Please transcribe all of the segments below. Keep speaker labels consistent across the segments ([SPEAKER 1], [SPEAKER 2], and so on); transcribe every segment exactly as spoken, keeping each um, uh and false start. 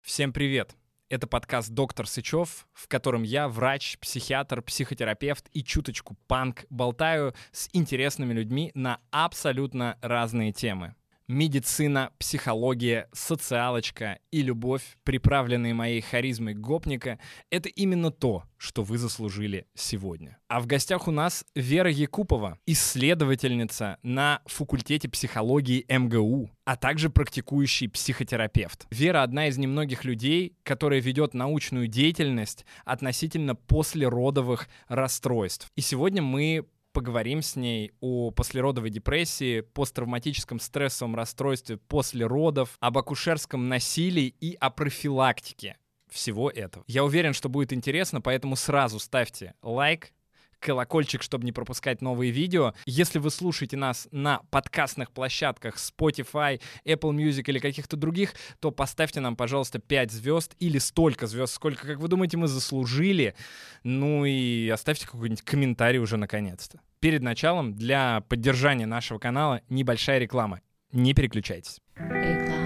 [SPEAKER 1] Всем привет! Это подкаст «Доктор Сычев», в котором я, врач, психиатр, психотерапевт и чуточку панк, болтаю с интересными людьми на абсолютно разные темы. Медицина, психология, социалочка и любовь, приправленные моей харизмой гопника, это именно то, что вы заслужили сегодня. А в гостях у нас Вера Якупова, исследовательница на факультете психологии эм гэ у, а также практикующий психотерапевт. Вера — одна из немногих людей, которая ведет научную деятельность относительно послеродовых расстройств. И сегодня мы поговорим с ней о послеродовой депрессии, посттравматическом стрессовом расстройстве после родов, об акушерском насилии и о профилактике всего этого. Я уверен, что будет интересно, поэтому сразу ставьте лайк, колокольчик, чтобы не пропускать новые видео. Если вы слушаете нас на подкастных площадках Spotify, Apple Music или каких-то других, то поставьте нам, пожалуйста, пять звезд или столько звезд, сколько, как вы думаете, мы заслужили. Ну и оставьте какой-нибудь комментарий уже наконец-то. Перед началом для поддержания нашего канала небольшая реклама. Не переключайтесь.
[SPEAKER 2] Реклама.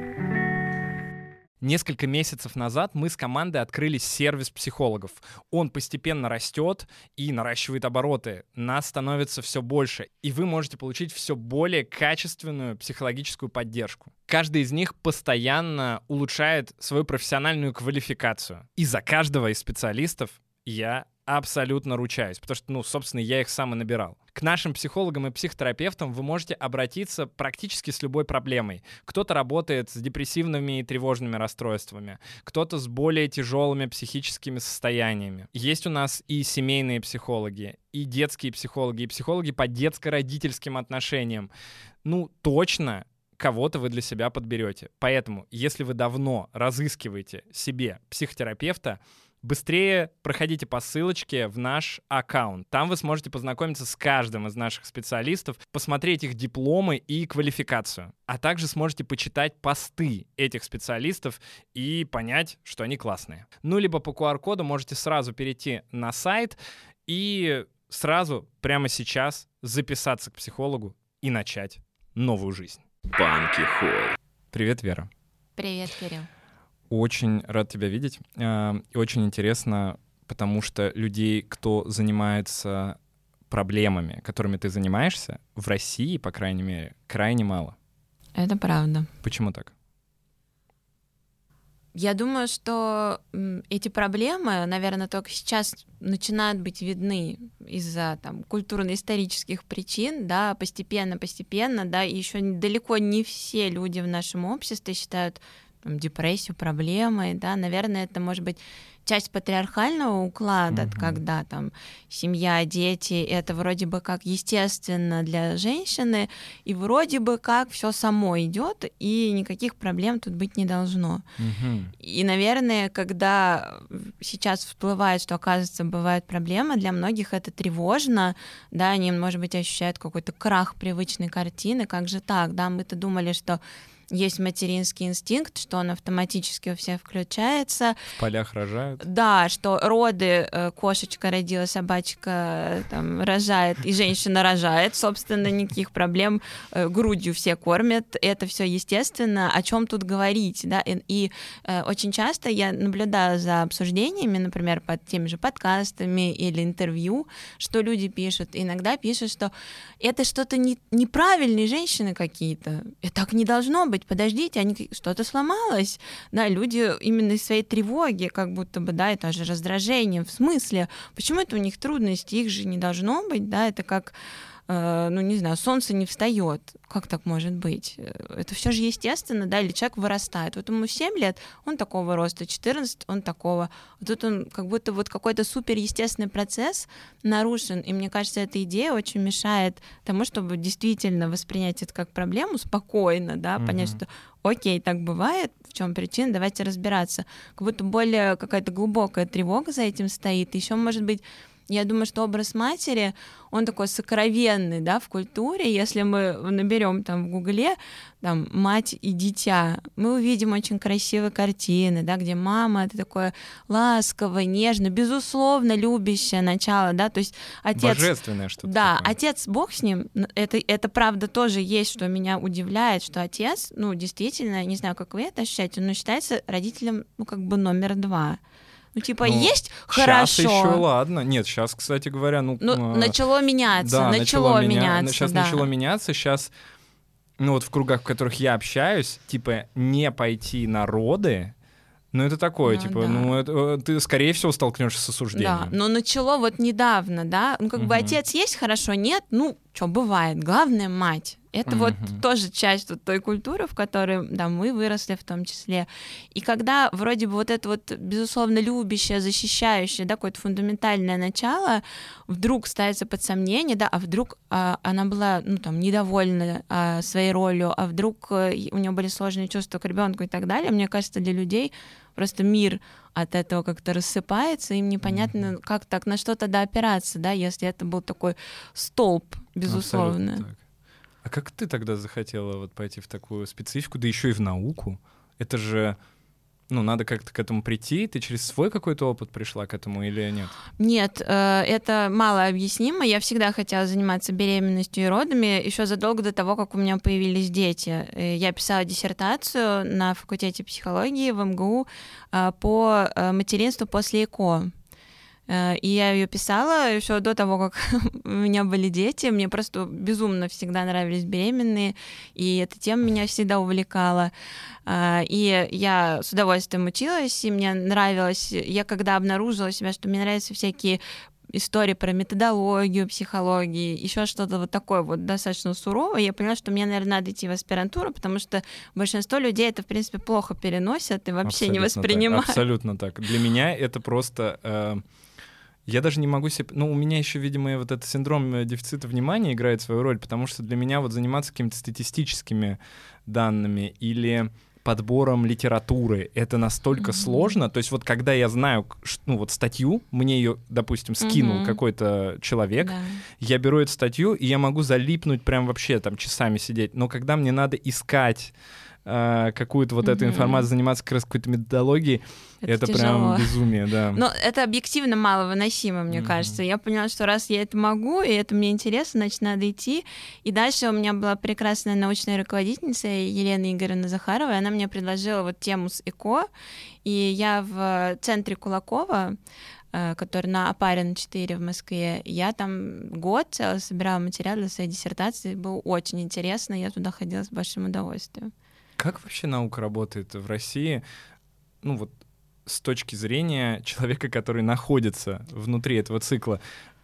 [SPEAKER 1] Несколько месяцев назад мы с командой открыли сервис психологов. Он постепенно растет и наращивает обороты. Нас становится все больше, и вы можете получить все более качественную психологическую поддержку. Каждый из них постоянно улучшает свою профессиональную квалификацию. И за каждого из специалистов я абсолютно ручаюсь, потому что, ну, собственно, я их сам и набирал. К нашим психологам и психотерапевтам вы можете обратиться практически с любой проблемой. Кто-то работает с депрессивными и тревожными расстройствами, кто-то с более тяжелыми психическими состояниями. Есть у нас и семейные психологи, и детские психологи, и психологи по детско-родительским отношениям. Ну, точно кого-то вы для себя подберете. Поэтому, если вы давно разыскиваете себе психотерапевта, быстрее проходите по ссылочке в наш аккаунт. Там вы сможете познакомиться с каждым из наших специалистов, посмотреть их дипломы и квалификацию. А также сможете почитать посты этих специалистов и понять, что они классные. Ну, либо по ку ар-коду можете сразу перейти на сайт и сразу, прямо сейчас, записаться к психологу и начать новую жизнь. Банки Холл. Привет, Вера.
[SPEAKER 2] Привет, Кирилл.
[SPEAKER 1] Очень рад тебя видеть. И очень интересно, потому что людей, кто занимается проблемами, которыми ты занимаешься, в России, по крайней мере, крайне мало.
[SPEAKER 2] Это правда.
[SPEAKER 1] Почему так?
[SPEAKER 2] Я думаю, что эти проблемы, наверное, только сейчас начинают быть видны из-за там культурно-исторических причин, да, постепенно-постепенно, да, и еще далеко не все люди в нашем обществе считают там депрессию проблемой, да, наверное, это может быть часть патриархального уклада, mm-hmm. когда там семья, дети, это вроде бы как естественно для женщины, и вроде бы как все само идет, и никаких проблем тут быть не должно. Mm-hmm. И, наверное, когда сейчас всплывает, что, оказывается, бывают проблемы, для многих это тревожно, да, они, может быть, ощущают какой-то крах привычной картины, как же так, да, мы-то думали, что есть материнский инстинкт, что он автоматически у всех включается.
[SPEAKER 1] В полях рожают.
[SPEAKER 2] Да, что роды, кошечка родила, собачка там рожает, и женщина рожает, собственно, никаких проблем, грудью все кормят, это все естественно, о чем тут говорить, да, и, и очень часто я наблюдаю за обсуждениями, например, под теми же подкастами или интервью, что люди пишут, иногда пишут, что это что-то не, неправильные женщины какие-то, и так не должно быть, подождите, они, что-то сломалось, да, люди именно из своей тревоги, как будто бы, да, это же раздражение, в смысле, почему это у них трудности, их же не должно быть, да, это как, э, ну, не знаю, солнце не встает, как так может быть, это все же естественно, да, или человек вырастает, вот ему семь лет, он такого роста, четырнадцать, он такого, а тут он как будто вот какой-то суперестественный процесс нарушен, и мне кажется, эта идея очень мешает тому, чтобы действительно воспринять это как проблему спокойно, да, mm-hmm. понять, что окей, так бывает, в чем причина, давайте разбираться, как будто более какая-то глубокая тревога за этим стоит, еще, может быть, Я думаю, что образ матери, он такой сокровенный, да, в культуре. Если мы наберем там в Гугле там «мать и дитя», мы увидим очень красивые картины, да, где мама — это такое ласковое, нежное, безусловно любящее начало, да, то есть отец...
[SPEAKER 1] Божественное что-то
[SPEAKER 2] Да,
[SPEAKER 1] такое.
[SPEAKER 2] отец, бог с ним, это, это правда тоже есть, что меня удивляет, что отец, ну, действительно, не знаю, как вы это ощущаете, но считается родителем, ну, как бы номер два. Ну, типа, ну, есть хорошо.
[SPEAKER 1] Сейчас еще ладно. Нет, сейчас, кстати говоря, ну...
[SPEAKER 2] Ну,
[SPEAKER 1] э,
[SPEAKER 2] начало меняться,
[SPEAKER 1] да,
[SPEAKER 2] начало,
[SPEAKER 1] начало
[SPEAKER 2] меняться,
[SPEAKER 1] меня... Сейчас
[SPEAKER 2] да.
[SPEAKER 1] начало меняться, сейчас, ну, вот в кругах, в которых я общаюсь, типа, не пойти на роды, ну, это такое, ну, типа, да. ну, это, ты, скорее всего, столкнешься с осуждением.
[SPEAKER 2] Да, но начало вот недавно, да, ну, как угу. бы отец есть, хорошо, нет, ну, что бывает, главное — мать. Это угу. вот тоже часть вот той культуры, в которой, да, мы выросли в том числе. И когда вроде бы вот это вот, безусловно, любящее, защищающее, да, какое-то фундаментальное начало вдруг ставится под сомнение, да, а вдруг а, она была, ну, там, недовольна а, своей ролью, а вдруг а, у нее были сложные чувства к ребенку и так далее, мне кажется, для людей просто мир от этого как-то рассыпается, им непонятно, mm-hmm. как так, на что тогда опираться, да, если это был такой столб, безусловно.
[SPEAKER 1] А как ты тогда захотела вот пойти в такую специфику, да еще и в науку? Это же, ну, надо как-то к этому прийти. Ты через свой какой-то опыт пришла к этому или нет?
[SPEAKER 2] Нет, это мало объяснимо. Я всегда хотела заниматься беременностью и родами еще задолго до того, как у меня появились дети. Я писала диссертацию на факультете психологии в эм гэ у по материнству после ЭКО. И я ее писала еще до того, как у меня были дети. Мне просто безумно всегда нравились беременные, и эта тема меня всегда увлекала. И я с удовольствием училась, и мне нравилось... Я когда обнаружила себя, что мне нравятся всякие истории про методологию, психологию, еще что-то вот такое вот достаточно суровое, я поняла, что мне, наверное, надо идти в аспирантуру, потому что большинство людей это, в принципе, плохо переносят и вообще абсолютно не воспринимают.
[SPEAKER 1] Так, абсолютно так. Для меня это просто... Э... Я даже не могу себе... Ну, у меня еще, видимо, вот этот синдром дефицита внимания играет свою роль, потому что для меня вот заниматься какими-то статистическими данными или подбором литературы — это настолько mm-hmm. сложно. То есть вот когда я знаю, ну, вот статью, мне ее, допустим, скинул mm-hmm. какой-то человек, yeah. я беру эту статью, и я могу залипнуть прям вообще там часами сидеть. Но когда мне надо искать какую-то вот mm-hmm. эту информацию, заниматься как раз какой-то методологией, это, это прям безумие, да.
[SPEAKER 2] Но это объективно маловыносимо, мне mm-hmm. кажется. Я поняла, что раз я это могу, и это мне интересно, значит, надо идти. И дальше у меня была прекрасная научная руководительница Елена Игоревна Захарова, и она мне предложила вот тему с ЭКО, и я в центре Кулакова, который на Опарина четыре в Москве, я там год собирала материал для своей диссертации, было очень интересно, я туда ходила с большим удовольствием.
[SPEAKER 1] Как вообще наука работает в России, ну вот с точки зрения человека, который находится внутри этого цикла?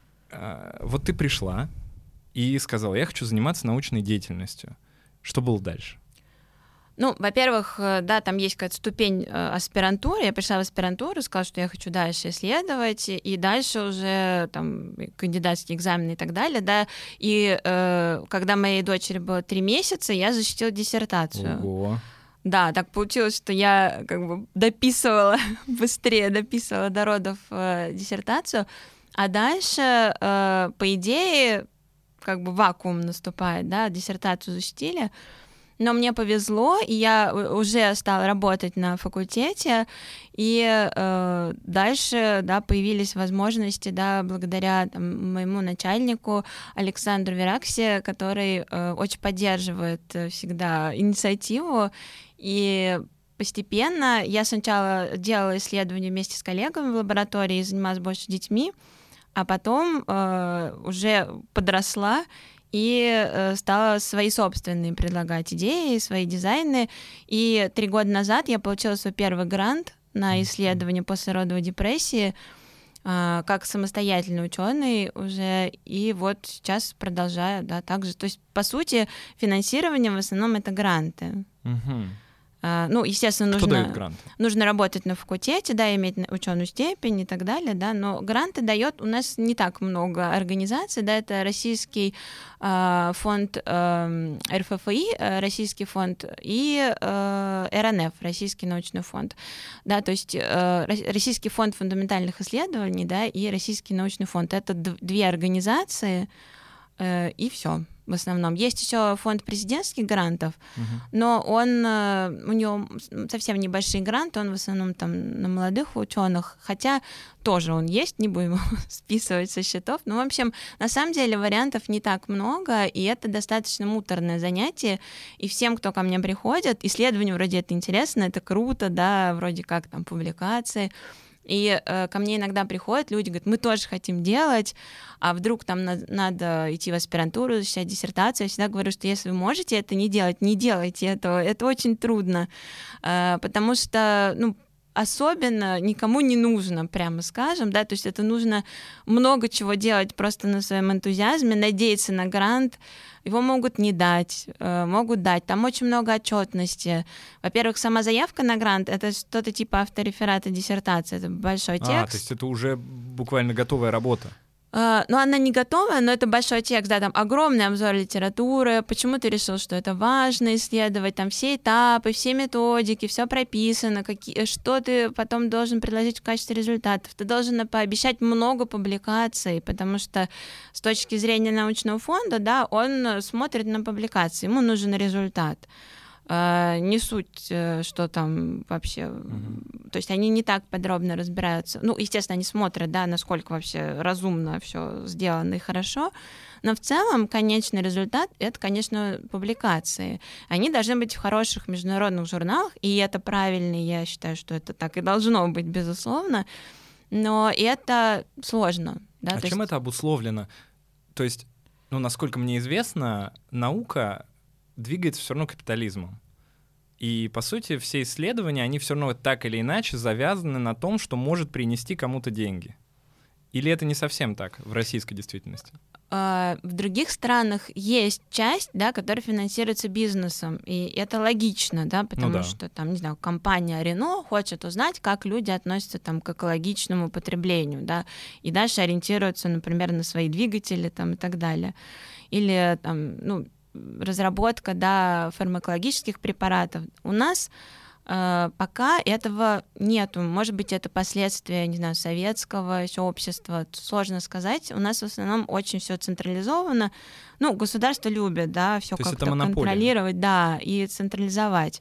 [SPEAKER 1] Вот ты пришла и сказала, я хочу заниматься научной деятельностью. Что было дальше?
[SPEAKER 2] Ну, во-первых, да, там есть какая-то ступень аспирантуры. Я пришла в аспирантуру, сказала, что я хочу дальше исследовать, и дальше уже там кандидатские экзамены и так далее, да. И э, когда моей дочери было три месяца, я защитила диссертацию.
[SPEAKER 1] Ого.
[SPEAKER 2] Да, так получилось, что я как бы дописывала быстрее, дописывала до родов э, диссертацию, а дальше, э, по идее, как бы вакуум наступает, да, диссертацию защитили. Но мне повезло, и я уже стала работать на факультете, и э, дальше, да, появились возможности, да, благодаря там, моему начальнику Александру Вераксе, который э, очень поддерживает всегда инициативу, и постепенно я сначала делала исследования вместе с коллегами в лаборатории, занималась больше детьми, а потом э, уже подросла, и стала свои собственные предлагать идеи, свои дизайны. И три года назад я получила свой первый грант на исследование послеродовой депрессии как самостоятельный ученый уже. И вот сейчас продолжаю, да, также. То есть, по сути, финансирование в основном это гранты.
[SPEAKER 1] Угу.
[SPEAKER 2] Ну, естественно,
[SPEAKER 1] Кто
[SPEAKER 2] нужно,
[SPEAKER 1] дает грант?
[SPEAKER 2] нужно работать на факультете, да, иметь ученую степень и так далее, да, но гранты дает у нас не так много организаций, да, это Российский э, фонд э, эр эф эф и, Российский фонд, и э, эр эн эф, Российский научный фонд, да, то есть э, Российский фонд фундаментальных исследований, да, и Российский научный фонд, это две организации, э, и все. В основном. Есть еще фонд президентских грантов, uh-huh. но он, у него совсем небольшие гранты, он в основном там на молодых ученых, хотя тоже он есть, не будем его списывать со счетов. Но, в общем, на самом деле вариантов не так много, и это достаточно муторное занятие, и всем, кто ко мне приходит, исследование вроде это интересно, это круто, да, вроде как там публикации. И э, ко мне иногда приходят люди, говорят, мы тоже хотим делать, а вдруг там на- надо идти в аспирантуру, защищать диссертацию. Я всегда говорю, что если вы можете это не делать, не делайте этого. Это очень трудно, э, потому что, ну, особенно никому не нужно, прямо скажем, да, то есть это нужно много чего делать просто на своем энтузиазме, надеяться на грант, его могут не дать, могут дать, там очень много отчетности. Во-первых, сама заявка на грант — это что-то типа автореферата диссертации, это большой текст.
[SPEAKER 1] А, то есть это уже буквально готовая работа.
[SPEAKER 2] Uh, ну, она не готовая, но это большой текст, да, там огромный обзор литературы, почему ты решил, что это важно исследовать, там все этапы, все методики, все прописано, какие, что ты потом должен предложить в качестве результатов. Ты должен пообещать много публикаций, потому что с точки зрения научного фонда, да, он смотрит на публикации, ему нужен результат. Uh, не суть, что там вообще... Mm-hmm. То есть они не так подробно разбираются. Ну, естественно, они смотрят, да, насколько вообще разумно все сделано и хорошо, но в целом конечный результат — это, конечно, публикации. Они должны быть в хороших международных журналах, и это правильно, я считаю, что это так и должно быть, безусловно, но это сложно. Да?
[SPEAKER 1] А
[SPEAKER 2] То
[SPEAKER 1] чем
[SPEAKER 2] есть...
[SPEAKER 1] это обусловлено? То есть, ну, насколько мне известно, наука двигается все равно капитализмом. И, по сути, все исследования, они все равно так или иначе завязаны на том, что может принести кому-то деньги. Или это не совсем так в российской действительности?
[SPEAKER 2] В других странах есть часть, да, которая финансируется бизнесом, и это логично, да, потому ну да. что там, не знаю, компания Renault хочет узнать, как люди относятся там к экологичному потреблению, да, и дальше ориентируются, например, на свои двигатели там и так далее. Или там, ну, разработка, да, фармакологических препаратов. У нас э, пока этого нету. Может быть, это последствия, не знаю, советского еще общества. Сложно сказать. У нас в основном очень все централизовано. Ну, государство любит, да, все как-то контролировать, да, и централизовать.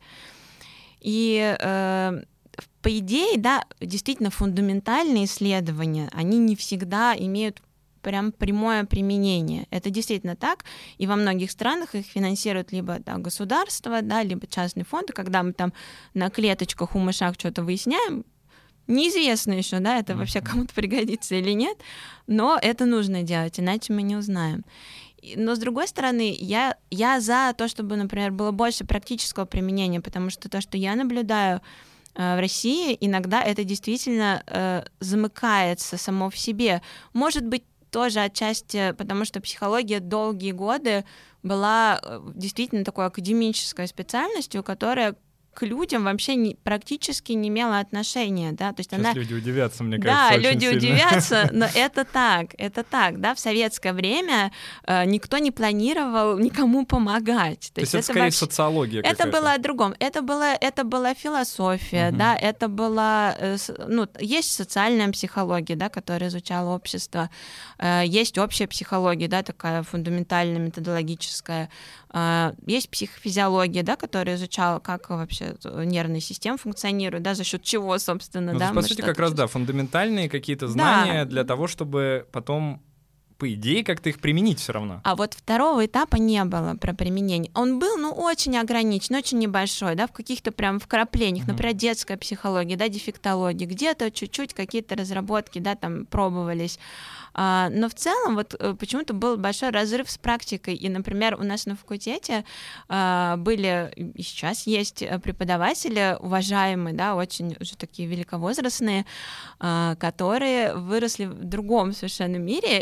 [SPEAKER 2] И э, по идее, да, действительно фундаментальные исследования, они не всегда имеют прям прямое применение. Это действительно так, и во многих странах их финансируют либо да, государство, да, либо частные фонды, когда мы там на клеточках у мышах что-то выясняем, неизвестно еще, да, это вообще кому-то пригодится или нет, но это нужно делать, иначе мы не узнаем. Но, с другой стороны, я, я за то, чтобы, например, было больше практического применения, потому что то, что я наблюдаю в России, иногда это действительно э, замыкается само в себе. Может быть, тоже отчасти, потому что психология долгие годы была действительно такой академической специальностью, которая к людям вообще не, практически не имела отношения, да, то есть
[SPEAKER 1] Сейчас
[SPEAKER 2] она...
[SPEAKER 1] люди удивятся, мне кажется,
[SPEAKER 2] Да,
[SPEAKER 1] очень
[SPEAKER 2] люди
[SPEAKER 1] сильно.
[SPEAKER 2] удивятся, но это так, это так, да, в советское время э, никто не планировал никому помогать.
[SPEAKER 1] То, то есть это, это скорее вообще... социология
[SPEAKER 2] какая-то. Это было о другом, это была, это была философия, угу. да, это была, э, ну, есть социальная психология, да, которая изучала общество, э, есть общая психология, да, такая фундаментальная, методологическая, э, есть психофизиология, да, которая изучала, как вообще нервная система функционирует, да, за счет чего, собственно,
[SPEAKER 1] ну,
[SPEAKER 2] да.
[SPEAKER 1] По сути, как раз, да, фундаментальные какие-то знания да. для того, чтобы потом, по идее, как-то их применить все равно.
[SPEAKER 2] А вот второго этапа не было про применение. Он был, ну, очень ограничен, очень небольшой, да, в каких-то прям вкраплениях, mm-hmm. например, детская психология, да, дефектология, где-то чуть-чуть какие-то разработки, да, там пробовались. А, но в целом вот почему-то был большой разрыв с практикой. И, например, у нас на факультете а, были, и сейчас есть преподаватели уважаемые, да, очень уже такие великовозрастные, а, которые выросли в другом совершенно мире, и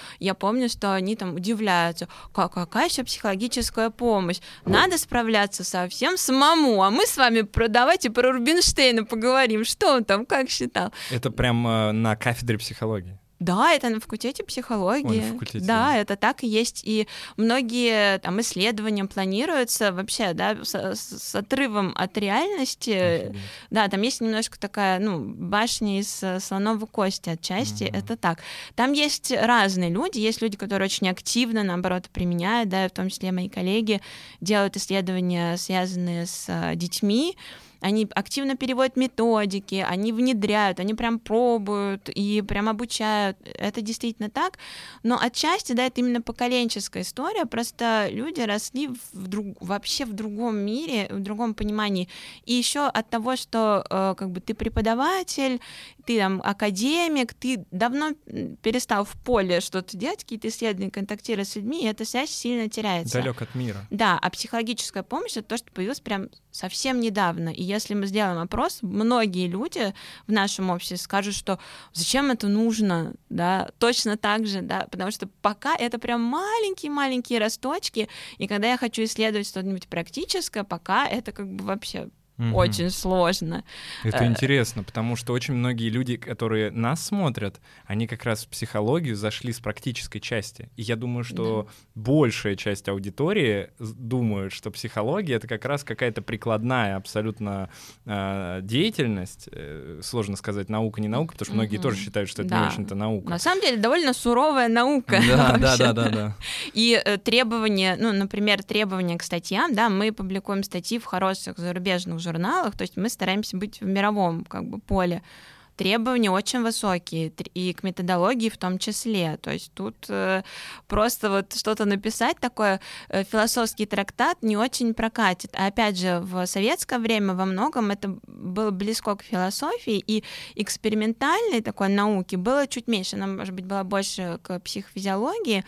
[SPEAKER 2] я помню, что они там удивляются, как, какая еще психологическая помощь? Надо справляться совсем самому, а мы с вами про, давайте про Рубинштейна поговорим, что он там, как считал.
[SPEAKER 1] Это прям э, на кафедре психологии?
[SPEAKER 2] Да, это на факультете психологии.
[SPEAKER 1] Ой, на факультете,
[SPEAKER 2] да,
[SPEAKER 1] да,
[SPEAKER 2] это так и есть. И многие там исследования планируются вообще, да, с, с отрывом от реальности. Офигеть. Да, там есть немножко такая, ну, башня из слоновой кости отчасти, mm-hmm. это так. Там есть разные люди, есть люди, которые очень активно, наоборот, применяют, да, в том числе мои коллеги делают исследования, связанные с детьми. Они активно переводят методики, они внедряют, они прям пробуют и прям обучают. Это действительно так. Но отчасти, да, это именно поколенческая история. Просто люди росли в друг... вообще в другом мире, в другом понимании. И еще от того, что э, как бы ты преподаватель, ты там академик, ты давно перестал в поле что-то делать, какие-то исследования, контактировать с людьми, и эта связь сильно теряется.
[SPEAKER 1] Далек от мира.
[SPEAKER 2] Да, а психологическая помощь — это то, что появилось прям совсем недавно. И если мы сделаем опрос, многие люди в нашем обществе скажут, что зачем это нужно, да, точно так же, да, потому что пока это прям маленькие-маленькие росточки, и когда я хочу исследовать что-нибудь практическое, пока это как бы вообще Угу. очень сложно.
[SPEAKER 1] Это интересно, потому что очень многие люди, которые нас смотрят, они как раз в психологию зашли с практической части. И я думаю, что да. большая часть аудитории думает, что психология — это как раз какая-то прикладная абсолютно э, деятельность. Э, сложно сказать, наука, не наука, потому что многие угу. тоже считают, что это да. не очень-то наука.
[SPEAKER 2] На самом деле довольно суровая наука.
[SPEAKER 1] Да, да, да, да, да.
[SPEAKER 2] И э, требования, ну, например, требования к статьям, да, мы публикуем статьи в хороших зарубежных журналах, журналах, то есть мы стараемся быть в мировом как бы поле. Требования очень высокие, и к методологии в том числе. То есть тут э, просто вот что-то написать такое, э, философский трактат не очень прокатит. А опять же, в советское время во многом это было близко к философии, и экспериментальной такой науки было чуть меньше, она, может быть, была больше к психофизиологии,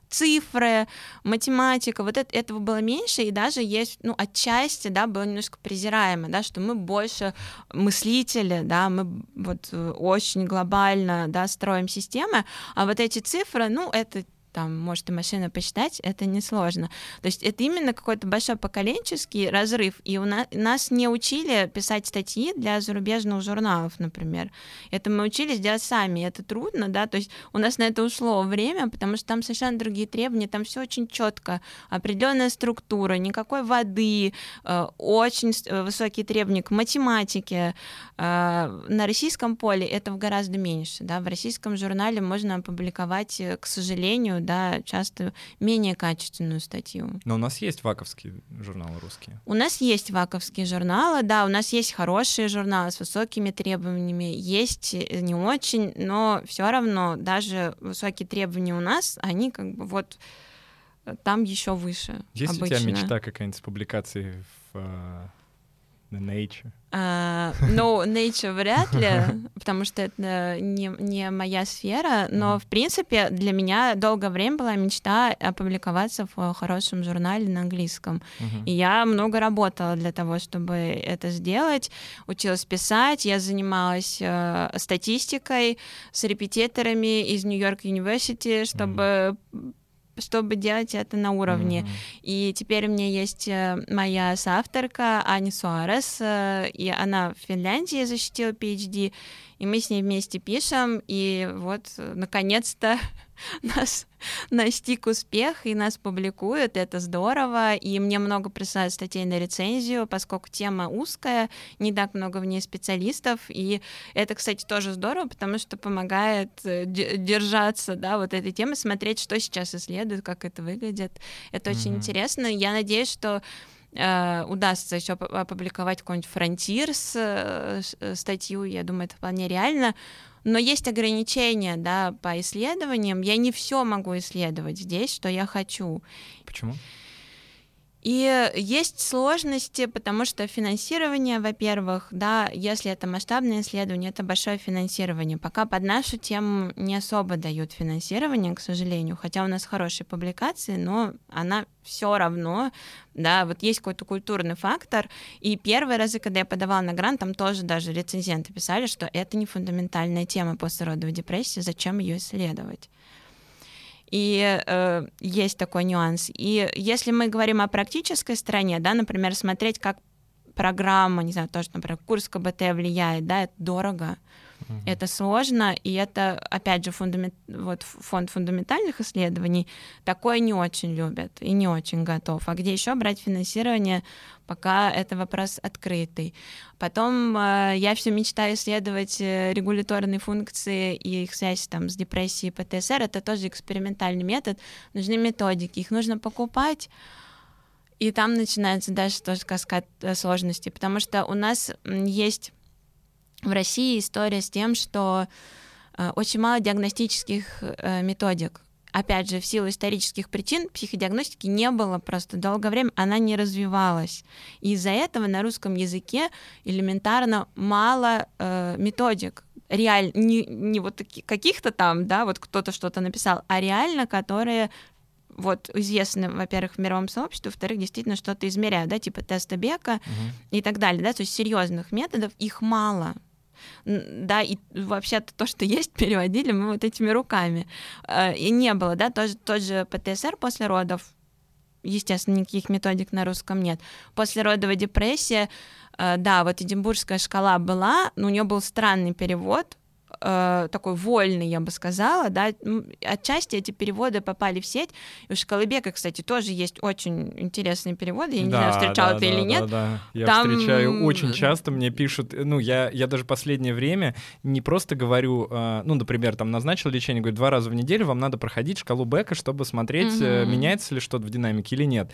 [SPEAKER 2] цифры, математика, вот это, этого было меньше, и даже есть, ну, отчасти, да, было немножко презираемо, да, что мы больше мыслители, да, мы вот очень глобально, да, строим системы, а вот эти цифры, ну, это там, может и машина посчитать, это несложно. То есть это именно какой-то большой поколенческий разрыв, и у нас, нас не учили писать статьи для зарубежных журналов, например. Это мы учились делать сами, это трудно, да, то есть у нас на это ушло время, потому что там совершенно другие требования, там все очень четко, определенная структура, никакой воды, э, очень высокие требования к математике. Э, на российском поле этого гораздо меньше, да, в российском журнале можно опубликовать, к сожалению, да, часто менее качественную статью.
[SPEAKER 1] Но у нас есть ваковские журналы русские.
[SPEAKER 2] У нас есть ваковские журналы, да, у нас есть хорошие журналы с высокими требованиями, есть не очень, но все равно даже высокие требования у нас, они как бы вот там еще выше.
[SPEAKER 1] Есть
[SPEAKER 2] обычно.
[SPEAKER 1] У тебя мечта какая-нибудь с публикацией в uh, Nature?
[SPEAKER 2] Uh, no, Nature вряд ли, потому что это не, не моя сфера, но, mm-hmm. в принципе, для меня долгое время была мечта опубликоваться в хорошем журнале на английском. Mm-hmm. И я много работала для того, чтобы это сделать, училась писать, я занималась uh, статистикой с репетиторами из Нью-Йорк University, чтобы... Mm-hmm. чтобы делать это на уровне. Mm-hmm. И теперь у меня есть моя соавторка Аня Суарес, и она в Финляндии защитила пи эйч ди, и мы с ней вместе пишем, и вот, наконец-то, нас настиг успех, и нас публикуют, это здорово, и мне много присылают статей на рецензию, поскольку тема узкая, не так много в ней специалистов, и это, кстати, тоже здорово, потому что помогает держаться, да, вот этой темы, смотреть, что сейчас исследуют, как это выглядит, это mm-hmm. очень интересно, я надеюсь, что удастся еще опубликовать какой-нибудь Frontier статью, я думаю, это вполне реально, но есть ограничения, да, по исследованиям, я не все могу исследовать здесь, что я хочу.
[SPEAKER 1] Почему?
[SPEAKER 2] И есть сложности, потому что финансирование, во-первых, да, если это масштабное исследование, это большое финансирование. Пока под нашу тему не особо дают финансирование, к сожалению, хотя у нас хорошие публикации, но она все равно, да, вот есть какой-то культурный фактор, и первые разы, когда я подавала на грант, там тоже даже рецензенты писали, что это не фундаментальная тема послеродовой депрессии, зачем ее исследовать. И э, есть такой нюанс. И если мы говорим о практической стороне, да, например, смотреть, как программа, не знаю, тоже, например, курс ка бэ тэ влияет, да, это дорого, uh-huh. это сложно, и это, опять же, фундамент, вот фонд фундаментальных исследований такое не очень любят и не очень готов. А где еще брать финансирование, пока это вопрос открытый. Потом э, я все мечтаю исследовать регуляторные функции и их связь там с депрессией, пэ тэ эс эр. Это тоже экспериментальный метод. Нужны методики, их нужно покупать. И там начинается дальше тоже каскад сложностей, потому что у нас есть в России история с тем, что очень мало диагностических методик. Опять же, в силу исторических причин психодиагностики не было просто долгое время, она не развивалась. И из-за этого на русском языке элементарно мало э, методик. Реально, не, не вот каких-то там, да, вот кто-то что-то написал, а реально, которые вот известны, во-первых, в мировом сообществе, во-вторых, действительно что-то измеряют, да, типа теста Бека uh-huh. и так далее, да, то есть серьезных методов, их мало. Да, и вообще-то то, что есть, переводили мы вот этими руками. И не было, да, тоже, тот же пэ тэ эс эр после родов, естественно, никаких методик на русском нет. Послеродовая депрессия, да, вот Эдинбургская шкала была, но у нее был странный перевод, такой вольный, я бы сказала, да, отчасти эти переводы попали в сеть, и у Шкалы Бека, кстати, тоже есть очень интересные переводы, я не да, знаю, встречала да, ты
[SPEAKER 1] да,
[SPEAKER 2] или нет.
[SPEAKER 1] Да, да. Я
[SPEAKER 2] Там...
[SPEAKER 1] встречаю очень часто, мне пишут, ну, я, я даже последнее время не просто говорю, ну, например, там, назначил лечение, говорю, два раза в неделю вам надо проходить Шкалу Бека, чтобы смотреть, mm-hmm. меняется ли что-то в динамике или нет.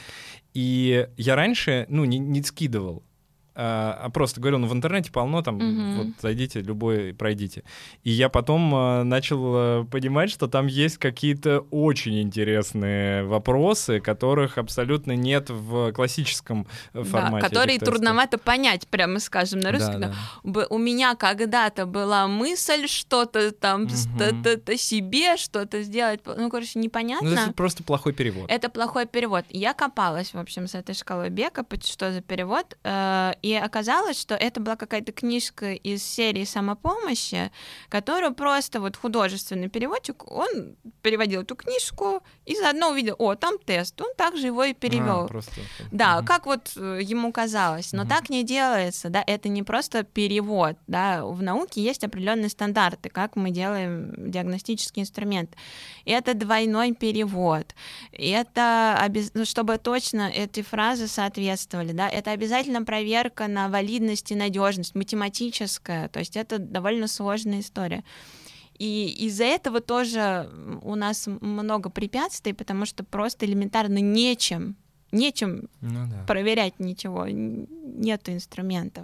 [SPEAKER 1] И я раньше, ну, не, не скидывал, а просто говорил, ну в интернете полно, там, uh-huh. вот зайдите, любой пройдите. И я потом а, начал а, понимать, что там есть какие-то очень интересные вопросы, которых абсолютно нет в классическом формате.
[SPEAKER 2] Да, которые трудновато понять, прямо скажем, на русском. Да, да. У меня когда-то была мысль что-то там uh-huh. себе, что-то сделать, ну, короче, непонятно.
[SPEAKER 1] Ну, это просто плохой перевод.
[SPEAKER 2] Это плохой перевод. Я копалась, в общем, с этой Шкалой Бека, что за перевод, и оказалось, что это была какая-то книжка из серии самопомощи, которую просто вот художественный переводчик, он переводил эту книжку и заодно увидел, о, там тест, он также его и перевел.
[SPEAKER 1] А, просто...
[SPEAKER 2] Да, угу. как вот ему казалось, но угу. так не делается, да, это не просто перевод, да, в науке есть определенные стандарты, как мы делаем диагностический инструмент. И это двойной перевод, и это, обез... чтобы точно эти фразы соответствовали, да, это обязательно проверка на валидность и надежность, математическая, то есть это довольно сложная история. И из-за этого тоже у нас много препятствий, потому что просто элементарно нечем, нечем ну, да. проверять ничего, нету инструментов.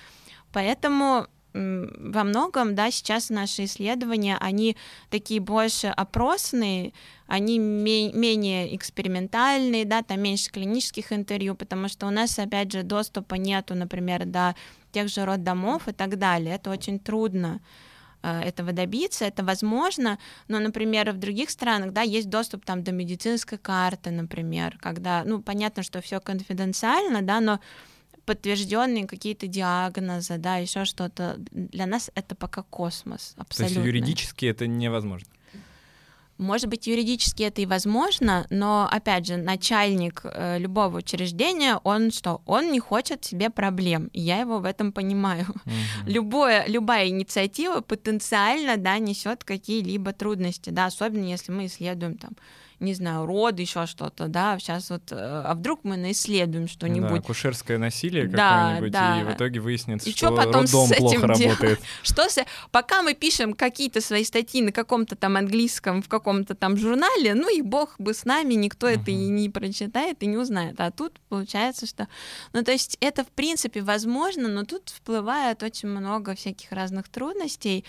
[SPEAKER 2] Поэтому во многом, да, сейчас наши исследования, они такие больше опросные, они ме- менее экспериментальные, да, там меньше клинических интервью, потому что у нас, опять же, доступа нету, например, до тех же роддомов и так далее. Это очень трудно э, этого добиться, это возможно, но, например, в других странах, да, есть доступ там до медицинской карты, например, когда, ну, понятно, что все конфиденциально, да, но подтвержденные какие-то диагнозы, да, еще что-то. Для нас это пока космос, абсолютно.
[SPEAKER 1] То есть юридически это невозможно?
[SPEAKER 2] Может быть, юридически это и возможно, но, опять же, начальник э, любого учреждения, он что? Он не хочет себе проблем, и я его в этом понимаю. Mm-hmm. Любое, любая инициатива потенциально, да, несет какие-либо трудности, да, особенно если мы исследуем там, не знаю, роды, еще что-то, да, сейчас вот, а вдруг мы наисследуем что-нибудь. Да,
[SPEAKER 1] акушерское насилие
[SPEAKER 2] да,
[SPEAKER 1] какое-нибудь,
[SPEAKER 2] да.
[SPEAKER 1] и в итоге выяснится,
[SPEAKER 2] и
[SPEAKER 1] что
[SPEAKER 2] потом
[SPEAKER 1] роддом плохо работает.
[SPEAKER 2] Что с... Пока мы пишем какие-то свои статьи на каком-то там английском, в каком-то там журнале, ну и бог бы с нами, никто uh-huh. это и не прочитает, и не узнает. А тут получается, что... Ну, то есть это, в принципе, возможно, но тут всплывает очень много всяких разных трудностей.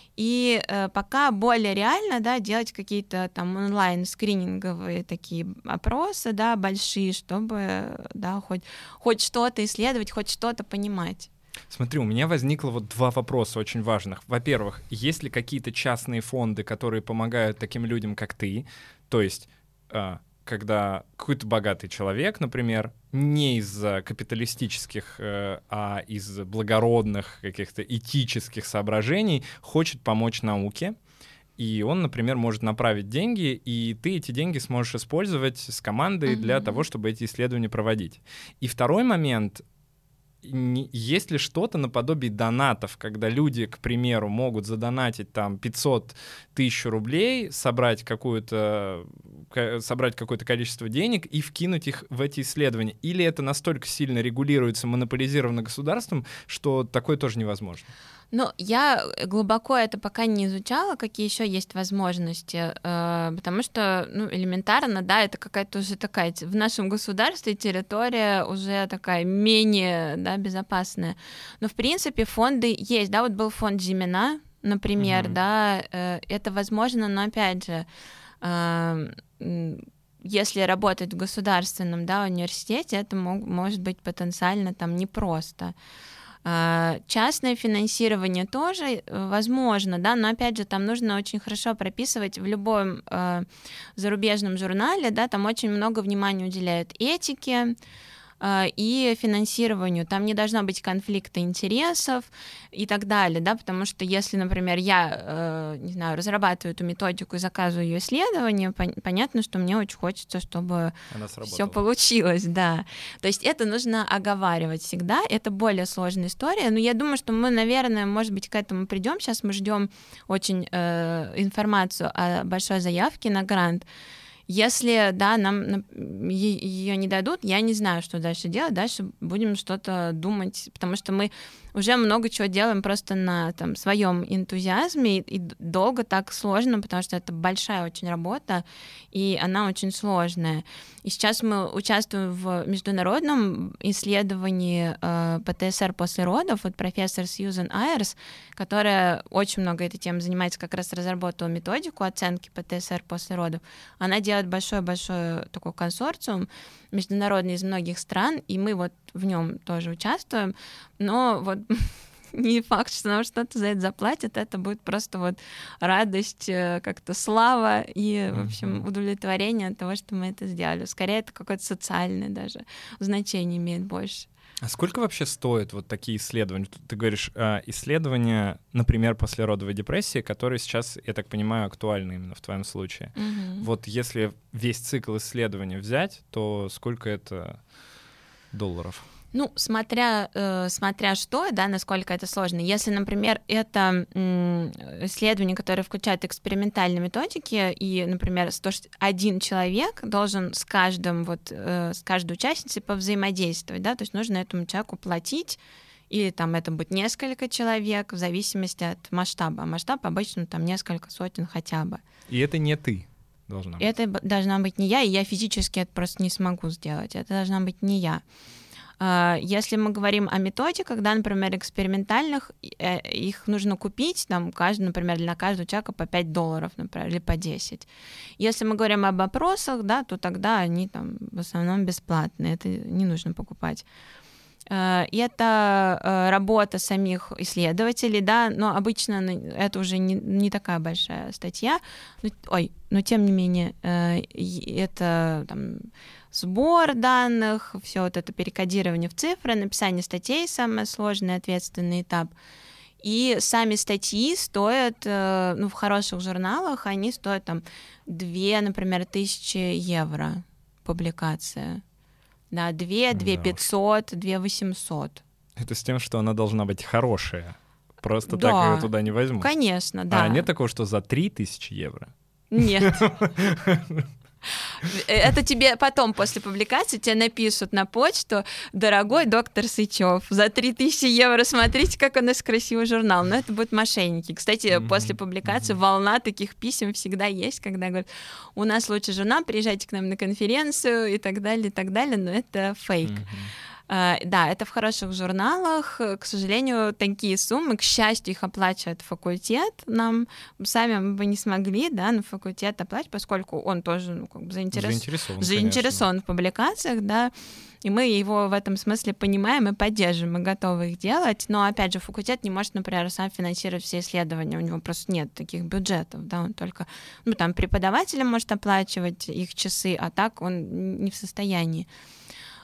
[SPEAKER 2] И э, пока более реально, да, делать какие-то там онлайн-скрининговые такие опросы, да, большие, чтобы, да, хоть, хоть что-то исследовать, хоть что-то понимать.
[SPEAKER 1] Смотри, у меня возникло вот два вопроса очень важных. Во-первых, есть ли какие-то частные фонды, которые помогают таким людям, как ты? То есть... Э, когда какой-то богатый человек, например, не из капиталистических, а из благородных каких-то этических соображений хочет помочь науке, И он, например, может направить деньги, и ты эти деньги сможешь использовать с командой mm-hmm. для того, чтобы эти исследования проводить. И второй момент — есть ли что-то наподобие донатов, когда люди, к примеру, могут задонатить там пятьсот тысяч рублей, собрать какую-то, собрать какое-то количество денег и вкинуть их в эти исследования? Или это настолько сильно регулируется, монополизировано государством, что такое тоже невозможно?
[SPEAKER 2] Ну, я глубоко это пока не изучала, какие еще есть возможности, э, потому что, ну, элементарно, да, это какая-то уже такая, в нашем государстве территория уже такая менее, да, безопасная. Но, в принципе, фонды есть, да, вот был фонд Зимина, например, mm-hmm. да, э, это возможно, но, опять же, э, если работать в государственном, да, университете, это мог, может быть потенциально там непросто. Частное финансирование тоже возможно, да, но опять же там нужно очень хорошо прописывать в любом э, зарубежном журнале, да, там очень много внимания уделяют этике э, и финансированию, там не должно быть конфликта интересов и так далее, да, потому что если, например, я, э, не знаю, разрабатываю эту методику и заказываю ее исследование, пон- понятно, что мне очень хочется, чтобы все получилось, да. То есть это нужно оговаривать всегда, это более сложная история, но я думаю, что мы, наверное, может быть, к этому придем. Сейчас мы ждем очень э, информацию о большой заявке на грант. Если, да, нам ее не дадут, я не знаю, что дальше делать. Дальше будем что-то думать, потому что мы уже много чего делаем просто на там, своем энтузиазме, и долго так сложно, потому что это большая очень работа, и она очень сложная. И сейчас мы участвуем в международном исследовании э, ПТСР после родов. Вот профессор Сьюзен Айерс, которая очень много этой темой занимается, как раз разработала методику оценки ПТСР после родов. Она делает большой-большой такой консорциум международный из многих стран, и мы вот в нем тоже участвуем, но вот не факт, что нам что-то за это заплатят, это будет просто вот радость, как-то слава и, в общем, удовлетворение от того, что мы это сделали. Скорее, это какое-то социальное даже значение имеет больше.
[SPEAKER 1] А сколько вообще стоят вот такие исследования? Ты говоришь, исследования, например, послеродовой депрессии, которые сейчас, я так понимаю, актуальны именно в твоем случае.
[SPEAKER 2] Угу.
[SPEAKER 1] Вот если весь цикл исследований взять, то сколько это долларов?
[SPEAKER 2] Ну, смотря, э, смотря что, да, насколько это сложно. Если, например, это м, исследование, которое включает экспериментальные методики, и, например, сто один человек должен с каждым, вот, э, с каждой участницей повзаимодействовать, да, то есть нужно этому человеку платить, или там это будет несколько человек, в зависимости от масштаба. А масштаб обычно там несколько сотен хотя бы.
[SPEAKER 1] И это не ты должна быть?
[SPEAKER 2] Это должна быть не я, и я физически это просто не смогу сделать. Это должна быть не я. Если мы говорим о методиках, да, например, экспериментальных, их нужно купить, там, каждый, например, для каждого человека по пять долларов, например, или по десять. Если мы говорим об опросах, да, то тогда они там в основном бесплатные, это не нужно покупать. И это работа самих исследователей, да, но обычно это уже не, не такая большая статья, но, ой, но тем не менее это там, сбор данных, все вот это перекодирование в цифры, написание статей — самый сложный ответственный этап. И сами статьи стоят, ну, в хороших журналах, они стоят там две, например, тысячи евро публикация. Да, две, две пятьсот, две восемьсот.
[SPEAKER 1] Это с тем, что она должна быть хорошая. Просто
[SPEAKER 2] да,
[SPEAKER 1] так ее туда не возьмут.
[SPEAKER 2] Конечно, да.
[SPEAKER 1] А нет такого, что за три тысячи евро?
[SPEAKER 2] Нет. Это тебе потом, после публикации, тебе напишут на почту: дорогой доктор Сычев, за три тысячи евро смотрите, как у нас красивый журнал. Но это будут мошенники. Кстати, mm-hmm. после публикации mm-hmm. волна таких писем всегда есть, когда говорят: у нас лучший журнал, приезжайте к нам на конференцию и так далее, и так далее. Но это фейк. Mm-hmm. Uh, да, это в хороших журналах. К сожалению, такие суммы, к счастью, их оплачивает факультет. Нам сами мы бы не смогли, да, но факультет оплачивает, поскольку он тоже, ну, как бы заинтерес...
[SPEAKER 1] заинтересован,
[SPEAKER 2] заинтересован в публикациях, да, и мы его в этом смысле понимаем и поддерживаем, мы готовы их делать. Но, опять же, факультет не может, например, сам финансировать все исследования, у него просто нет таких бюджетов, да, он только, ну, там, преподавателям может оплачивать их часы, а так он не в состоянии.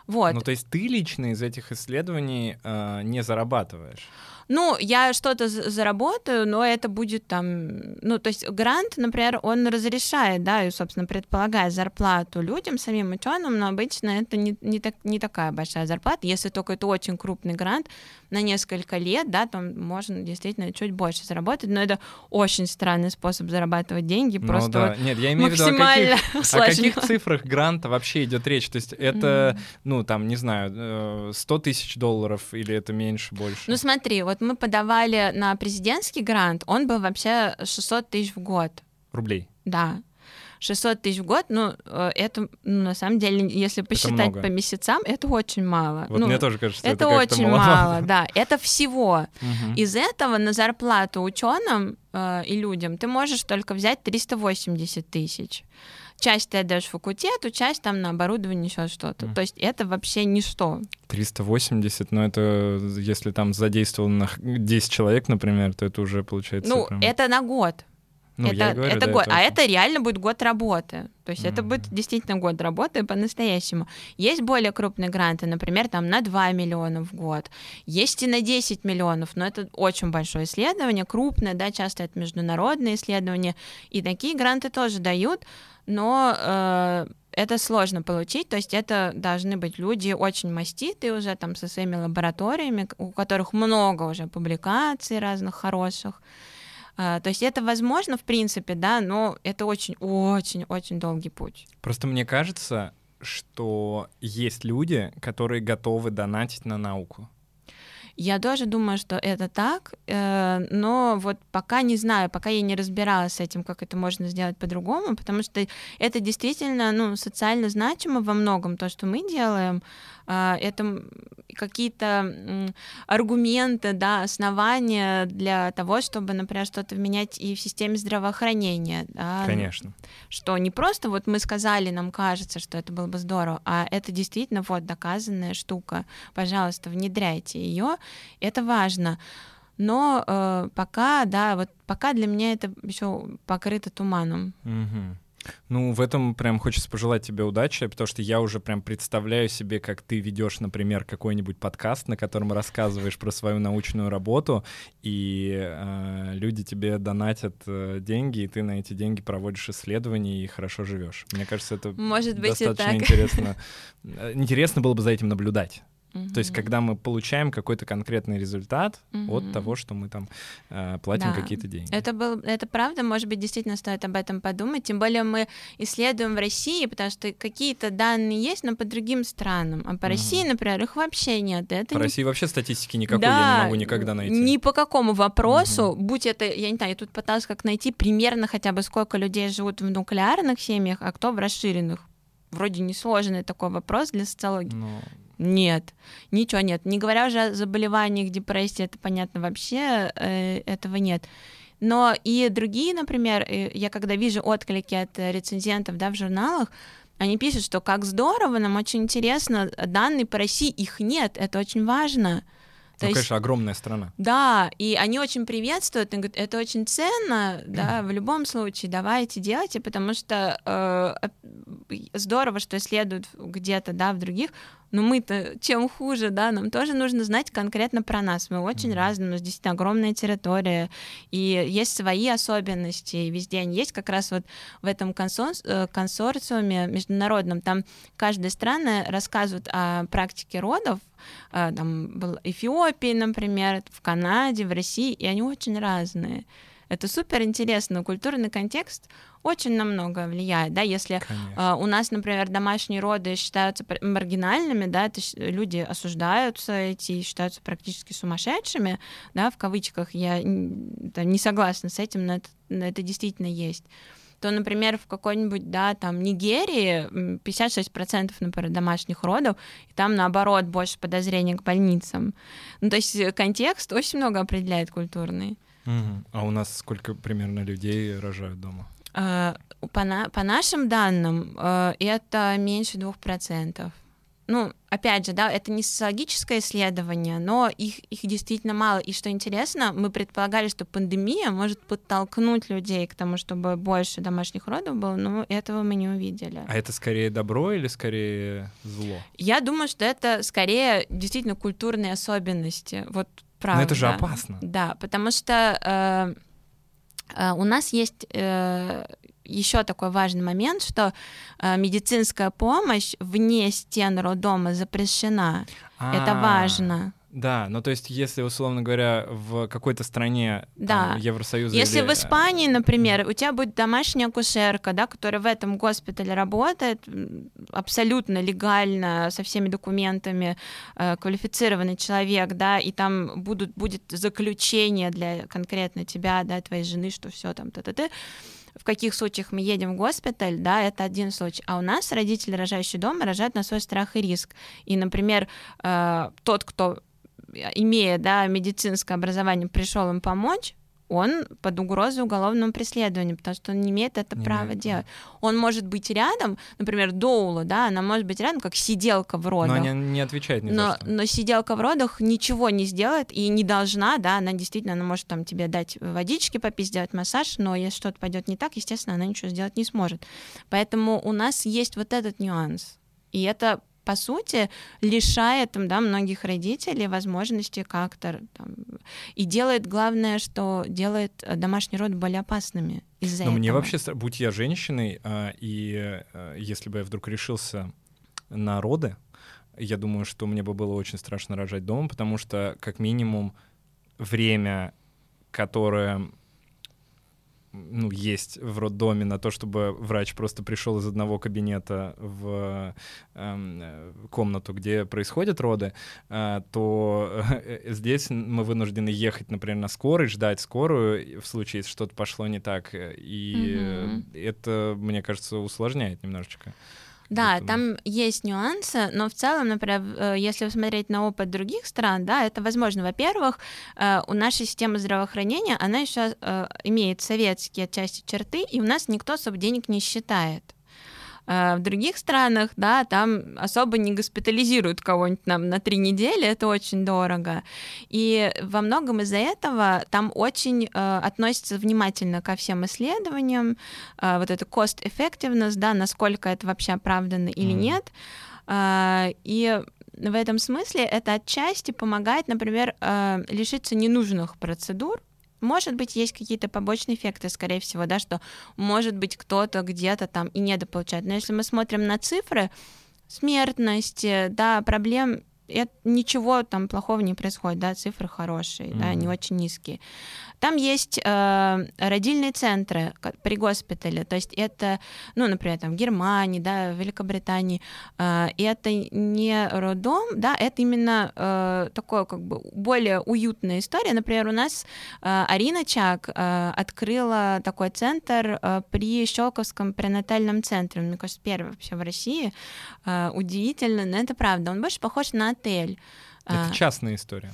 [SPEAKER 2] Вот.
[SPEAKER 1] Ну, то есть ты лично из этих исследований э, не зарабатываешь?
[SPEAKER 2] Ну, я что-то заработаю, но это будет там... Ну, то есть грант, например, он разрешает, да, и, собственно, предполагает зарплату людям, самим ученым, но обычно это не, не, так, не такая большая зарплата. Если только это очень крупный грант на несколько лет, да, то можно действительно чуть больше заработать, но это очень странный способ зарабатывать деньги,
[SPEAKER 1] ну,
[SPEAKER 2] просто
[SPEAKER 1] да.
[SPEAKER 2] вот
[SPEAKER 1] Нет, я имею в виду, о каких, о каких цифрах гранта вообще идет речь? То есть это, mm. ну, там, не знаю, сто тысяч долларов или это меньше, больше?
[SPEAKER 2] Ну, смотри, вот мы подавали на президентский грант, он был вообще шестьсот тысяч в год.
[SPEAKER 1] Рублей?
[SPEAKER 2] Да. шестьсот тысяч в год, ну, это, ну, на самом деле, если посчитать по месяцам, это очень мало.
[SPEAKER 1] Вот
[SPEAKER 2] ну,
[SPEAKER 1] мне тоже кажется,
[SPEAKER 2] это,
[SPEAKER 1] это
[SPEAKER 2] очень
[SPEAKER 1] мало.
[SPEAKER 2] мало, да, это всего.
[SPEAKER 1] Uh-huh.
[SPEAKER 2] Из этого на зарплату ученым э, и людям ты можешь только взять триста восемьдесят тысяч. Часть ты отдаешь факультету, часть там на оборудование, еще что-то. Mm. То есть это вообще ничто.
[SPEAKER 1] триста восемьдесят, но это если там задействовано десять человек, например, то это уже получается...
[SPEAKER 2] Ну,
[SPEAKER 1] прям...
[SPEAKER 2] это на год.
[SPEAKER 1] Ну,
[SPEAKER 2] это
[SPEAKER 1] я говорю,
[SPEAKER 2] это
[SPEAKER 1] да,
[SPEAKER 2] год.
[SPEAKER 1] Это
[SPEAKER 2] а
[SPEAKER 1] очень...
[SPEAKER 2] это реально будет год работы. То есть mm-hmm. это будет действительно год работы по-настоящему. Есть более крупные гранты, например, там на два миллиона в год. Есть и на десять миллионов, но это очень большое исследование, крупное, да, часто это международные исследования. И такие гранты тоже дают, но э, это сложно получить, то есть это должны быть люди очень маститые уже там со своими лабораториями, у которых много уже публикаций разных хороших. Uh, то есть это возможно, в принципе, да, но это очень-очень-очень долгий путь.
[SPEAKER 1] Просто мне кажется, что есть люди, которые готовы донатить на науку.
[SPEAKER 2] Я тоже думаю, что это так, но вот пока не знаю, пока я не разбиралась с этим, как это можно сделать по-другому, потому что это действительно, ну, социально значимо во многом, то, что мы делаем, это какие-то аргументы, да, основания для того, чтобы, например, что-то менять и в системе здравоохранения. Да,
[SPEAKER 1] конечно.
[SPEAKER 2] Что не просто вот мы сказали, нам кажется, что это было бы здорово, а это действительно вот доказанная штука. Пожалуйста, внедряйте ее. Это важно. Но э, пока, да, вот пока для меня это еще покрыто туманом.
[SPEAKER 1] Угу. Ну, в этом прям хочется пожелать тебе удачи, потому что я уже прям представляю себе, как ты ведешь, например, какой-нибудь подкаст, на котором рассказываешь про свою научную работу, и э, люди тебе донатят э, деньги, и ты на эти деньги проводишь исследования и хорошо живешь. Мне кажется, это
[SPEAKER 2] Может быть,
[SPEAKER 1] достаточно
[SPEAKER 2] и так.
[SPEAKER 1] интересно. Интересно было бы за этим наблюдать.
[SPEAKER 2] Uh-huh.
[SPEAKER 1] То есть, когда мы получаем какой-то конкретный результат uh-huh. от того, что мы там э, платим
[SPEAKER 2] да.
[SPEAKER 1] какие-то деньги.
[SPEAKER 2] Это, был, это правда, может быть, действительно стоит об этом подумать. Тем более мы исследуем в России, потому что какие-то данные есть, но по другим странам. А по uh-huh. России, например, их вообще нет. Это
[SPEAKER 1] по
[SPEAKER 2] не...
[SPEAKER 1] России вообще статистики никакой
[SPEAKER 2] да,
[SPEAKER 1] я не могу никогда найти.
[SPEAKER 2] Ни по какому вопросу,
[SPEAKER 1] uh-huh.
[SPEAKER 2] будь это, я не знаю, я тут пыталась как найти примерно хотя бы сколько людей живут в нуклеарных семьях, а кто в расширенных. Вроде несложный такой вопрос для социологии.
[SPEAKER 1] Но...
[SPEAKER 2] Нет, ничего нет. Не говоря уже о заболеваниях, депрессии, это понятно вообще, э, этого нет. Но и другие, например, я когда вижу отклики от рецензентов, да, в журналах, они пишут, что как здорово, нам очень интересно, данные по России, их нет, это очень важно.
[SPEAKER 1] То ну, есть, конечно, огромная страна.
[SPEAKER 2] Да, и они очень приветствуют, и говорят, это очень ценно, да, в любом случае, давайте, делайте, потому что э, здорово, что исследуют где-то, да, в других, но мы-то чем хуже, да, нам тоже нужно знать конкретно про нас. Мы очень mm-hmm. разные, у нас действительно огромная территория, и есть свои особенности, и везде они есть. Как раз вот в этом консор- консорциуме международном, там каждая страна рассказывает о практике родов, там был Эфиопии, например, в Канаде, в России, и они очень разные. Это супер интересно, культурный контекст очень на многое влияет, да, если э, у нас, например, домашние роды считаются маргинальными, да, это люди осуждаются эти, считаются практически сумасшедшими, да, в кавычках, я да, не согласна с этим, но это, но это действительно есть, то, например, в какой-нибудь, да, там, Нигерии пятьдесят шесть процентов, например, домашних родов, и там, наоборот, больше подозрений к больницам. Ну, то есть контекст очень много определяет культурный.
[SPEAKER 1] Угу. А у нас сколько примерно людей рожают дома?
[SPEAKER 2] Uh, по, на, по нашим данным, uh, это меньше двух процентов. ну, опять же, да, это не социологическое исследование, но их, их действительно мало. И что интересно, мы предполагали, что пандемия может подтолкнуть людей к тому, чтобы больше домашних родов было, но этого мы не увидели.
[SPEAKER 1] А это скорее добро или скорее зло?
[SPEAKER 2] Я думаю, что это скорее действительно культурные особенности. Вот правда.
[SPEAKER 1] Но это же опасно.
[SPEAKER 2] Да, потому что э, э, у нас есть... Э, еще такой важный момент, что э, медицинская помощь вне стен роддома запрещена. А-а-а. Это важно.
[SPEAKER 1] Да, ну то есть если, условно говоря, в какой-то стране
[SPEAKER 2] да.
[SPEAKER 1] там, Евросоюза...
[SPEAKER 2] Если
[SPEAKER 1] или...
[SPEAKER 2] в Испании, например, у тебя будет домашняя акушерка, да, которая в этом госпитале работает, абсолютно легально, со всеми документами, э, квалифицированный человек, да, и там будут, будет заключение для конкретно тебя, да, твоей жены, что все там, та-та-та, в каких случаях мы едем в госпиталь, да, это один случай. А у нас родители, рожающие дома, рожают на свой страх и риск. И, например, э, тот, кто, имея, да, медицинское образование, пришел им помочь, он под угрозой уголовного преследования, потому что он не имеет это не право имеет. делать. Он может быть рядом, например, доула, да, она может быть рядом, как сиделка в родах.
[SPEAKER 1] Но она не отвечает ни
[SPEAKER 2] но,
[SPEAKER 1] за что.
[SPEAKER 2] Но сиделка в родах ничего не сделает и не должна, да, она действительно, она может там тебе дать водички попить, сделать массаж, но если что-то пойдет не так, естественно, она ничего сделать не сможет. Поэтому у нас есть вот этот нюанс. И это по сути, лишает там, да, многих родителей возможности как-то там, и делает, главное, что делает домашний род более опасными из-за
[SPEAKER 1] Но
[SPEAKER 2] этого.
[SPEAKER 1] Мне вообще, будь я женщиной, и если бы я вдруг решился на роды, я думаю, что мне бы было очень страшно рожать дома, потому что, как минимум, время, которое... ну, есть в роддоме на то, чтобы врач просто пришел из одного кабинета в э, комнату, где происходят роды, э, то э, здесь мы вынуждены ехать, например, на скорой, ждать скорую в случае, если что-то пошло не так. И mm-hmm. это, мне кажется, усложняет немножечко.
[SPEAKER 2] Да, там есть нюансы, но в целом, например, если смотреть на опыт других стран, да, это возможно. Во-первых, у нашей системы здравоохранения, она еще имеет советские отчасти черты, и у нас никто особо денег не считает. В других странах, да, там особо не госпитализируют кого-нибудь нам на три недели, это очень дорого. И во многом из-за этого там очень э, относятся внимательно ко всем исследованиям, э, вот это cost effectiveness, да, насколько это вообще оправдано или mm. нет. Э, и в этом смысле это отчасти помогает, например, э, лишиться ненужных процедур. Может быть, есть какие-то побочные эффекты, скорее всего, да, что, может быть, кто-то где-то там и недополучает. Но если мы смотрим на цифры смертности, да, проблем, это, ничего там плохого не происходит, да, цифры хорошие, mm-hmm. да, не очень низкие. Там есть э, родильные центры при госпитале, то есть это, ну, например, там в Германии, да, в Великобритании, э, и это не роддом, да, это именно э, такое как бы более уютная история. Например, у нас э, Арина Чак э, открыла такой центр э, при Щелковском пренатальном центре, мне кажется, первый вообще в России, э, удивительно, но это правда, он больше похож на отель.
[SPEAKER 1] Это частная история.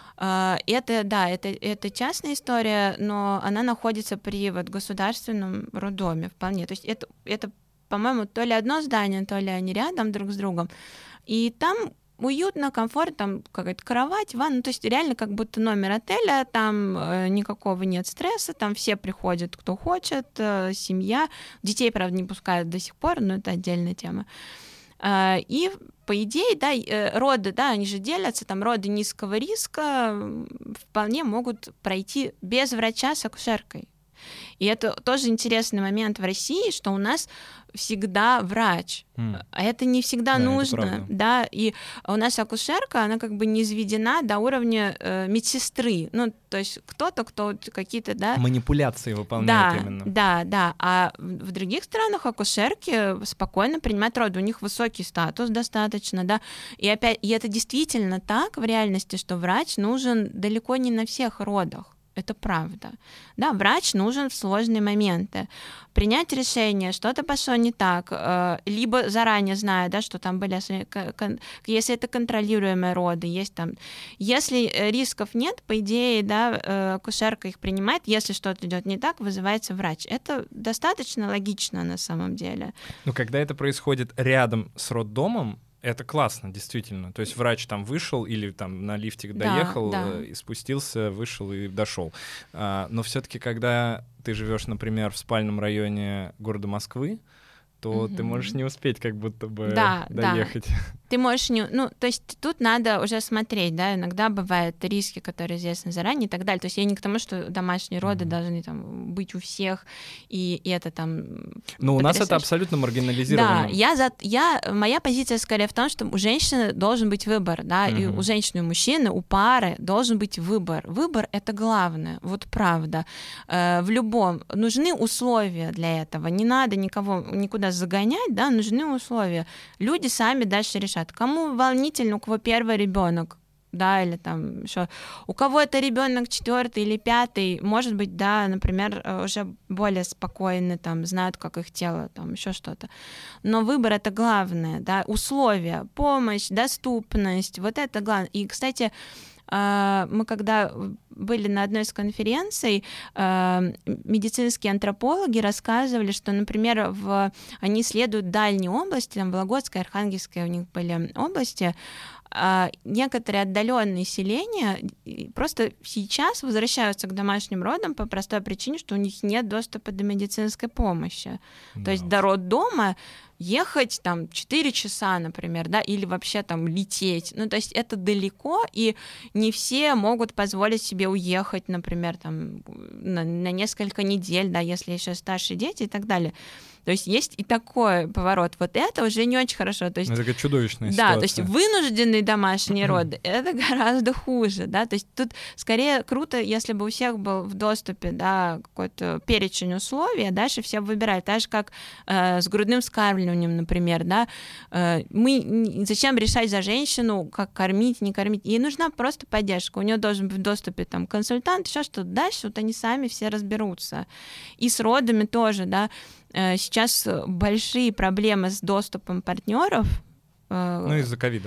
[SPEAKER 2] Это, да, это, это частная история, но она находится при вот государственном роддоме вполне. То есть это, это, по-моему, то ли одно здание, то ли они рядом друг с другом. И там уютно, комфортно, там какая-то кровать, ванна, то есть реально как будто номер отеля, там э, никакого нет стресса, там все приходят, кто хочет, э, семья. Детей, правда, не пускают до сих пор, но это отдельная тема. Э, и по идее, да, роды, да, они же делятся, там роды низкого риска вполне могут пройти без врача с акушеркой. И это тоже интересный момент в России, что у нас всегда врач, mm. а это не всегда да, нужно, да, и у нас акушерка, она как бы не изведена до уровня э, медсестры, ну, то есть кто-то, кто какие-то, да...
[SPEAKER 1] Манипуляции выполняет
[SPEAKER 2] да,
[SPEAKER 1] именно. Да,
[SPEAKER 2] да, а в других странах акушерки спокойно принимают роды, у них высокий статус достаточно, да, и опять, и это действительно так в реальности, что врач нужен далеко не на всех родах. Это правда. Да, врач нужен в сложные моменты. Принять решение, что-то пошло не так, либо заранее зная, да, что там были, если это контролируемые роды, есть там, если рисков нет, по идее, да, акушерка их принимает, если что-то идет не так, вызывается врач. Это достаточно логично на самом деле.
[SPEAKER 1] Но когда это происходит рядом с роддомом, Это классно, действительно. То есть врач там вышел или там на лифте доехал,
[SPEAKER 2] да, да.
[SPEAKER 1] и спустился, вышел и дошел. А, но все-таки, когда ты живешь, например, в спальном районе города Москвы, то mm-hmm. ты можешь не успеть как будто бы
[SPEAKER 2] да,
[SPEAKER 1] доехать.
[SPEAKER 2] Да. Ты можешь не... Ну, то есть тут надо уже смотреть, да, иногда бывают риски, которые известны заранее и так далее. То есть я не к тому, что домашние роды mm-hmm. должны там быть у всех, и, и это там...
[SPEAKER 1] Но у нас это абсолютно маргинализировано.
[SPEAKER 2] Да, я за... я... моя позиция скорее в том, что у женщины должен быть выбор, да, mm-hmm. и у женщины и у мужчины, у пары должен быть выбор. Выбор — это главное, вот правда. Э, в любом... Нужны условия для этого, не надо никого никуда загонять, да, нужны условия. Люди сами дальше решат. Кому волнительно, у кого первый ребенок, да, или там еще у кого это ребенок четвертый или пятый, может быть, да, например, уже более спокойны, там, знают, как их тело, там, еще что-то. Но выбор — это главное, да, условия, помощь, доступность, вот это главное. И, кстати, мы когда были на одной из конференций, медицинские антропологи рассказывали, что, например, в... они исследуют дальние области, там Вологодская, Архангельская у них были области, некоторые отдаленные селения просто сейчас возвращаются к домашним родам по простой причине, что у них нет доступа до медицинской помощи. Да. То есть до роддома ехать там четыре часа, например, да, или вообще там лететь. Ну, то есть это далеко, и не все могут позволить себе уехать, например, там на, на несколько недель, да, если еще старшие дети и так далее. То есть есть и такой поворот. Вот это уже не очень хорошо. То есть,
[SPEAKER 1] это такая чудовищная
[SPEAKER 2] да,
[SPEAKER 1] ситуация.
[SPEAKER 2] То есть вынужденные домашние роды — это гораздо хуже, да. То есть тут скорее круто, если бы у всех был в доступе, да, какой-то перечень условий, а дальше все выбирали. Так же, как э, с грудным вскармливанием, например, да. Э, мы зачем решать за женщину, как кормить, не кормить? Ей нужна просто поддержка. У нее должен быть в доступе там консультант, еще что-то. Дальше вот они сами все разберутся. И с родами тоже, да. Сейчас большие проблемы с доступом партнеров.
[SPEAKER 1] Ну, из-за ковида.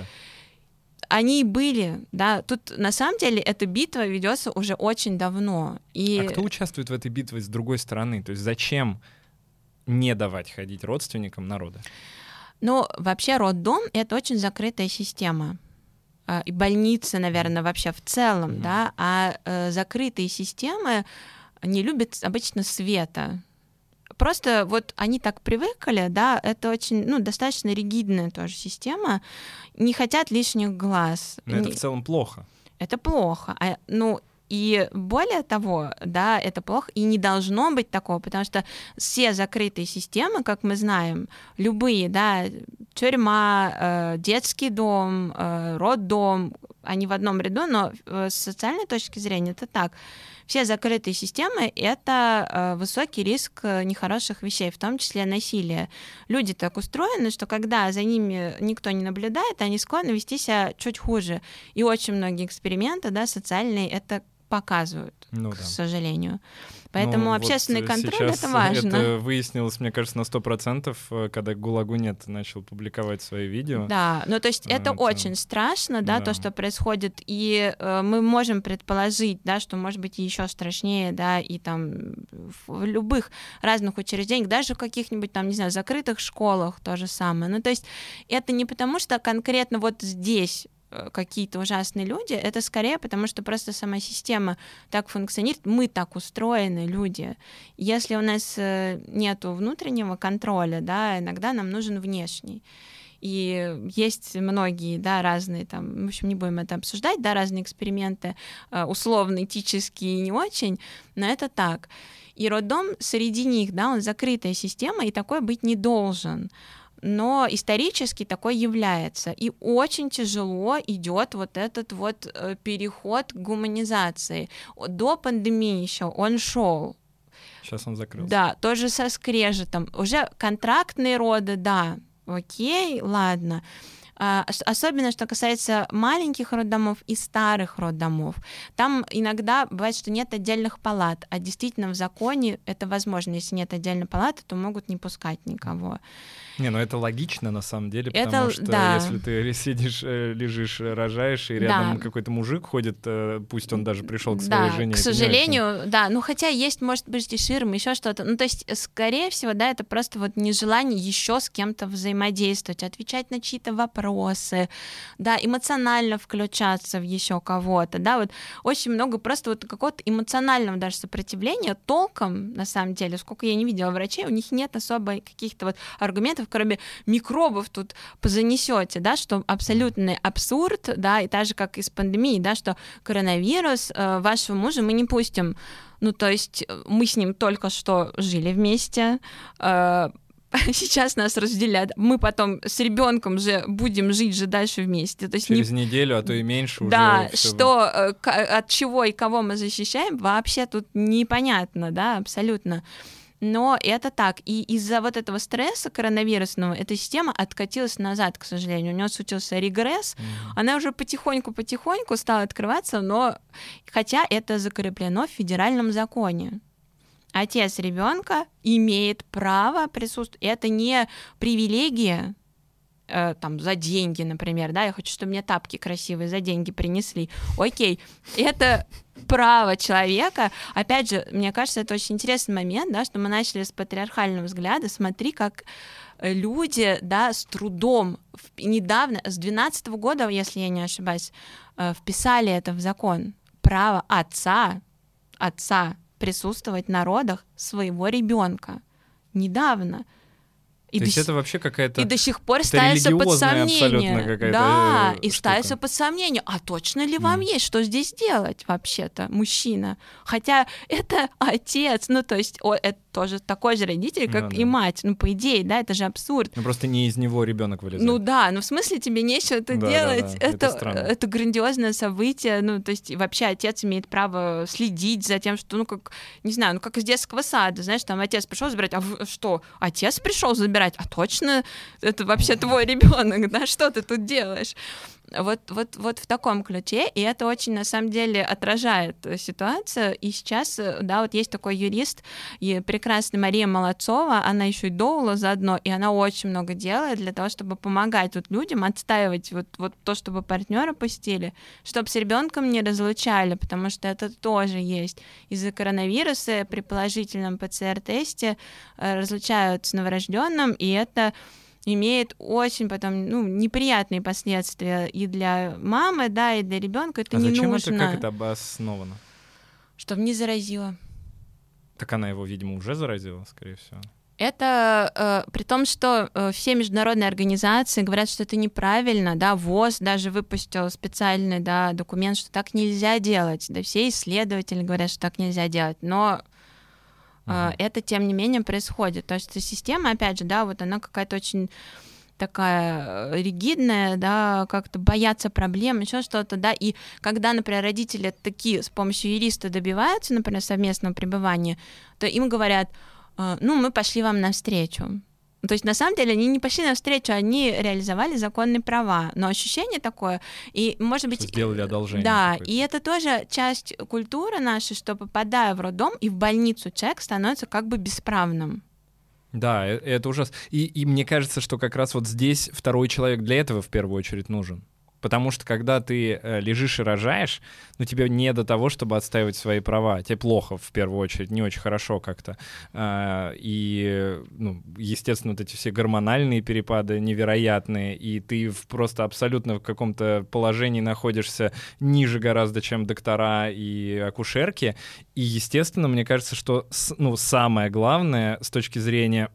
[SPEAKER 2] Они были, да. Тут на самом деле эта битва ведется уже очень давно. И...
[SPEAKER 1] А кто участвует в этой битве с другой стороны? То есть зачем не давать ходить родственникам на роды?
[SPEAKER 2] Ну, вообще роддом — это очень закрытая система. И больницы, наверное, вообще в целом, mm-hmm. да. А э, закрытые системы не любят обычно света. Просто вот они так привыкли, да, это очень, ну, достаточно ригидная тоже система, не хотят лишних глаз.
[SPEAKER 1] Но это в целом плохо.
[SPEAKER 2] Это плохо. А, ну, и более того, да, это плохо, и не должно быть такого, потому что все закрытые системы, как мы знаем, любые, да, тюрьма, э, детский дом, э, роддом, они в одном ряду, но с социальной точки зрения это так. Все закрытые системы — это э, высокий риск нехороших вещей, в том числе насилия. Люди так устроены, что когда за ними никто не наблюдает, они склонны вести себя чуть хуже. И очень многие эксперименты, да, социальные, это показывают, ну, к да. сожалению. Поэтому ну, общественный вот контроль — это важно.
[SPEAKER 1] Это выяснилось, мне кажется, на сто процентов, когда ГУЛАГу нет начал публиковать свои видео.
[SPEAKER 2] Да, ну то есть это, это... очень страшно, да, да, то, что происходит, и э, мы можем предположить, да, что может быть еще страшнее, да, и там в любых разных учреждениях, даже в каких-нибудь там, не знаю, закрытых школах то же самое. Ну то есть это не потому, что конкретно вот здесь какие-то ужасные люди, это скорее потому, что просто сама система так функционирует, мы так устроены, люди. Если у нас нету внутреннего контроля, да, иногда нам нужен внешний. И есть многие, да, разные там, в общем, не будем это обсуждать, да, разные эксперименты, условно-этические и не очень, но это так. И роддом среди них, да, он закрытая система, и такой быть не должен. Но исторически такой является. И очень тяжело идет вот этот вот переход к гуманизации. До пандемии еще он шел.
[SPEAKER 1] Сейчас он закрылся.
[SPEAKER 2] Да, тоже со скрежетом. Уже контрактные роды, да, окей, ладно. Особенно, что касается маленьких роддомов и старых роддомов. Там иногда бывает, что нет отдельных палат, а действительно в законе это возможно. Если нет отдельной палаты, то могут не пускать никого.
[SPEAKER 1] Не, ну это логично на самом деле,
[SPEAKER 2] это,
[SPEAKER 1] потому что
[SPEAKER 2] да.
[SPEAKER 1] если ты сидишь, лежишь, рожаешь, и рядом да. какой-то мужик ходит, пусть он даже пришел к своей
[SPEAKER 2] да,
[SPEAKER 1] жене.
[SPEAKER 2] К сожалению, да, ну хотя есть, может быть, и ширма, еще что-то. Ну то есть, скорее всего, да, это просто вот нежелание еще с кем-то взаимодействовать, отвечать на чьи-то вопросы, вопросы, да, эмоционально включаться в еще кого-то, да, вот очень много просто вот какого-то эмоционального даже сопротивления толком, на самом деле, сколько я не видела врачей, у них нет особо каких-то вот аргументов, кроме микробов тут позанесете, да, что абсолютный абсурд, да, и так же, как и с пандемией, да, что коронавирус, э, вашего мужа мы не пустим. Ну, то есть мы с ним только что жили вместе, э, сейчас нас разделяют, мы потом с ребенком же будем жить же дальше вместе. То есть
[SPEAKER 1] через
[SPEAKER 2] не...
[SPEAKER 1] неделю, а то и меньше уже.
[SPEAKER 2] Да,
[SPEAKER 1] всё...
[SPEAKER 2] что, э, к- от чего и кого мы защищаем, вообще тут непонятно, да, абсолютно. Но это так. И из-за вот этого стресса коронавирусного эта система откатилась назад, к сожалению. У нее случился регресс. Mm-hmm. Она уже потихоньку-потихоньку стала открываться, но хотя это закреплено в федеральном законе. Отец ребенка имеет право присутствовать. Это не привилегия, э, там, за деньги, например, да, я хочу, чтобы мне тапки красивые за деньги принесли. Окей, это право человека. Опять же, мне кажется, это очень интересный момент, да, что мы начали с патриархального взгляда. Смотри, как люди, да, с трудом недавно, с двенадцатого года, если я не ошибаюсь, вписали это в закон. Право отца, отца присутствовать на родах своего ребенка. Недавно. И
[SPEAKER 1] То есть
[SPEAKER 2] до...
[SPEAKER 1] это вообще какая-то...
[SPEAKER 2] И до сих пор ставится под сомнение. Да, и
[SPEAKER 1] штука.
[SPEAKER 2] ставится под сомнение. А точно ли вам mm. есть что здесь делать вообще-то, мужчина? Хотя это отец, ну то есть о, это тоже такой же родитель, как ну, и да. мать. Ну по идее, да, это же абсурд.
[SPEAKER 1] Ну просто не из него ребенок вылезает.
[SPEAKER 2] Ну да, ну в смысле тебе нечего это да, делать.
[SPEAKER 1] Да, да.
[SPEAKER 2] Это,
[SPEAKER 1] это,
[SPEAKER 2] это грандиозное событие. Ну то есть вообще отец имеет право следить за тем, что, ну как, не знаю, ну как из детского сада, знаешь, там отец пришел забирать, а в, что, отец пришел забирать? А точно это вообще твой ребенок, да? Что ты тут делаешь? Вот, вот, вот в таком ключе, и это очень, на самом деле, отражает ситуацию, и сейчас, да, вот есть такой юрист, и прекрасная Мария Молодцова, она еще и доула заодно, и она очень много делает для того, чтобы помогать вот людям отстаивать вот, вот то, чтобы партнера пустили, чтобы с ребенком не разлучали, потому что это тоже есть. Из-за коронавируса при положительном ПЦР-тесте разлучают с новорожденным, и это имеет очень потом, ну, неприятные последствия и для мамы, да, и для ребенка. Это
[SPEAKER 1] а
[SPEAKER 2] не
[SPEAKER 1] зачем
[SPEAKER 2] нужно.
[SPEAKER 1] это, как это обосновано?
[SPEAKER 2] Чтобы не заразила.
[SPEAKER 1] Так она его, видимо, уже заразила, скорее всего.
[SPEAKER 2] Это э, при том, что э, все международные организации говорят, что это неправильно, да, ВОЗ даже выпустил специальный, да, документ, что так нельзя делать, да, все исследователи говорят, что так нельзя делать, но Uh-huh. это, тем не менее, происходит. То есть система, опять же, да, вот она какая-то очень такая ригидная, да, как-то боятся проблем, еще что-то, да, и когда, например, родители такие с помощью юриста добиваются, например, совместного пребывания, то им говорят, ну, мы пошли вам навстречу. То есть, на самом деле, они не пошли навстречу, они реализовали законные права, но ощущение такое, и, может быть...
[SPEAKER 1] Сделали одолжение.
[SPEAKER 2] Да,
[SPEAKER 1] какое-то.
[SPEAKER 2] И это тоже часть культуры нашей, что, попадая в роддом и в больницу, человек становится как бы бесправным.
[SPEAKER 1] Да, это ужасно. И, и мне кажется, что как раз вот здесь второй человек для этого в первую очередь нужен. Потому что когда ты э, лежишь и рожаешь, ну тебе не до того, чтобы отстаивать свои права. Тебе плохо в первую очередь, не очень хорошо как-то. Э, и, ну, естественно, вот эти все гормональные перепады невероятные, и ты в просто абсолютно в каком-то положении находишься ниже гораздо, чем доктора и акушерки. И, естественно, мне кажется, что ну, самое главное с точки зрения...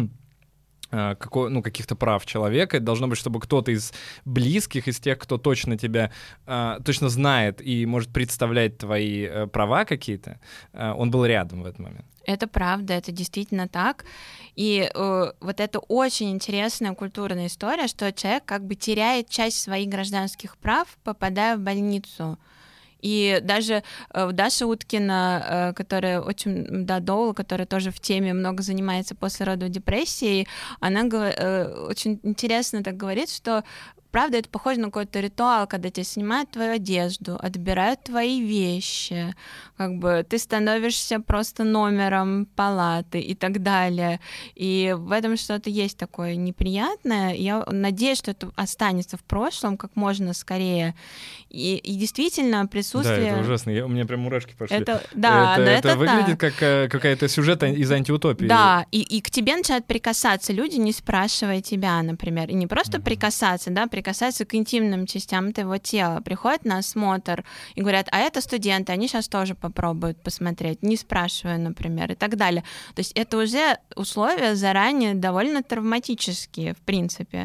[SPEAKER 1] Какой, ну, каких-то прав человека. Это должно быть, чтобы кто-то из близких, из тех, кто точно тебя, э, точно знает и может представлять твои э, права какие-то, э, он был рядом в этот момент.
[SPEAKER 2] Это правда, это действительно так. И э, вот это очень интересная культурная история, что человек как бы теряет часть своих гражданских прав, попадая в больницу. И даже э, Даша Уткина, э, которая очень, да, доула, которая тоже в теме много занимается послеродовой депрессией, она э, очень интересно так говорит, что правда, это похоже на какой-то ритуал, когда тебе снимают твою одежду, отбирают твои вещи, как бы ты становишься просто номером палаты и так далее. И в этом что-то есть такое неприятное. Я надеюсь, что это останется в прошлом как можно скорее. И, и действительно присутствие...
[SPEAKER 1] Да, это ужасно. Я, у меня прям мурашки пошли.
[SPEAKER 2] Это, да,
[SPEAKER 1] это,
[SPEAKER 2] но
[SPEAKER 1] это,
[SPEAKER 2] это
[SPEAKER 1] выглядит
[SPEAKER 2] так.
[SPEAKER 1] как какая-то сюжет из антиутопии.
[SPEAKER 2] Да, и, и к тебе начинают прикасаться люди, не спрашивая тебя, например. И не просто uh-huh. прикасаться, да, прикасаться прикасаются к интимным частям твоего тела, приходят на осмотр и говорят, а это студенты, они сейчас тоже попробуют посмотреть, не спрашивая, например, и так далее. То есть это уже условия заранее довольно травматические, в принципе.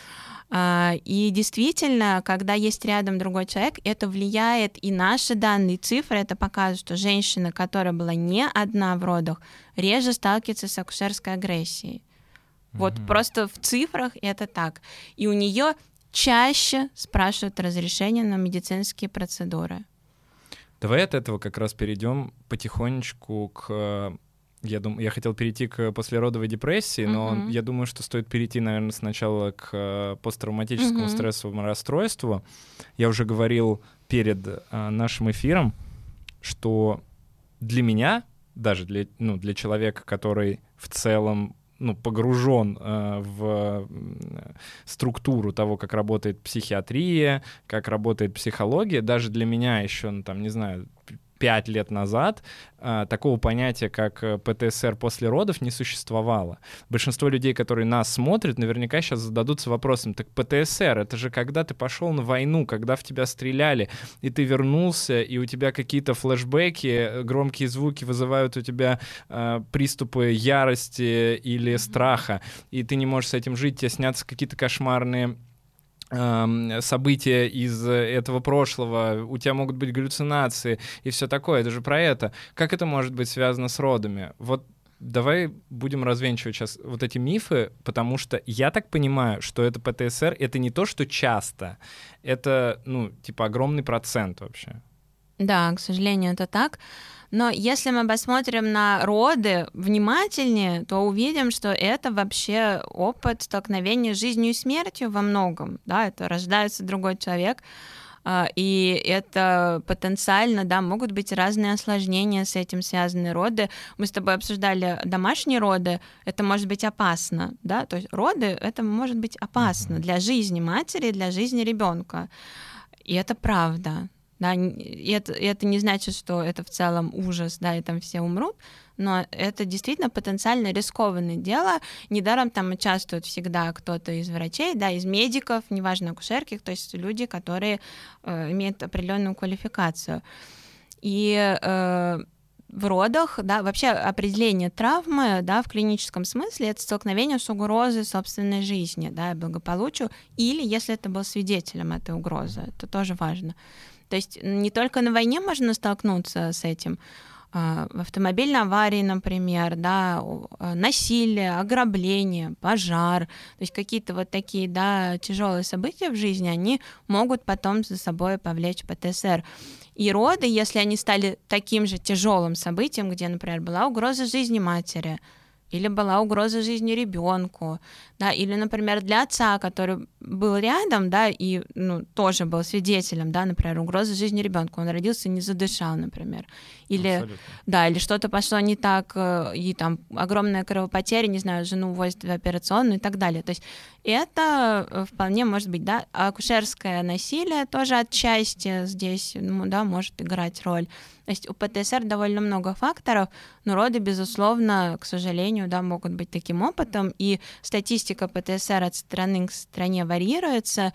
[SPEAKER 2] И действительно, когда есть рядом другой человек, это влияет, и наши данные, цифры, это показывают, что женщина, которая была не одна в родах, реже сталкивается с акушерской агрессией. Mm-hmm. Вот просто в цифрах это так. И у нее чаще спрашивают разрешение на медицинские процедуры.
[SPEAKER 1] Давай от этого как раз перейдем потихонечку к... Я, дум... я хотел перейти к послеродовой депрессии, но uh-huh. я думаю, что стоит перейти, наверное, сначала к посттравматическому uh-huh. стрессовому расстройству. Я уже говорил перед а, нашим эфиром, что для меня, даже для, ну, для человека, который в целом ну, погружен э, в структуру того, как работает психиатрия, как работает психология, даже для меня еще, ну, там, не знаю, пять лет назад э, такого понятия, как ПТСР после родов, не существовало. Большинство людей, которые нас смотрят, наверняка сейчас зададутся вопросом, так ПТСР — это же когда ты пошел на войну, когда в тебя стреляли, и ты вернулся, и у тебя какие-то флешбеки, громкие звуки вызывают у тебя э, приступы ярости или страха, и ты не можешь с этим жить, тебе снятся какие-то кошмарные события из этого прошлого, у тебя могут быть галлюцинации и все такое, это же про это. Как это может быть связано с родами? Вот давай будем развенчивать сейчас вот эти мифы, потому что я так понимаю, что это ПТСР, это не то, что часто, это, ну, типа огромный процент вообще.
[SPEAKER 2] Да, к сожалению, это так. Но если мы посмотрим на роды внимательнее, то увидим, что это вообще опыт столкновения с жизнью и смертью во многом. Да, это рождается другой человек, и это потенциально, да, могут быть разные осложнения с этим связаны. Роды, мы с тобой обсуждали домашние роды, это может быть опасно, да, то есть роды, это может быть опасно для жизни матери, для жизни ребенка, и это правда. Да, и это, и это не значит, что это в целом ужас, да, и там все умрут, но это действительно потенциально рискованное дело. Недаром там участвует всегда кто-то из врачей, да, из медиков, неважно, акушерки, то есть люди, которые э, имеют определенную квалификацию. И э, в родах, да, вообще определение травмы, да, в клиническом смысле это столкновение с угрозой собственной жизни, да, благополучию, или если это был свидетелем этой угрозы, это тоже важно. То есть не только на войне можно столкнуться с этим, в автомобильной аварии, например, да, насилие, ограбление, пожар, то есть какие-то вот такие, да, тяжелые события в жизни, они могут потом за собой повлечь ПТСР. И роды, если они стали таким же тяжелым событием, где, например, была угроза жизни матери, или была угроза жизни ребенку, да, или, например, для отца, который был рядом, да, и, ну, тоже был свидетелем, да, например, угрозы жизни ребенка, он родился и не задышал, например, или, абсолютно. Да, или что-то пошло не так, и там огромная кровопотеря, не знаю, жену увозят в операционную и так далее, то есть это вполне может быть, да, акушерское насилие тоже отчасти здесь, ну, да, может играть роль. То есть у ПТСР довольно много факторов, но роды, безусловно, к сожалению, да, могут быть таким опытом, и статистика ПТСР от страны к стране варьируется,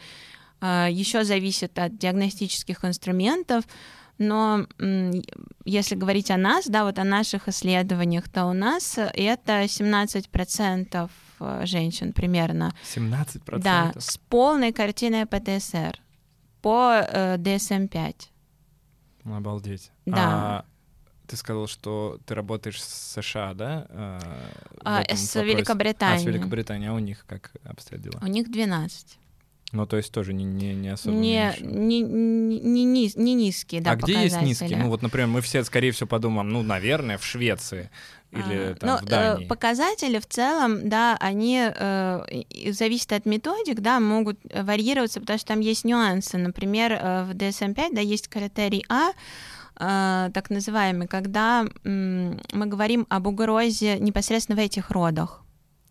[SPEAKER 2] еще зависит от диагностических инструментов, но если говорить о нас, да, вот о наших исследованиях, то у нас это семнадцать процентов женщин примерно.
[SPEAKER 1] семнадцать процентов?
[SPEAKER 2] Да, с полной картиной ПТСР по ди эс эм пять.
[SPEAKER 1] Обалдеть.
[SPEAKER 2] Да.
[SPEAKER 1] А ты сказал, что ты работаешь с США, да?
[SPEAKER 2] А, с Великобританией.
[SPEAKER 1] А, с Великобританией. А у них как обстоят дела?
[SPEAKER 2] У них двенадцать.
[SPEAKER 1] Ну, то есть тоже не, не, не особо
[SPEAKER 2] не,
[SPEAKER 1] меньше.
[SPEAKER 2] Не, не, не, низ, не низкие, да,
[SPEAKER 1] а где есть низкие? Ну, вот, например, мы все, скорее всего, подумаем, ну, наверное, в Швеции или а, там,
[SPEAKER 2] ну,
[SPEAKER 1] в Дании.
[SPEAKER 2] Показатели в целом, да, они э, зависят от методик, да, могут варьироваться, потому что там есть нюансы. Например, в ди эс эм пять, да, есть критерий А, э, так называемый, когда э, мы говорим об угрозе непосредственно в этих родах,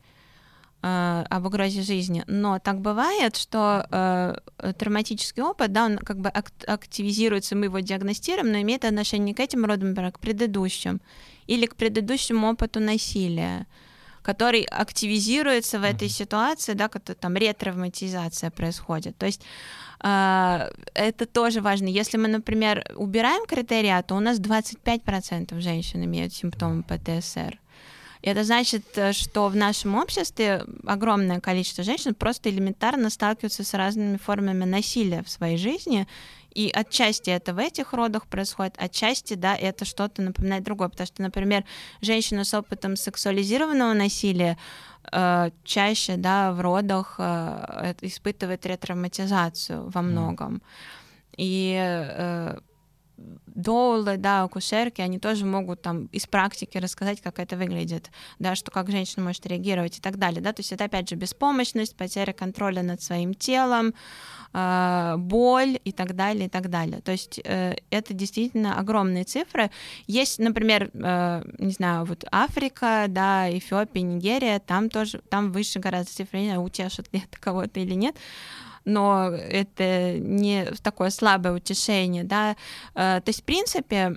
[SPEAKER 2] э, об угрозе жизни. Но так бывает, что э, травматический опыт, да, он как бы ак- активизируется, мы его диагностируем, но имеет отношение не к этим родам, а к предыдущим, или к предыдущему опыту насилия, который активизируется в этой ситуации, да, когда там ретравматизация происходит. То есть это тоже важно. Если мы, например, убираем критерия, то у нас двадцать пять процентов женщин имеют симптомы пэ тэ эс эр. Это значит, что в нашем обществе огромное количество женщин просто элементарно сталкиваются с разными формами насилия в своей жизни, и отчасти это в этих родах происходит, отчасти, да, это что-то напоминает другое, потому что, например, женщина с опытом сексуализированного насилия э, чаще, да, в родах э, испытывает ретравматизацию во многом. Mm. И э, доулы, да, акушерки, они тоже могут там из практики рассказать, как это выглядит, да, что как женщина может реагировать и так далее, да, то есть это опять же беспомощность, потеря контроля над своим телом, э, боль и так далее, и так далее. То есть э, это действительно огромные цифры. Есть, например, э, не знаю, вот Африка, да, Эфиопия, Нигерия, там тоже, там выше гораздо цифры, не знаю, утешит ли это кого-то или нет, но это не такое слабое утешение, да, то есть, в принципе,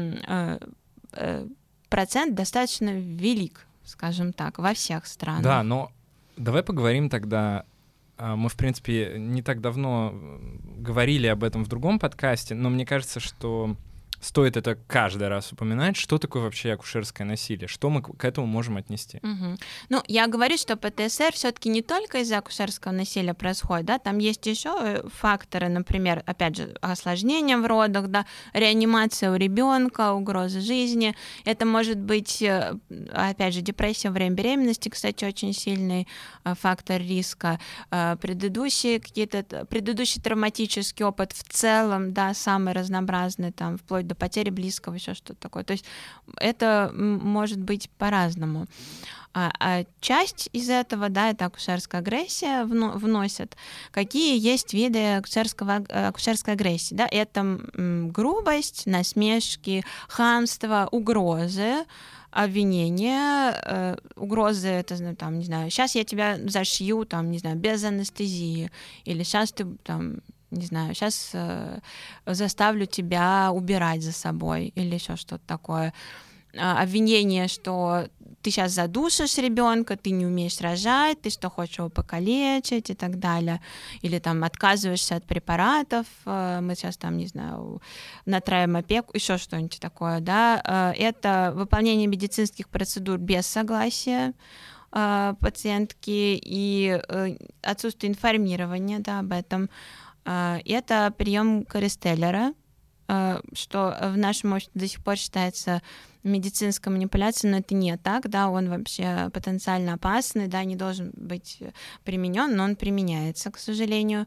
[SPEAKER 2] процент достаточно велик, скажем так, во всех странах.
[SPEAKER 1] Да, но давай поговорим тогда, мы, в принципе, не так давно говорили об этом в другом подкасте, но мне кажется, что стоит это каждый раз упоминать, что такое вообще акушерское насилие, что мы к этому можем отнести.
[SPEAKER 2] Угу. Ну, я говорю, что пэ тэ эс эр все-таки не только из-за акушерского насилия происходит, да, там есть еще факторы, например, опять же, осложнения в родах, да, реанимация у ребенка, угроза жизни. Это может быть, опять же, депрессия во время беременности, кстати, очень сильный фактор риска. Предыдущие какие-то, предыдущий травматический опыт в целом, да, самый разнообразный, там, вплоть до потери близкого, еще что-то такое. То есть это может быть по-разному. А, а часть из этого, да, это акушерская агрессия вно, вносят. Какие есть виды акушерского, акушерской агрессии? Да? Это м, грубость, насмешки, хамство, угрозы, обвинения, э, угрозы, это, там, не знаю, сейчас я тебя зашью, там, не знаю, без анестезии, или сейчас ты, там, не знаю, сейчас э, заставлю тебя убирать за собой, или еще что-то такое. Обвинение, что ты сейчас задушишь ребенка, ты не умеешь рожать, ты что, хочешь его покалечить и так далее. Или там отказываешься от препаратов, мы сейчас там, не знаю, натравим опеку, еще что-нибудь такое, да. Это выполнение медицинских процедур без согласия пациентки и отсутствие информирования, да, об этом. Это прием Користеллера, что в нашем обществе до сих пор считается медицинской манипуляцией, но это не так, да, он вообще потенциально опасный, да, не должен быть применен, но он применяется, к сожалению.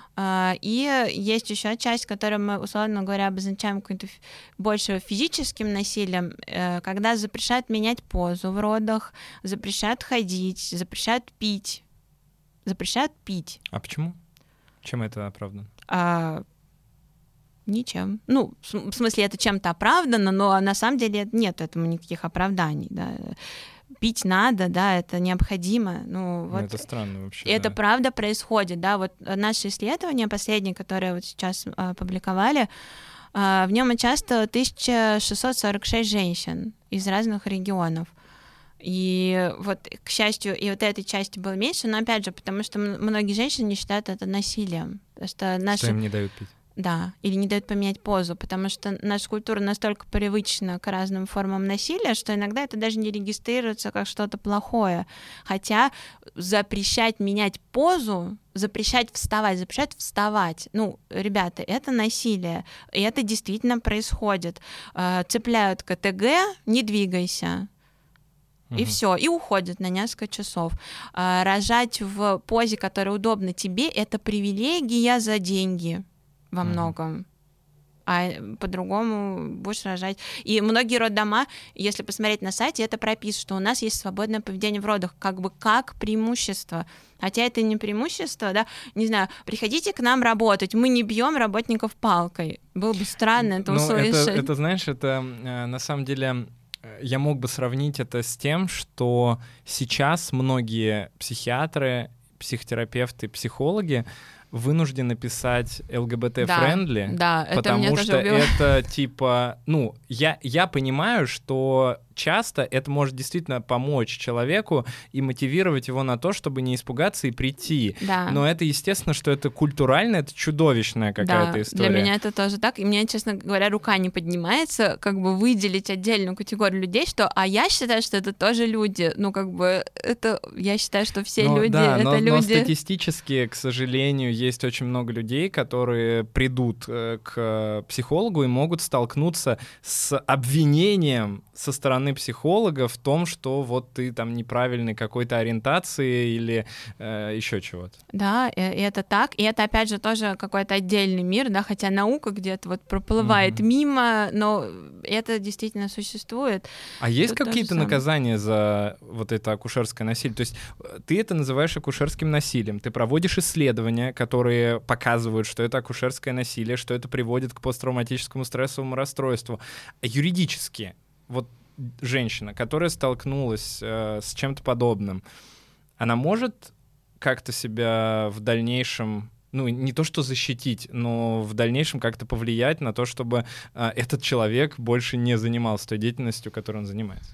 [SPEAKER 2] И есть еще часть, которую мы, условно говоря, обозначаем каким-то больше физическим насилием, когда запрещают менять позу в родах, запрещают ходить, запрещают пить, запрещают пить.
[SPEAKER 1] А почему? Чем это оправдано?
[SPEAKER 2] А, ничем. Ну, в смысле, это чем-то оправдано, но на самом деле нет этому никаких оправданий, да. Пить надо, да, это необходимо. Ну, вот
[SPEAKER 1] это странно вообще.
[SPEAKER 2] Это
[SPEAKER 1] да.
[SPEAKER 2] правда происходит, да. Вот наше исследование последнее, которое вот сейчас а, публиковали, а, в нем участвовало тысяча шестьсот сорок шесть женщин из разных регионов. И вот, к счастью, и вот этой части было меньше, но опять же, потому что многие женщины не считают это насилием. Потому что, наши...
[SPEAKER 1] что им не дают пить.
[SPEAKER 2] Да, или не дают поменять позу, потому что наша культура настолько привычна к разным формам насилия, что иногда это даже не регистрируется как что-то плохое. Хотя запрещать менять позу, запрещать вставать, запрещать вставать, ну, ребята, это насилие, и это действительно происходит. Цепляют ка тэ гэ, не двигайся. И все, и уходят на несколько часов. А, рожать в позе, которая удобна тебе, это привилегия за деньги во многом. А по-другому будешь рожать. И многие роддома, если посмотреть на сайте, это прописано, что у нас есть свободное поведение в родах, как бы как преимущество. Хотя это не преимущество, да, не знаю, приходите к нам работать, мы не бьем работников палкой. Было бы странно это услышать.
[SPEAKER 1] Это, это, знаешь, это на самом деле... Я мог бы сравнить это с тем, что сейчас многие психиатры, психотерапевты, психологи вынуждены писать эл гэ бэ тэ-френдли,
[SPEAKER 2] да, да,
[SPEAKER 1] потому
[SPEAKER 2] это
[SPEAKER 1] что это типа, ну, я, я понимаю, что часто это может действительно помочь человеку и мотивировать его на то, чтобы не испугаться и прийти.
[SPEAKER 2] Да.
[SPEAKER 1] Но это, естественно, что это культурально, это чудовищная какая-то
[SPEAKER 2] да,
[SPEAKER 1] история.
[SPEAKER 2] Для меня это тоже так, и мне, честно говоря, рука не поднимается, как бы выделить отдельную категорию людей, что, а я считаю, что это тоже люди. Ну, как бы, это, я считаю, что все
[SPEAKER 1] но,
[SPEAKER 2] люди,
[SPEAKER 1] да,
[SPEAKER 2] это
[SPEAKER 1] но,
[SPEAKER 2] люди...
[SPEAKER 1] но статистически, к сожалению, есть очень много людей, которые придут э, к психологу и могут столкнуться с обвинением со стороны психолога в том, что вот ты там неправильной какой-то ориентации или э, еще чего-то.
[SPEAKER 2] Да, и это так, и это, опять же, тоже какой-то отдельный мир, да, хотя наука где-то вот проплывает mm-hmm. мимо, но это действительно существует.
[SPEAKER 1] А есть Тут какие-то наказания за вот это акушерское насилие? То есть ты это называешь акушерским насилием, ты проводишь исследования, которые показывают, что это акушерское насилие, что это приводит к посттравматическому стрессовому расстройству. А юридически, вот женщина, которая столкнулась э, с чем-то подобным, она может как-то себя в дальнейшем, ну, не то что защитить, но в дальнейшем как-то повлиять на то, чтобы э, этот человек больше не занимался той деятельностью, которой он занимается?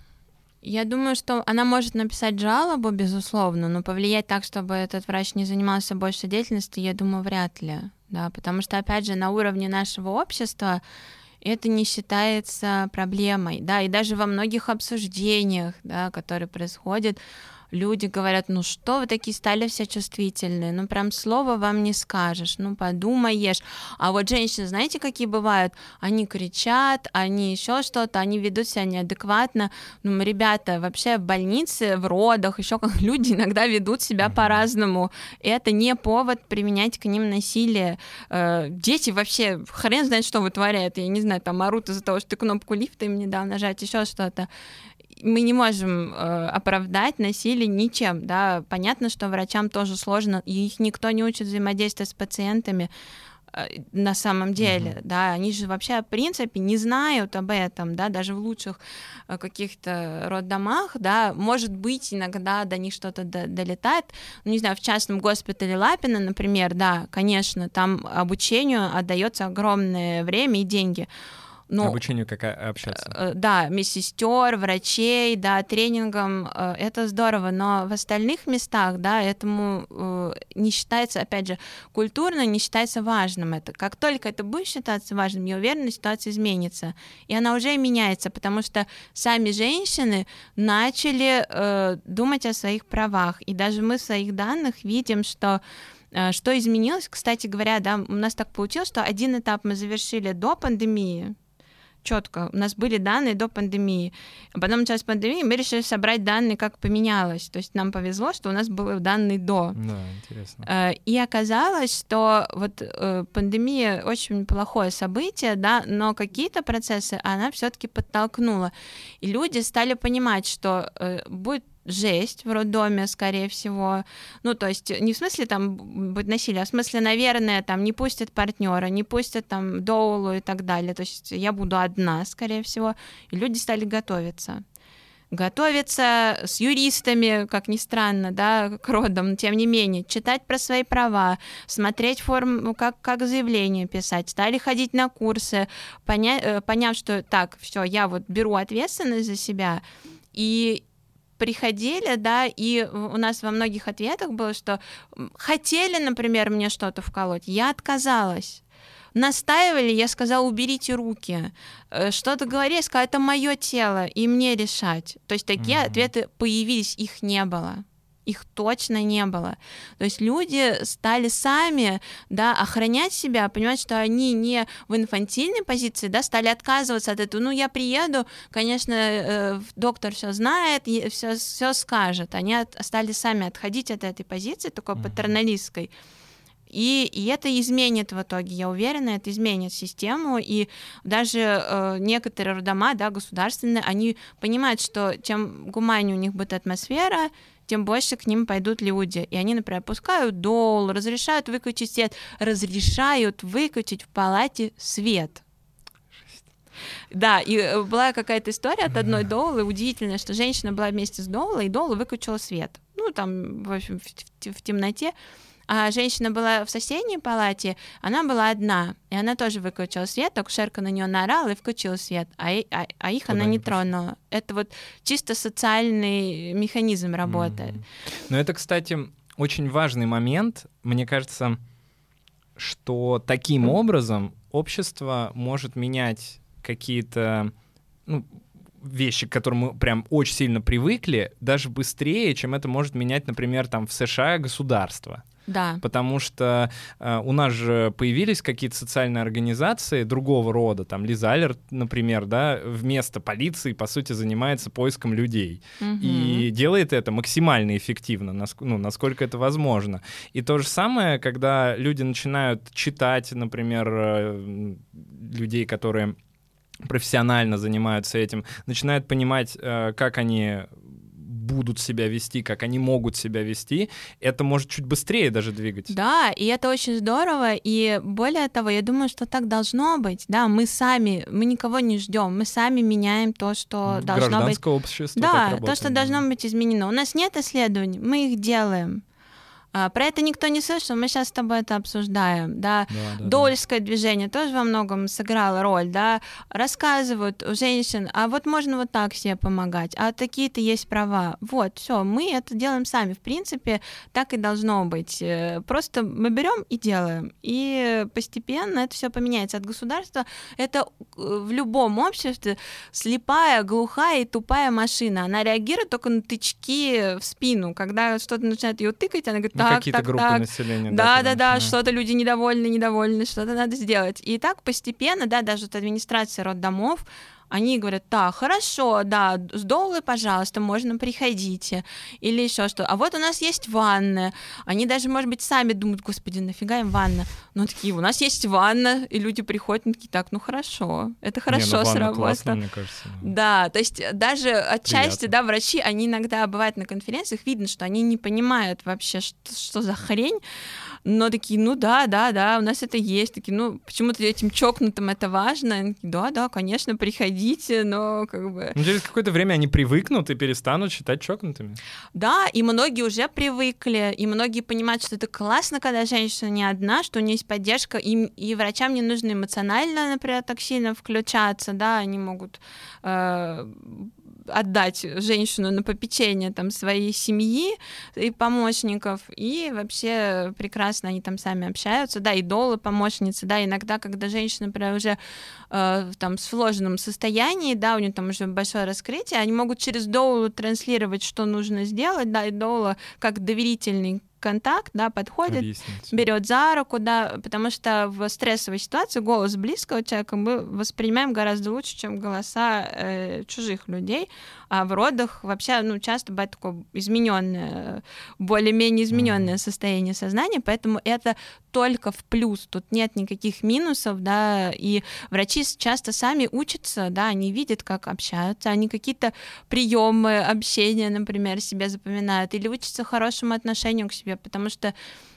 [SPEAKER 2] Я думаю, что она может написать жалобу, безусловно, но повлиять так, чтобы этот врач не занимался больше деятельностью, я думаю, вряд ли, да, потому что, опять же, на уровне нашего общества это не считается проблемой, да, и даже во многих обсуждениях, да, которые происходят, люди говорят, ну что вы такие стали все чувствительные, ну прям слова вам не скажешь, ну подумаешь. А вот женщины, знаете, какие бывают? Они кричат, они еще что-то, они ведут себя неадекватно. Ну, ребята, вообще в больнице, в родах, еще как люди иногда ведут себя по-разному. И это не повод применять к ним насилие. Дети вообще хрен знает, что вытворяют. Я не знаю, там орут из-за того, что ты кнопку лифта им не дал нажать, еще что-то. Мы не можем э, оправдать насилие ничем, да, понятно, что врачам тоже сложно, и их никто не учит взаимодействовать с пациентами э, на самом деле, mm-hmm. да, они же вообще, в принципе, не знают об этом, да, даже в лучших э, каких-то роддомах, да, может быть, иногда до них что-то до- долетает, ну, не знаю, в частном госпитале Лапина, например, да, конечно, там обучению отдается огромное время и деньги.
[SPEAKER 1] Ну, обучению как общаться?
[SPEAKER 2] Да, медсестер, врачей, да, тренингом, это здорово, но в остальных местах, да, этому не считается, опять же, культурно не считается важным это. Как только это будет считаться важным, я уверена, ситуация изменится. И она уже меняется, потому что сами женщины начали э, думать о своих правах. И даже мы в своих данных видим, что что изменилось. Кстати говоря, да, у нас так получилось, что один этап мы завершили до пандемии, четко. У нас были данные до пандемии. А потом началась пандемия, мы решили собрать данные, как поменялось. То есть нам повезло, что у нас были данные до.
[SPEAKER 1] Да, интересно.
[SPEAKER 2] И оказалось, что вот пандемия очень плохое событие, да, но какие-то процессы она все-таки подтолкнула. И люди стали понимать, что будет жесть в роддоме, скорее всего. Ну, то есть не в смысле там будет насилие, а в смысле, наверное, там не пустят партнера, не пустят там доулу и так далее. То есть я буду одна, скорее всего. И люди стали готовиться. Готовиться с юристами, как ни странно, да, к родам, но тем не менее, читать про свои права, смотреть форму, как, как заявление писать, стали ходить на курсы, поня- поняв, что так, все, я вот беру ответственность за себя, и приходили, да, и у нас во многих ответах было, что хотели, например, мне что-то вколоть, я отказалась. Настаивали, я сказала, уберите руки. Что-то говорили, я сказала, это мое тело, и мне решать. То есть такие mm-hmm. ответы появились, их не было. Их точно не было. То есть люди стали сами, да, охранять себя, понимать, что они не в инфантильной позиции, да, стали отказываться от этого. Ну, я приеду, конечно, доктор все знает, все, все скажет. Они от, стали сами отходить от этой позиции, такой mm-hmm. патерналистской. И, и это изменит в итоге, я уверена, это изменит систему, и даже э, некоторые роддома, да, государственные, они понимают, что чем гуманнее у них будет атмосфера, тем больше к ним пойдут люди. И они, например, пускают доул, разрешают выключить свет, разрешают выключить в палате свет. Да, и была какая-то история от одной доулы, удивительно, что женщина была вместе с доулой, и доула выключила свет. Ну, там, в общем, в, в, в темноте. а женщина была в соседней палате, она была одна, и она тоже выключила свет, акушерка на нее наорала и включила свет, а, а, а их Куда она не тронула. Это вот чисто социальный механизм работает.
[SPEAKER 1] Mm-hmm. Но это, кстати, очень важный момент. Мне кажется, что таким образом общество может менять какие-то, ну, вещи, к которым мы прям очень сильно привыкли, даже быстрее, чем это может менять, например, там в США государство.
[SPEAKER 2] Да.
[SPEAKER 1] Потому что э, у нас же появились какие-то социальные организации другого рода, там Лиза Алерт, например, да, вместо полиции, по сути, занимается поиском людей.
[SPEAKER 2] Угу.
[SPEAKER 1] И делает это максимально эффективно, наск- ну, насколько это возможно. И то же самое, когда люди начинают читать, например, э, людей, которые профессионально занимаются этим, начинают понимать, э, как они будут себя вести, как они могут себя вести, это может чуть быстрее даже двигать.
[SPEAKER 2] Да, и это очень здорово, и более того, я думаю, что так должно быть, да, мы сами, мы никого не ждем, мы сами меняем то, что должно быть.
[SPEAKER 1] Гражданское общество
[SPEAKER 2] да,
[SPEAKER 1] так работает.
[SPEAKER 2] То, что
[SPEAKER 1] да.
[SPEAKER 2] должно быть изменено. У нас нет исследований, мы их делаем. А, про это никто не слышал, мы сейчас с тобой это обсуждаем, да.
[SPEAKER 1] Да, да,
[SPEAKER 2] Доульское да. движение тоже во многом сыграло роль, да. Рассказывают у женщин, а вот можно вот так себе помогать, а такие-то есть права. Вот, все, мы это делаем сами, в принципе, так и должно быть. Просто мы берем и делаем, и постепенно это все поменяется. От государства это в любом обществе слепая, глухая и тупая машина. Она реагирует только на тычки в спину, когда что-то начинает ее тыкать, она говорит,
[SPEAKER 1] ну,
[SPEAKER 2] так,
[SPEAKER 1] какие-то
[SPEAKER 2] так,
[SPEAKER 1] группы
[SPEAKER 2] так.
[SPEAKER 1] населения.
[SPEAKER 2] Да, да, да,
[SPEAKER 1] да,
[SPEAKER 2] что-то люди недовольны, недовольны, что-то надо сделать. И так постепенно, да, даже от администрации роддомов, они говорят, так, хорошо, да, с доулой, пожалуйста, можно, приходите, или еще что. А вот у нас есть ванная. Они даже, может быть, сами думают, господи, нафига им ванна? Ну, такие, у нас есть ванна, и люди приходят, и такие, так, ну, хорошо, это хорошо
[SPEAKER 1] Не, ну,
[SPEAKER 2] сработало.
[SPEAKER 1] Классно, мне кажется.
[SPEAKER 2] Да. да, то есть даже отчасти,
[SPEAKER 1] Приятно.
[SPEAKER 2] да, врачи, они иногда бывают на конференциях, видно, что они не понимают вообще, что, что за хрень, но такие, ну да, да, да, у нас это есть, такие, ну почему-то этим чокнутым это важно, да, да, конечно, приходите, но как бы...
[SPEAKER 1] Ну, через какое-то время они привыкнут и перестанут считать чокнутыми.
[SPEAKER 2] Да, и многие уже привыкли, и многие понимают, что это классно, когда женщина не одна, что у нее есть поддержка, и, и врачам не нужно эмоционально, например, так сильно включаться, да, они могут... Э- отдать женщину на попечение там, своей семьи и помощников, и вообще прекрасно они там сами общаются, да, и доулы помощницы, да, иногда, когда женщина, например, уже э, там в сложном состоянии, да, у нее там уже большое раскрытие, они могут через доулу транслировать, что нужно сделать, да, и доула как доверительный контакт, да, подходит,
[SPEAKER 1] Объяснить.
[SPEAKER 2] берет за руку, да, потому что в стрессовой ситуации голос близкого человека мы воспринимаем гораздо лучше, чем голоса э, чужих людей, а в родах вообще, ну, часто бывает такое измененное, более-менее измененное mm. состояние сознания, поэтому это только в плюс, тут нет никаких минусов, да, и врачи часто сами учатся, да, они видят, как общаются, они какие-то приемы общения, например, себе запоминают, или учатся хорошему отношению к себе, потому что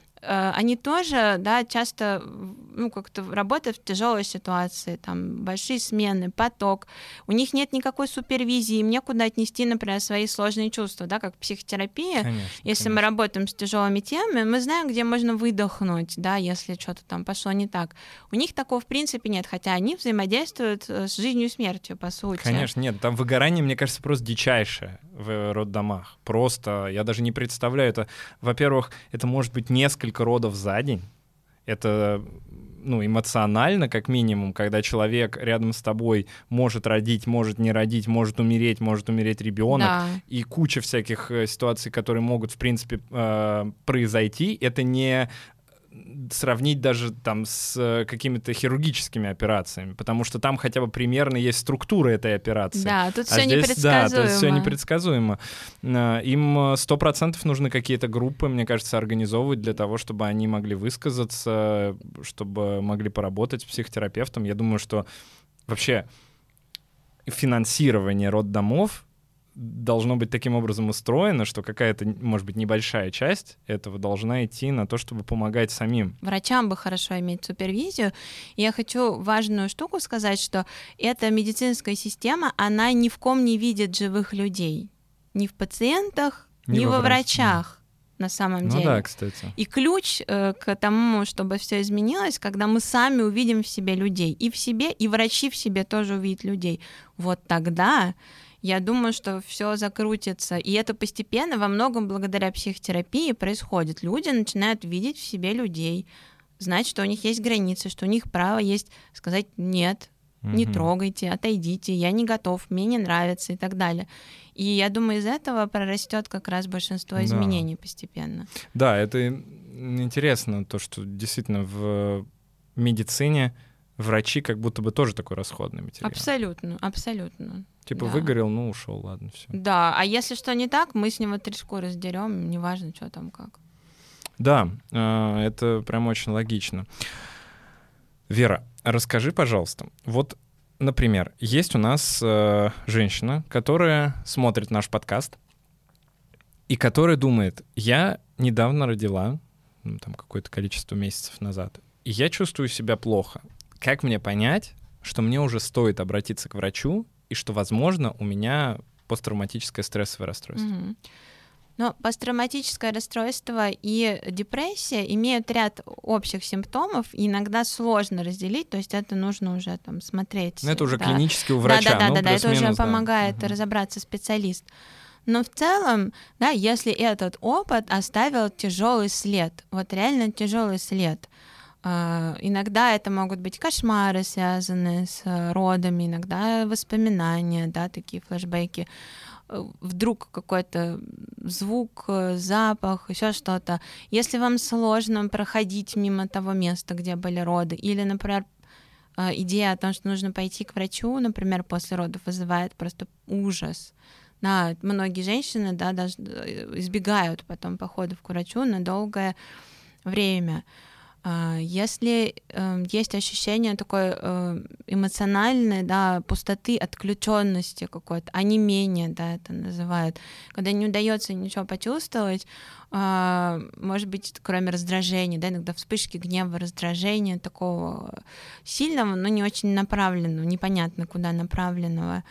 [SPEAKER 2] э, они тоже, да, часто, ну, как-то работают в тяжелой ситуации, там, большие смены, поток, у них нет никакой супервизии, им некуда отнести, например, свои сложные чувства, да, как психотерапия.
[SPEAKER 1] Конечно,
[SPEAKER 2] если
[SPEAKER 1] конечно.
[SPEAKER 2] мы работаем с тяжелыми темами, мы знаем, где можно выдохнуть, да, если что-то там пошло не так. У них такого, в принципе, нет, хотя они взаимодействуют с жизнью и смертью, по сути.
[SPEAKER 1] Конечно, нет, там выгорание, мне кажется, просто дичайшее в роддомах. Просто, я даже не представляю, это, во-первых, это может быть несколько родов за день. Это, ну, эмоционально, как минимум, когда человек рядом с тобой может родить, может не родить, может умереть, может умереть ребенок,
[SPEAKER 2] Да.
[SPEAKER 1] и куча всяких ситуаций, которые могут, в принципе, э, произойти. Это не сравнить даже там с какими-то хирургическими операциями, потому что там хотя бы примерно есть структура этой операции.
[SPEAKER 2] Да, тут
[SPEAKER 1] а
[SPEAKER 2] все
[SPEAKER 1] здесь,
[SPEAKER 2] непредсказуемо.
[SPEAKER 1] Да, то есть все непредсказуемо. Им сто процентов нужны какие-то группы, мне кажется, организовывать для того, чтобы они могли высказаться, чтобы могли поработать с психотерапевтом. Я думаю, что вообще финансирование роддомов должно быть таким образом устроено, что какая-то, может быть, небольшая часть этого должна идти на то, чтобы помогать самим.
[SPEAKER 2] Врачам бы хорошо иметь супервизию. И я хочу важную штуку сказать, что эта медицинская система, она ни в ком не видит живых людей. Ни в пациентах, ни, ни во, во врачах. на самом
[SPEAKER 1] ну
[SPEAKER 2] деле.
[SPEAKER 1] да, кстати.
[SPEAKER 2] И ключ э, к тому, чтобы все изменилось, когда мы сами увидим в себе людей. И в себе, и врачи в себе тоже увидят людей. Вот тогда, я думаю, что все закрутится. И это постепенно, во многом благодаря психотерапии происходит. Люди начинают видеть в себе людей, знать, что у них есть границы, что у них право есть сказать «нет», не
[SPEAKER 1] Мгм.
[SPEAKER 2] трогайте, отойдите, я не готов, мне не нравится и так далее. И я думаю, из этого прорастет как раз большинство
[SPEAKER 1] Да.
[SPEAKER 2] изменений постепенно.
[SPEAKER 1] Да, это интересно, то, что действительно в медицине врачи как будто бы тоже такой расходный материал.
[SPEAKER 2] Абсолютно, абсолютно.
[SPEAKER 1] Типа
[SPEAKER 2] Да.
[SPEAKER 1] выгорел, ну ушел, ладно, все.
[SPEAKER 2] Да, а если что не так, мы с него треску раздерем, неважно, что там как.
[SPEAKER 1] Да, э, это прям очень логично. Вера, расскажи, пожалуйста, вот, например, есть у нас э, женщина, которая смотрит наш подкаст и которая думает, я недавно родила, ну, там какое-то количество месяцев назад, и я чувствую себя плохо. Как мне понять, что мне уже стоит обратиться к врачу и что, возможно, у меня посттравматическое стрессовое расстройство?
[SPEAKER 2] Мгм. Но посттравматическое расстройство и депрессия имеют ряд общих симптомов, и иногда сложно разделить, то есть это нужно уже там смотреть.
[SPEAKER 1] Ну, это уже
[SPEAKER 2] да.
[SPEAKER 1] клинически у врача.
[SPEAKER 2] Да, да,
[SPEAKER 1] ну,
[SPEAKER 2] да, да, это уже
[SPEAKER 1] плюс-минус, да.
[SPEAKER 2] помогает
[SPEAKER 1] Мгм.
[SPEAKER 2] разобраться специалист. Но в целом, да, если этот опыт оставил тяжелый след, вот реально тяжелый след, а, иногда это могут быть кошмары, связанные с э, родами, иногда воспоминания, да, такие флешбеки. Э, Вдруг какой-то звук, э, запах, еще что-то. Если вам сложно проходить мимо того места, где были роды, или, например, э, идея о том, что нужно пойти к врачу, например, после родов, вызывает просто ужас. Да, многие женщины, да, даже э, избегают потом походов к врачу на долгое время. А, Если э, есть ощущение такой э, эмоциональной, да, пустоты, отключенности какой-то, онемения, да, это называют, когда не удается ничего почувствовать, а, может быть, кроме раздражения, да, иногда вспышки гнева, раздражения такого сильного, но не очень направленного, непонятно куда направленного,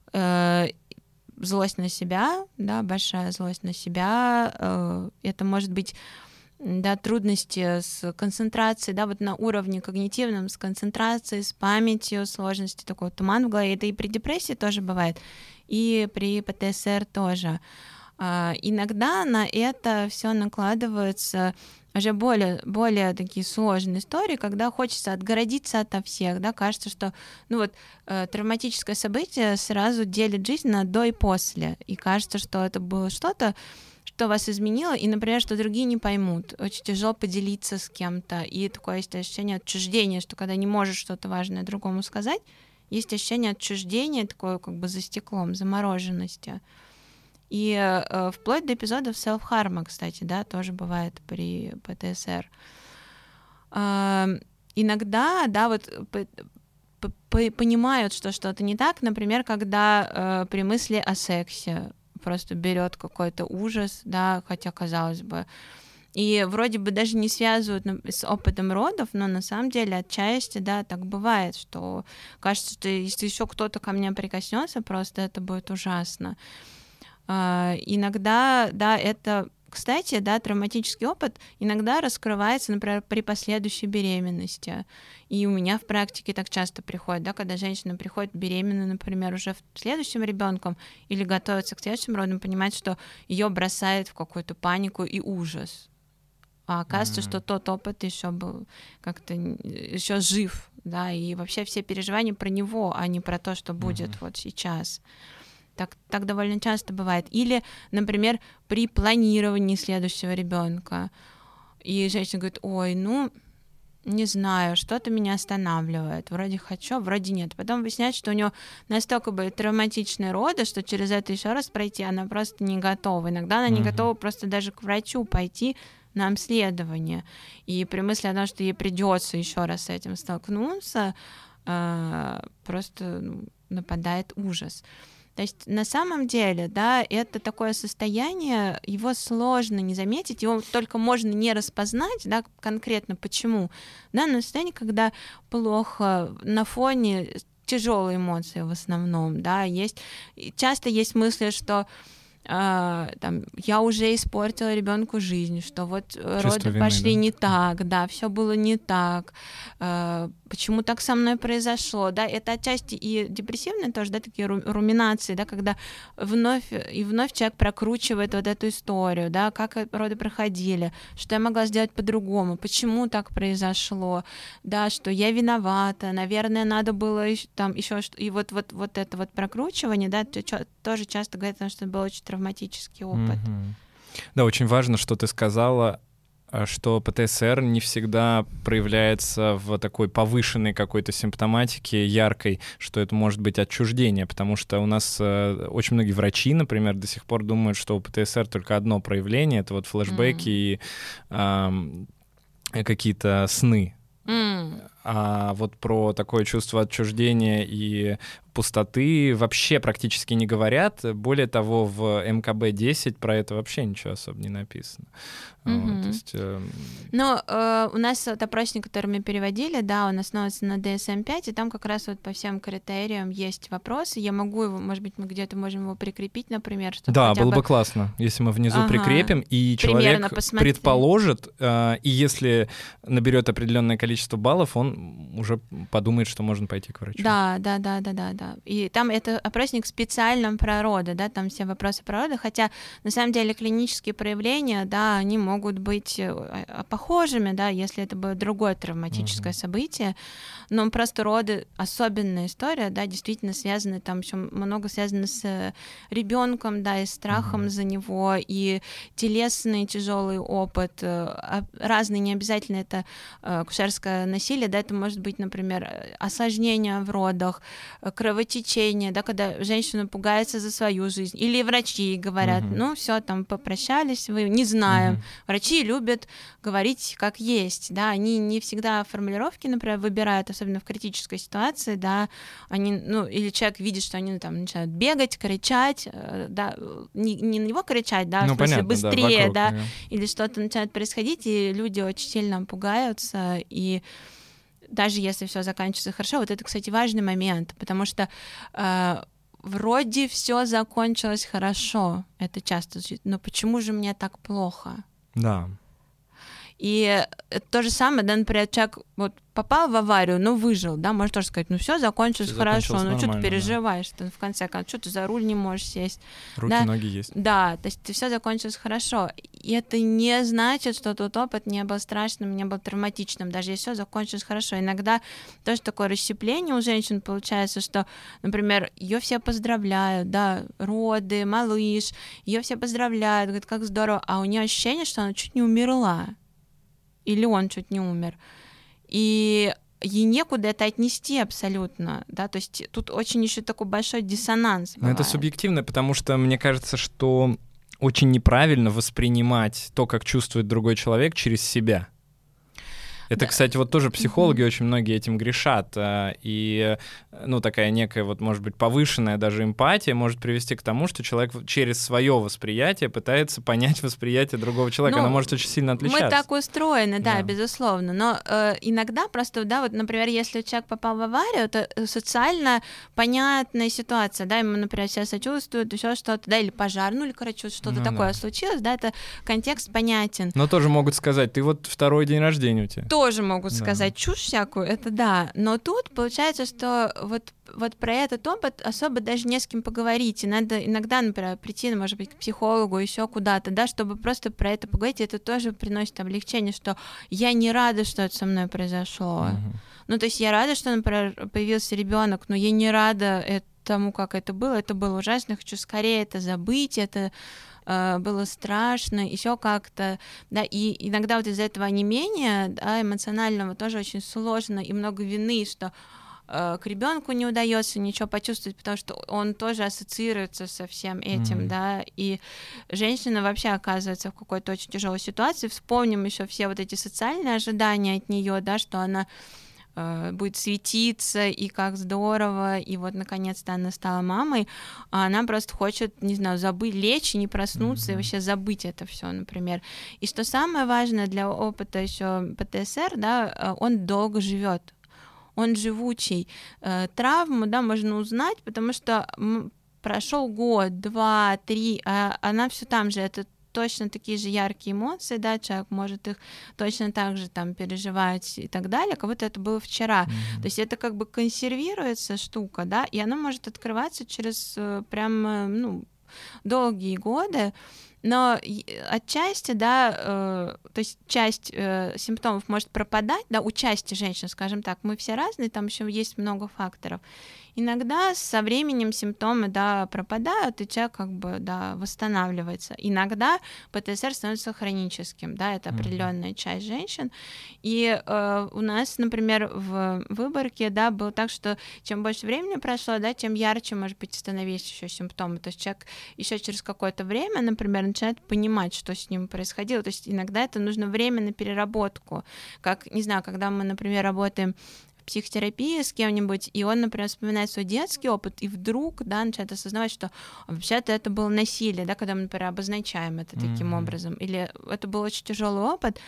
[SPEAKER 2] э, злость на себя, да, большая злость на себя, э, это может быть, да, трудности с концентрацией, да, вот на уровне когнитивном, с концентрацией, с памятью, сложности, такой туман в голове. Это и при депрессии тоже бывает, и при ПТСР тоже. А, иногда на это все накладывается уже более, более такие сложные истории, когда хочется отгородиться ото всех, да, кажется, что, ну вот, э, травматическое событие сразу делит жизнь на до и после, и кажется, что это было что-то, что вас изменило, и, например, что другие не поймут. Очень тяжело поделиться с кем-то, и такое есть ощущение отчуждения, что когда не можешь что-то важное другому сказать, есть ощущение отчуждения, такое как бы за стеклом, замороженности. И э, вплоть до эпизодов селф-харма, кстати, да, тоже бывает при ПТСР. Э, иногда, да, вот п- п- п- понимают, что что-то не так, например, когда э, при мысли о сексе просто берет какой-то ужас, да, хотя казалось бы. И вроде бы даже не связывают с опытом родов, но на самом деле отчасти, да, так бывает, что кажется, что если еще кто-то ко мне прикоснется, просто это будет ужасно. А, иногда, да, это, кстати, да, травматический опыт иногда раскрывается, например, при последующей беременности. И у меня в практике так часто приходит, да, когда женщина приходит беременна, например, уже следующим ребенком или готовится к следующим родам, понимает, что ее бросает в какую-то панику и ужас. А оказывается, mm-hmm. что тот опыт еще был как-то еще жив, да, и вообще все переживания про него, а не про то, что будет mm-hmm. вот сейчас. Так, так довольно часто бывает. Или, например, при планировании следующего ребенка. И женщина говорит: ой, ну, не знаю, что-то меня останавливает. Вроде хочу, вроде нет. Потом выясняется, что у нее настолько были травматичные роды, что через это еще раз пройти она просто не готова. Иногда она не uh-huh. готова просто даже к врачу пойти на обследование. И при мысли о том, что ей придется еще раз с этим столкнуться, просто нападает ужас. То есть на самом деле, да, это такое состояние, его сложно не заметить, его только можно не распознать, да, конкретно почему. Да, на состояние, когда плохо, на фоне тяжелые эмоции в основном, да, есть, часто есть мысли, что э, там, я уже испортила ребенку жизнь, что вот
[SPEAKER 1] Чувство
[SPEAKER 2] роды
[SPEAKER 1] вины,
[SPEAKER 2] пошли
[SPEAKER 1] да?
[SPEAKER 2] не так, да, все было не так, э, почему так со мной произошло, да, это отчасти и депрессивные тоже, да, такие ру- руминации, да, когда вновь и вновь человек прокручивает вот эту историю, да, как роды проходили, что я могла сделать по-другому, почему так произошло, да, что я виновата, наверное, надо было ещё, там еще что, и вот вот вот это вот прокручивание, да, то- чё- тоже часто говорят, о том, что это был очень травматический опыт.
[SPEAKER 1] Мгм. Да, очень важно, что ты сказала, а, что ПТСР не всегда проявляется в такой повышенной какой-то симптоматике, яркой, что это может быть отчуждение, потому что у нас э, очень многие врачи, например, до сих пор думают, что у ПТСР только одно проявление — это вот флешбеки
[SPEAKER 2] М.
[SPEAKER 1] и ам, какие-то сны.
[SPEAKER 2] М.
[SPEAKER 1] А вот про такое чувство отчуждения и пустоты вообще практически не говорят. Более того, в эм ка бэ десять про это вообще ничего особо не написано. Вот,
[SPEAKER 2] Мгм.
[SPEAKER 1] то есть, э,
[SPEAKER 2] Но э, у нас вот опросник, который мы переводили, да, он основывается на ди эс эм пять, и там как раз вот по всем критериям есть вопросы. Я могу его, может быть, мы где-то можем его прикрепить, например, чтобы
[SPEAKER 1] да,
[SPEAKER 2] хотя
[SPEAKER 1] было
[SPEAKER 2] бы
[SPEAKER 1] бы классно, если мы внизу
[SPEAKER 2] Ага.
[SPEAKER 1] прикрепим, и
[SPEAKER 2] Примерно
[SPEAKER 1] человек
[SPEAKER 2] посмотреть.
[SPEAKER 1] предположит, э, и если наберет определенное количество баллов, он уже подумает, что можно пойти к врачу.
[SPEAKER 2] Да, да, да, да, да, да. И там это опросник специально про роды, да, там все вопросы про роды, хотя на самом деле клинические проявления, да, они могут быть э, э, похожими, да, если это было другое травматическое
[SPEAKER 1] Мгм.
[SPEAKER 2] событие, но просто роды особенная история, да, действительно связаны, там еще много связано с ребенком, да, и страхом
[SPEAKER 1] Мгм.
[SPEAKER 2] за него, и телесный тяжелый опыт, э, а- разный, не обязательно это э, акушерское насилие, да, это может быть, например, э, осложнения в родах, э, кровотечение, да, когда женщина пугается за свою жизнь, или врачи говорят,
[SPEAKER 1] Мгм.
[SPEAKER 2] ну все, там попрощались, вы не знаем.
[SPEAKER 1] Мгм.
[SPEAKER 2] Врачи любят говорить как есть, да, они не всегда формулировки, например, выбирают, особенно в критической ситуации, да, они, ну, или человек видит, что они там начинают бегать, кричать, э, да, не, не на него кричать, да,
[SPEAKER 1] Ну,
[SPEAKER 2] в смысле
[SPEAKER 1] понятно, да,
[SPEAKER 2] быстрее,
[SPEAKER 1] вокруг,
[SPEAKER 2] да,
[SPEAKER 1] ага.
[SPEAKER 2] или что-то начинает происходить, и люди очень сильно пугаются, и даже если все заканчивается хорошо, вот это, кстати, важный момент, потому что э, вроде все закончилось хорошо, это часто звучит, но почему же мне так плохо?
[SPEAKER 1] Да.
[SPEAKER 2] И это то же самое, да, например, человек вот попал в аварию, но выжил, да, может тоже сказать, ну все закончилось
[SPEAKER 1] Всё
[SPEAKER 2] хорошо,
[SPEAKER 1] закончилось
[SPEAKER 2] ну что ты
[SPEAKER 1] нормально, да.
[SPEAKER 2] переживаешь, ты в конце концов, что ты за руль не можешь сесть,
[SPEAKER 1] Руки,
[SPEAKER 2] да,
[SPEAKER 1] ноги есть.
[SPEAKER 2] да, то есть все закончилось хорошо, и это не значит, что тот опыт не был страшным, не был травматичным, даже если все закончилось хорошо. Иногда тоже такое расщепление у женщин получается, что, например, ее все поздравляют, да, роды, малыш, ее все поздравляют, говорят, как здорово, а у нее ощущение, что она чуть не умерла, или он чуть не умер. И ей некуда это отнести абсолютно, да, то есть тут очень еще такой большой диссонанс
[SPEAKER 1] Но это
[SPEAKER 2] бывает.
[SPEAKER 1] субъективно, потому что мне кажется, что очень неправильно воспринимать то, как чувствует другой человек, через себя. Это,
[SPEAKER 2] Да.
[SPEAKER 1] кстати, вот тоже психологи
[SPEAKER 2] Мгм.
[SPEAKER 1] очень многие этим грешат. а, И, ну, такая некая, вот, может быть, повышенная даже эмпатия может привести к тому, что человек в- через свое восприятие пытается понять восприятие другого человека.
[SPEAKER 2] Ну,
[SPEAKER 1] Оно может очень сильно отличаться.
[SPEAKER 2] Мы так устроены, да,
[SPEAKER 1] Да.
[SPEAKER 2] безусловно. Но э, иногда просто, да, вот, например, если человек попал в аварию, то э, социально понятная ситуация, да, ему, например, себя сочувствуют, еще что-то, да, или пожар, ну или, короче, вот что-то
[SPEAKER 1] Ну
[SPEAKER 2] такое
[SPEAKER 1] да.
[SPEAKER 2] случилось, да, это контекст понятен.
[SPEAKER 1] Но тоже могут сказать, ты вот второй день рождения у тебя.
[SPEAKER 2] Тоже могут
[SPEAKER 1] Да.
[SPEAKER 2] сказать чушь всякую, это да. Но тут получается, что вот, вот про этот опыт особо даже не с кем поговорить. И надо иногда, например, прийти, может быть, к психологу, еще куда-то, да, чтобы просто про это поговорить. И это тоже приносит облегчение, что я не рада, что это со мной произошло.
[SPEAKER 1] Мгм.
[SPEAKER 2] Ну, то есть я рада, что, например, появился ребенок, но я не рада э- тому, как это было. Это было ужасно. Хочу скорее это забыть. Это э, было страшно, еще как-то, да, и иногда вот из-за этого онемения, да, эмоционального тоже очень сложно и много вины, что э, к ребенку не удается ничего почувствовать, потому что он тоже ассоциируется со всем этим,
[SPEAKER 1] Мгм.
[SPEAKER 2] да, и женщина вообще оказывается в какой-то очень тяжелой ситуации. Вспомним еще все вот эти социальные ожидания от нее, да, что она э, будет светиться, и как здорово, и вот наконец-то она стала мамой, а она просто хочет, не знаю, забыть, лечь и не проснуться, и
[SPEAKER 1] Мгм.
[SPEAKER 2] вообще забыть это все, например. И что самое важное для опыта еще ПТСР, да, э, он долго живет, он живучий. Э, Травму, да, можно узнать, потому что м, прошел год, два, три, а она все там же, это точно такие же яркие эмоции, да, человек может их точно так же там переживать и так далее, как будто это было вчера. Mm-hmm. То есть это как бы консервируется штука, да, и она может открываться через прям, ну, долгие годы, но отчасти, да, э, то есть часть э, симптомов может пропадать, да, у части женщин, скажем так, мы все разные, там еще есть много факторов. Иногда со временем симптомы, да, пропадают, и человек как бы, да, восстанавливается. Иногда ПТСР становится хроническим, да, это определенная mm-hmm. часть женщин. И э, у нас, например, в Выборге, да, было так, что чем больше времени прошло, да, тем ярче, может быть, становились еще симптомы. То есть человек еще через какое-то время, например, начинает понимать, что с ним происходило. То есть иногда это нужно время на переработку. Как, не знаю, когда мы, например, работаем психотерапии с кем-нибудь, и он, например, вспоминает свой детский опыт, и вдруг, да, начинает осознавать, что вообще-то это было насилие, да, когда мы, например, обозначаем это mm-hmm. таким образом, или это был очень тяжелый опыт,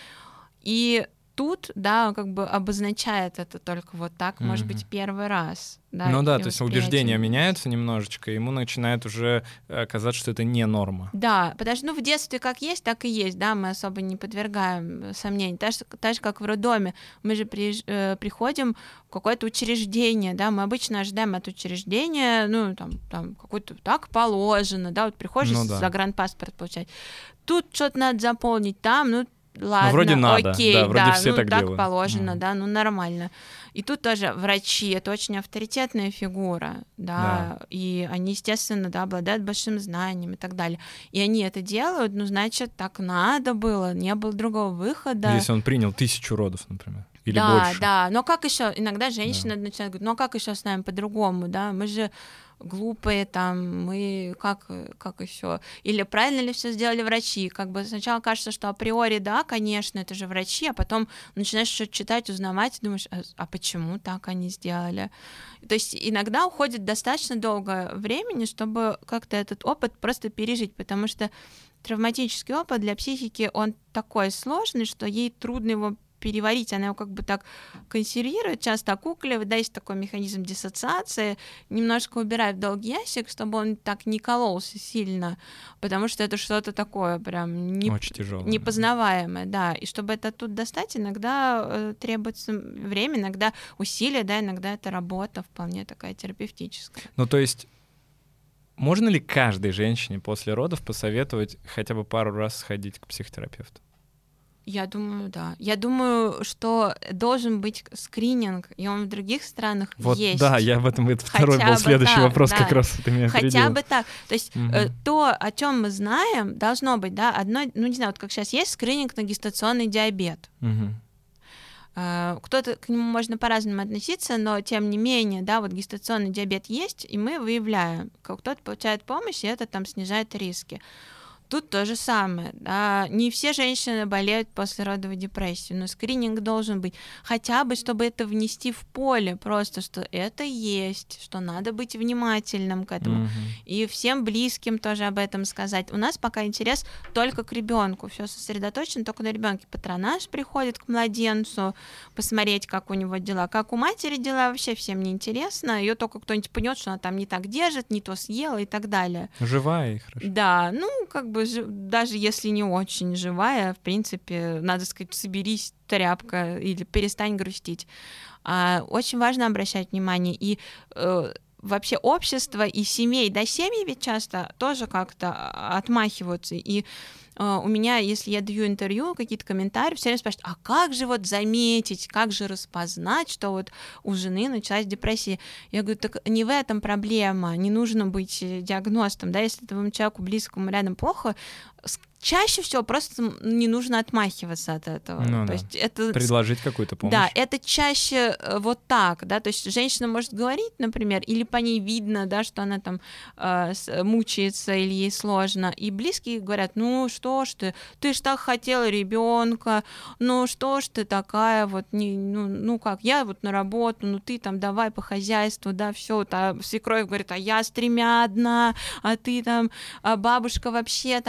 [SPEAKER 2] и тут, да, как бы обозначает это только вот так, mm-hmm. может быть, первый раз. Да,
[SPEAKER 1] ну да, то есть убеждения меняются немножечко, и ему начинает уже казаться, что это не норма.
[SPEAKER 2] Да, потому что ну, в детстве как есть, так и есть, да, мы особо не подвергаем сомнений. Так, так же, как в роддоме, мы же при, э, приходим в какое-то учреждение, да, мы обычно ожидаем от учреждения, ну, там, там какой-то так положено, да, вот приходишь ну, да. загранпаспорт получать. Тут что-то надо заполнить, там, ну, ладно,
[SPEAKER 1] ну, вроде надо,
[SPEAKER 2] окей,
[SPEAKER 1] да, вроде
[SPEAKER 2] да,
[SPEAKER 1] все
[SPEAKER 2] ну,
[SPEAKER 1] так,
[SPEAKER 2] так
[SPEAKER 1] делают.
[SPEAKER 2] положено,
[SPEAKER 1] mm.
[SPEAKER 2] да, ну нормально. И тут тоже врачи, это очень авторитетная фигура, да, да, и они, естественно, да, обладают большим знанием и так далее. И они это делают, ну, значит, так надо было, не было другого выхода.
[SPEAKER 1] Если он принял тысячу родов, например, или
[SPEAKER 2] да,
[SPEAKER 1] больше.
[SPEAKER 2] Да, да, но как еще, иногда женщины
[SPEAKER 1] да.
[SPEAKER 2] начинают говорить, ну, а как еще с нами по-другому, да, мы же глупые там, мы как, как еще? Или правильно ли все сделали врачи? Как бы сначала кажется, что априори да, конечно, это же врачи, а потом начинаешь что-то читать, узнавать, и думаешь, а, а почему так они сделали? То есть иногда уходит достаточно долго времени, чтобы как-то этот опыт просто пережить, потому что травматический опыт для психики, он такой сложный, что ей трудно его переварить, она его как бы так консервирует, часто окукливает, да, есть такой механизм диссоциации, немножко убирает в долгий ящик, чтобы он так не кололся сильно, потому что это что-то такое прям не...
[SPEAKER 1] очень тяжелое,
[SPEAKER 2] непознаваемое, да, и чтобы это тут достать, иногда э, требуется время, иногда усилия, да, иногда это работа вполне такая терапевтическая.
[SPEAKER 1] Ну, то есть можно ли каждой женщине после родов посоветовать хотя бы пару раз сходить к психотерапевту?
[SPEAKER 2] Я думаю, да. Я думаю, что должен быть скрининг, и он в других странах
[SPEAKER 1] вот,
[SPEAKER 2] есть.
[SPEAKER 1] Да, я об этом, это второй
[SPEAKER 2] Хотя
[SPEAKER 1] был следующий
[SPEAKER 2] так,
[SPEAKER 1] вопрос,
[SPEAKER 2] да.
[SPEAKER 1] как раз ты меня
[SPEAKER 2] Хотя
[SPEAKER 1] опередила.
[SPEAKER 2] бы так. То есть угу. э, то, о чем мы знаем, должно быть, да, одно, ну не знаю, вот как сейчас есть скрининг на гестационный диабет.
[SPEAKER 1] Угу.
[SPEAKER 2] Э, кто-то к нему можно по-разному относиться, но тем не менее, да, вот гестационный диабет есть, и мы выявляем, кто-то получает помощь, и это там снижает риски. Тут то же самое, да, не все женщины болеют послеродовой депрессией, но скрининг должен быть, хотя бы, чтобы это внести в поле, просто, что это есть, что надо быть внимательным к этому, mm-hmm. и всем близким тоже об этом сказать. У нас пока интерес только к ребенку, все сосредоточено только на ребенке. Патронаж приходит к младенцу, посмотреть, как у него дела, как у матери дела, вообще всем не интересно, ее только кто-нибудь пнет, что она там не так держит, не то съела и так далее.
[SPEAKER 1] Живая и хорошо.
[SPEAKER 2] Да, ну, как бы даже если не очень живая, в принципе, надо сказать, соберись, тряпка, или перестань грустить. А, очень важно обращать внимание, и э, вообще общество и семей, да, семьи ведь часто тоже как-то отмахиваются, и Uh, у меня, если я даю интервью, какие-то комментарии, все время спрашивают, а как же вот заметить, как же распознать, что вот у жены началась депрессия? Я говорю, так не в этом проблема, не нужно быть диагностом, да, если твоему человеку близкому рядом плохо, чаще всего просто не нужно отмахиваться от этого.
[SPEAKER 1] Ну,
[SPEAKER 2] то
[SPEAKER 1] да.
[SPEAKER 2] есть это...
[SPEAKER 1] Предложить какую-то помощь.
[SPEAKER 2] Да, это чаще вот так, да, то есть женщина может говорить, например, или по ней видно, да, что она там э, мучается или ей сложно, и близкие говорят, ну что ж ты, ты ж так хотела ребенка, ну что ж ты такая вот, не, ну, ну как, я вот на работу, ну ты там давай по хозяйству, да, все, вот, а свекровь говорит, а я с тремя одна, а ты там, а бабушка вообще там и в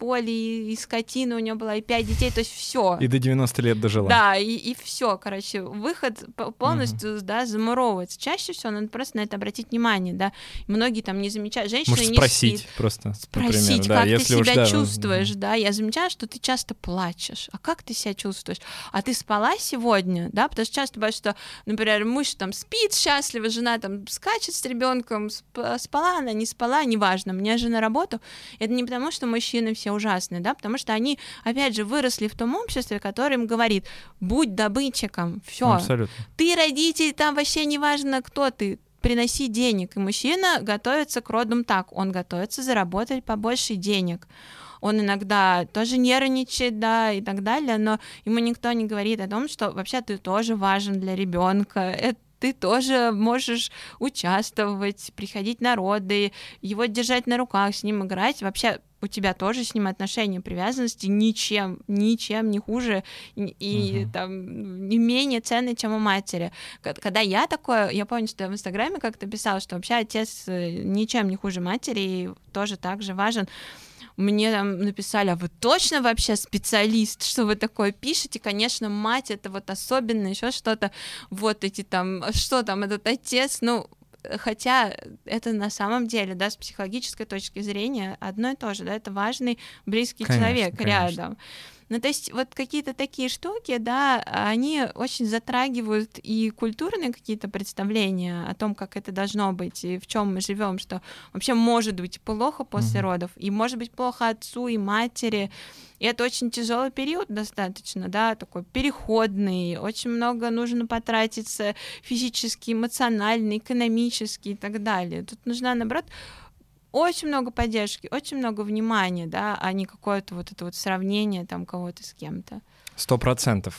[SPEAKER 2] поле, и, и скотина у нее была, и пять детей, то есть все.
[SPEAKER 1] И до девяноста лет дожила.
[SPEAKER 2] Да, и, и все, короче, выход полностью, угу. да, замуровывается. Чаще всего надо просто на это обратить внимание, да. Многие там не замечают, женщины
[SPEAKER 1] Может,
[SPEAKER 2] не
[SPEAKER 1] спросить
[SPEAKER 2] спит.
[SPEAKER 1] просто,
[SPEAKER 2] Спросить,
[SPEAKER 1] например, да,
[SPEAKER 2] как
[SPEAKER 1] если
[SPEAKER 2] ты себя
[SPEAKER 1] уж, да,
[SPEAKER 2] чувствуешь,
[SPEAKER 1] угу.
[SPEAKER 2] да. Я замечаю, что ты часто плачешь. А как ты себя чувствуешь? А ты спала сегодня, да? Потому что часто бывает, что, например, муж там спит счастливо, жена там скачет с ребенком, спала она, не спала, неважно. Мне же на работу. Это не потому, что мужчины все ужасные, да, потому что они, опять же, выросли в том обществе, которое им говорит: будь добытчиком, все.
[SPEAKER 1] Абсолютно.
[SPEAKER 2] Ты родитель, там вообще неважно, кто ты. Приноси денег. И мужчина готовится к родам так. Он готовится заработать побольше денег. Он иногда тоже нервничает, да, и так далее, но ему никто не говорит о том, что вообще ты тоже важен для ребенка. Ты тоже можешь участвовать, приходить на роды, его держать на руках, с ним играть. Вообще у тебя тоже с ним отношения, привязанности ничем, ничем не хуже и uh-huh. там не менее ценные, чем у матери. Когда я такое, я помню, что я в Инстаграме как-то писала, что вообще отец ничем не хуже матери и тоже так же важен. Мне там написали: а вы точно вообще специалист, что вы такое пишете? Конечно, мать — это вот особенно, еще что-то, вот эти там, что там, этот отец, ну, хотя это на самом деле, да, с психологической точки зрения одно и то же, да, это важный, близкий конечно, человек конечно. Рядом. Ну, то есть вот какие-то такие штуки, да, они очень затрагивают и культурные какие-то представления о том, как это должно быть, и в чем мы живем, что вообще может быть плохо после mm-hmm. родов, и может быть плохо отцу и матери. И это очень тяжелый период достаточно, да, такой переходный, очень много нужно потратиться физически, эмоционально, экономически и так далее. Тут нужна, наоборот, очень много поддержки, очень много внимания, да, а не какое-то вот это вот сравнение там кого-то с кем-то.
[SPEAKER 1] Сто процентов.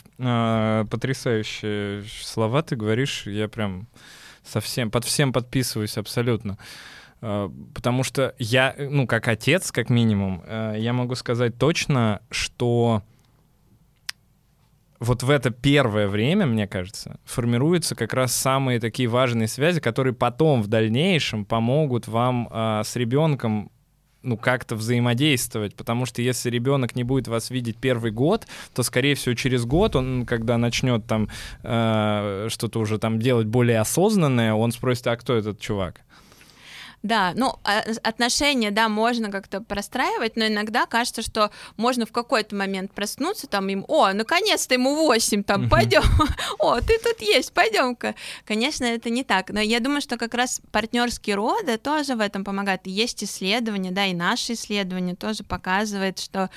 [SPEAKER 1] Потрясающие слова ты говоришь, я прям совсем под всем подписываюсь абсолютно. Потому что я, ну, как отец, как минимум, я могу сказать точно, что вот в это первое время, мне кажется, формируются как раз самые такие важные связи, которые потом в дальнейшем помогут вам а, с ребенком, ну, как-то взаимодействовать, потому что если ребенок не будет вас видеть первый год, то, скорее всего, через год он, когда начнет там э, что-то уже там делать более осознанное, он спросит: а кто этот чувак?
[SPEAKER 2] Да, ну, отношения, да, можно как-то простраивать, но иногда кажется, что можно в какой-то момент проснуться, там, им, о, наконец-то ему восемь, там, пойдем, о, ты тут есть, пойдем-ка. Конечно, это не так, но я думаю, что как раз партнерские роды тоже в этом помогают. Есть исследования, да, и наши исследования тоже показывают, что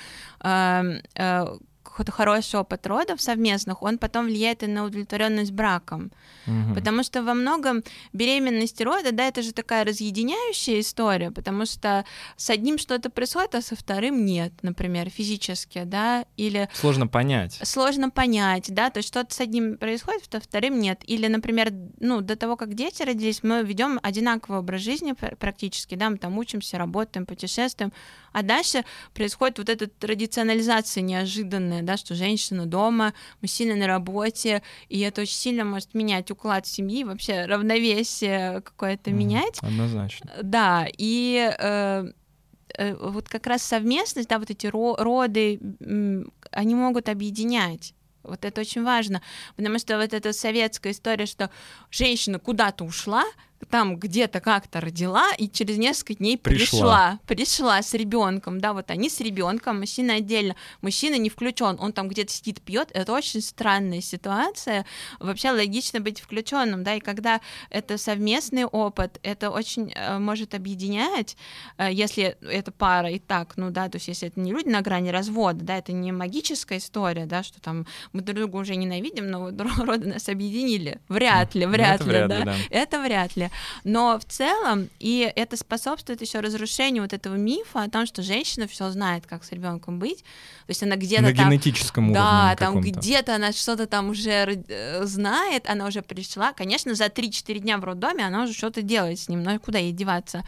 [SPEAKER 2] э, э, какой-то хороший опыт родов совместных, он потом влияет и на удовлетворенность браком. Угу. Потому что во многом беременность и роды, да, это же такая разъединяющая история, потому что с одним что-то происходит, а со вторым нет, например, физически, да, или...
[SPEAKER 1] Сложно понять.
[SPEAKER 2] Сложно понять, да, то есть что-то с одним происходит, а вторым нет. Или, например, ну, до того, как дети родились, мы ведем одинаковый образ жизни практически, да, мы там учимся, работаем, путешествуем, а дальше происходит вот эта традиционализация неожиданная, да, что женщина дома, мужчина на работе, и это очень сильно может менять уклад семьи, вообще равновесие какое-то mm, менять.
[SPEAKER 1] Однозначно.
[SPEAKER 2] Да, и э, э, вот как раз совместность, да, вот эти ро- роды, э, они могут объединять. Вот это очень важно, потому что вот эта советская история, что женщина куда-то ушла, там где-то как-то родила и через несколько дней пришла, пришла, пришла с ребенком, да, вот они с ребенком, мужчина отдельно, мужчина не включен, он там где-то сидит, пьет, это очень странная ситуация, вообще логично быть включенным, да, и когда это совместный опыт, это очень э, может объединять, э, если это пара и так, ну да, то есть если это не люди на грани развода, да, это не магическая история, да, что там мы друг друга уже ненавидим, но вот роды нас объединили, вряд ли, вряд ли,
[SPEAKER 1] вряд
[SPEAKER 2] да?
[SPEAKER 1] ли, да,
[SPEAKER 2] это вряд ли. Но в целом, и это способствует еще разрушению вот этого мифа о том, что женщина все знает, как с ребенком быть. То есть она где-то
[SPEAKER 1] на
[SPEAKER 2] там...
[SPEAKER 1] генетическом уровне.
[SPEAKER 2] Да, там где-то она что-то там уже знает, она уже пришла. Конечно, за три-четыре дня в роддоме она уже что-то делает с ним, но куда ей деваться?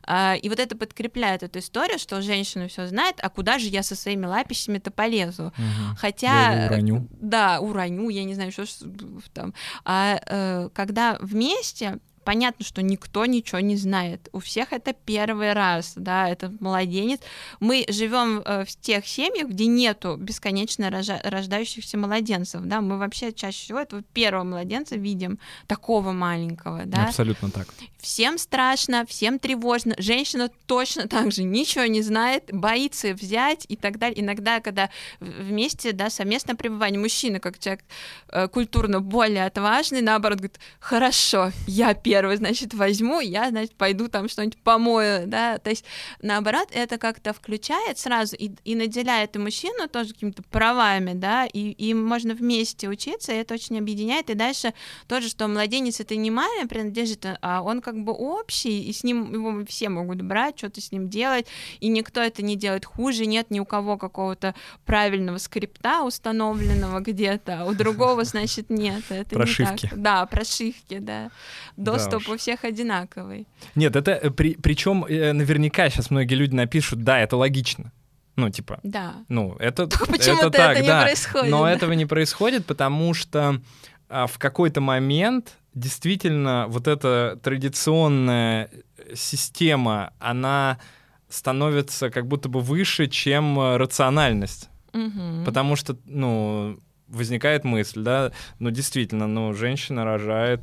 [SPEAKER 2] И вот это подкрепляет эту историю, что женщина все знает, а куда же я со своими лапищами-то полезу?
[SPEAKER 1] Угу.
[SPEAKER 2] Хотя...
[SPEAKER 1] Я его уроню.
[SPEAKER 2] Да, уроню, я не знаю, что там. А когда вместе понятно, что никто ничего не знает. У всех это первый раз, да, это младенец. Мы живем в тех семьях, где нету бесконечно рожа- рождающихся младенцев, да, мы вообще чаще всего этого первого младенца видим, такого маленького, да.
[SPEAKER 1] Абсолютно так.
[SPEAKER 2] Всем страшно, всем тревожно, женщина точно так же ничего не знает, боится взять и так далее. Иногда, когда вместе, да, совместное пребывание, мужчина, как человек э, культурно более отважный, наоборот, говорит, хорошо, я первый, значит, возьму, я, значит, пойду там что-нибудь помою, да, то есть, наоборот, это как-то включает сразу и, и наделяет и мужчину тоже какими-то правами, да, и, и можно вместе учиться, и это очень объединяет, и дальше тоже, что младенец — это не маме принадлежит, а он как бы общий, и с ним его все могут брать, что-то с ним делать, и никто это не делает хуже, нет ни у кого какого-то правильного скрипта установленного где-то, а у другого, значит, нет. Это
[SPEAKER 1] прошивки.
[SPEAKER 2] Не так. Да, прошивки, да. Доступ
[SPEAKER 1] да
[SPEAKER 2] у всех одинаковый.
[SPEAKER 1] Нет, это при, причем наверняка сейчас многие люди напишут, да, это логично. Ну, типа,
[SPEAKER 2] да.
[SPEAKER 1] ну, это,
[SPEAKER 2] почему-то
[SPEAKER 1] это так,
[SPEAKER 2] это не
[SPEAKER 1] да.
[SPEAKER 2] происходит.
[SPEAKER 1] Но
[SPEAKER 2] да.
[SPEAKER 1] этого не происходит, потому что а, в какой-то момент действительно вот эта традиционная система, она становится как будто бы выше, чем рациональность.
[SPEAKER 2] Угу.
[SPEAKER 1] Потому что, ну, возникает мысль, да, ну, действительно, ну, женщина рожает,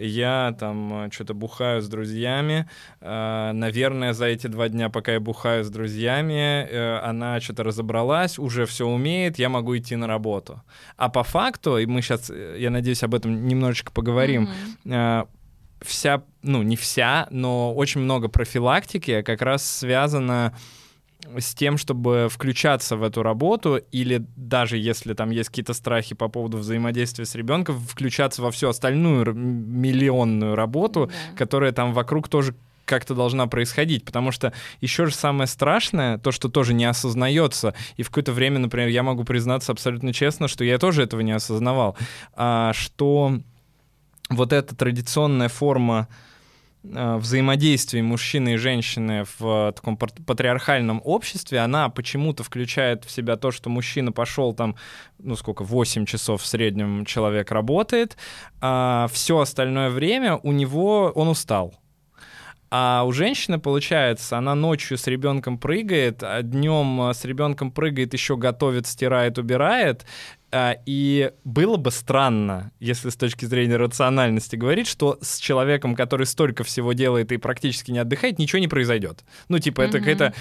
[SPEAKER 1] я там что-то бухаю с друзьями, э, наверное, за эти два дня, пока я бухаю с друзьями, э, она что-то разобралась, уже все умеет, я могу идти на работу. А по факту, и мы сейчас, я надеюсь, об этом немножечко поговорим, mm-hmm. э, вся, ну, не вся, но очень много профилактики как раз связано с тем, чтобы включаться в эту работу, или даже если там есть какие-то страхи по поводу взаимодействия с ребенком, включаться во всю остальную миллионную работу, да. которая там вокруг тоже как-то должна происходить, потому что еще же самое страшное, то, что тоже не осознается, и в какое-то время, например, я могу признаться абсолютно честно, что я тоже этого не осознавал, а, что вот эта традиционная форма взаимодействия мужчины и женщины в таком патриархальном обществе, она почему-то включает в себя то, что мужчина пошел там, ну сколько, восемь часов в среднем человек работает, а все остальное время у него он устал. А у женщины, получается, она ночью с ребенком прыгает, а днем с ребенком прыгает, еще готовит, стирает, убирает. И было бы странно, если с точки зрения рациональности говорить, что с человеком, который столько всего делает и практически не отдыхает, ничего не произойдет. Ну, типа, mm-hmm. это какая-то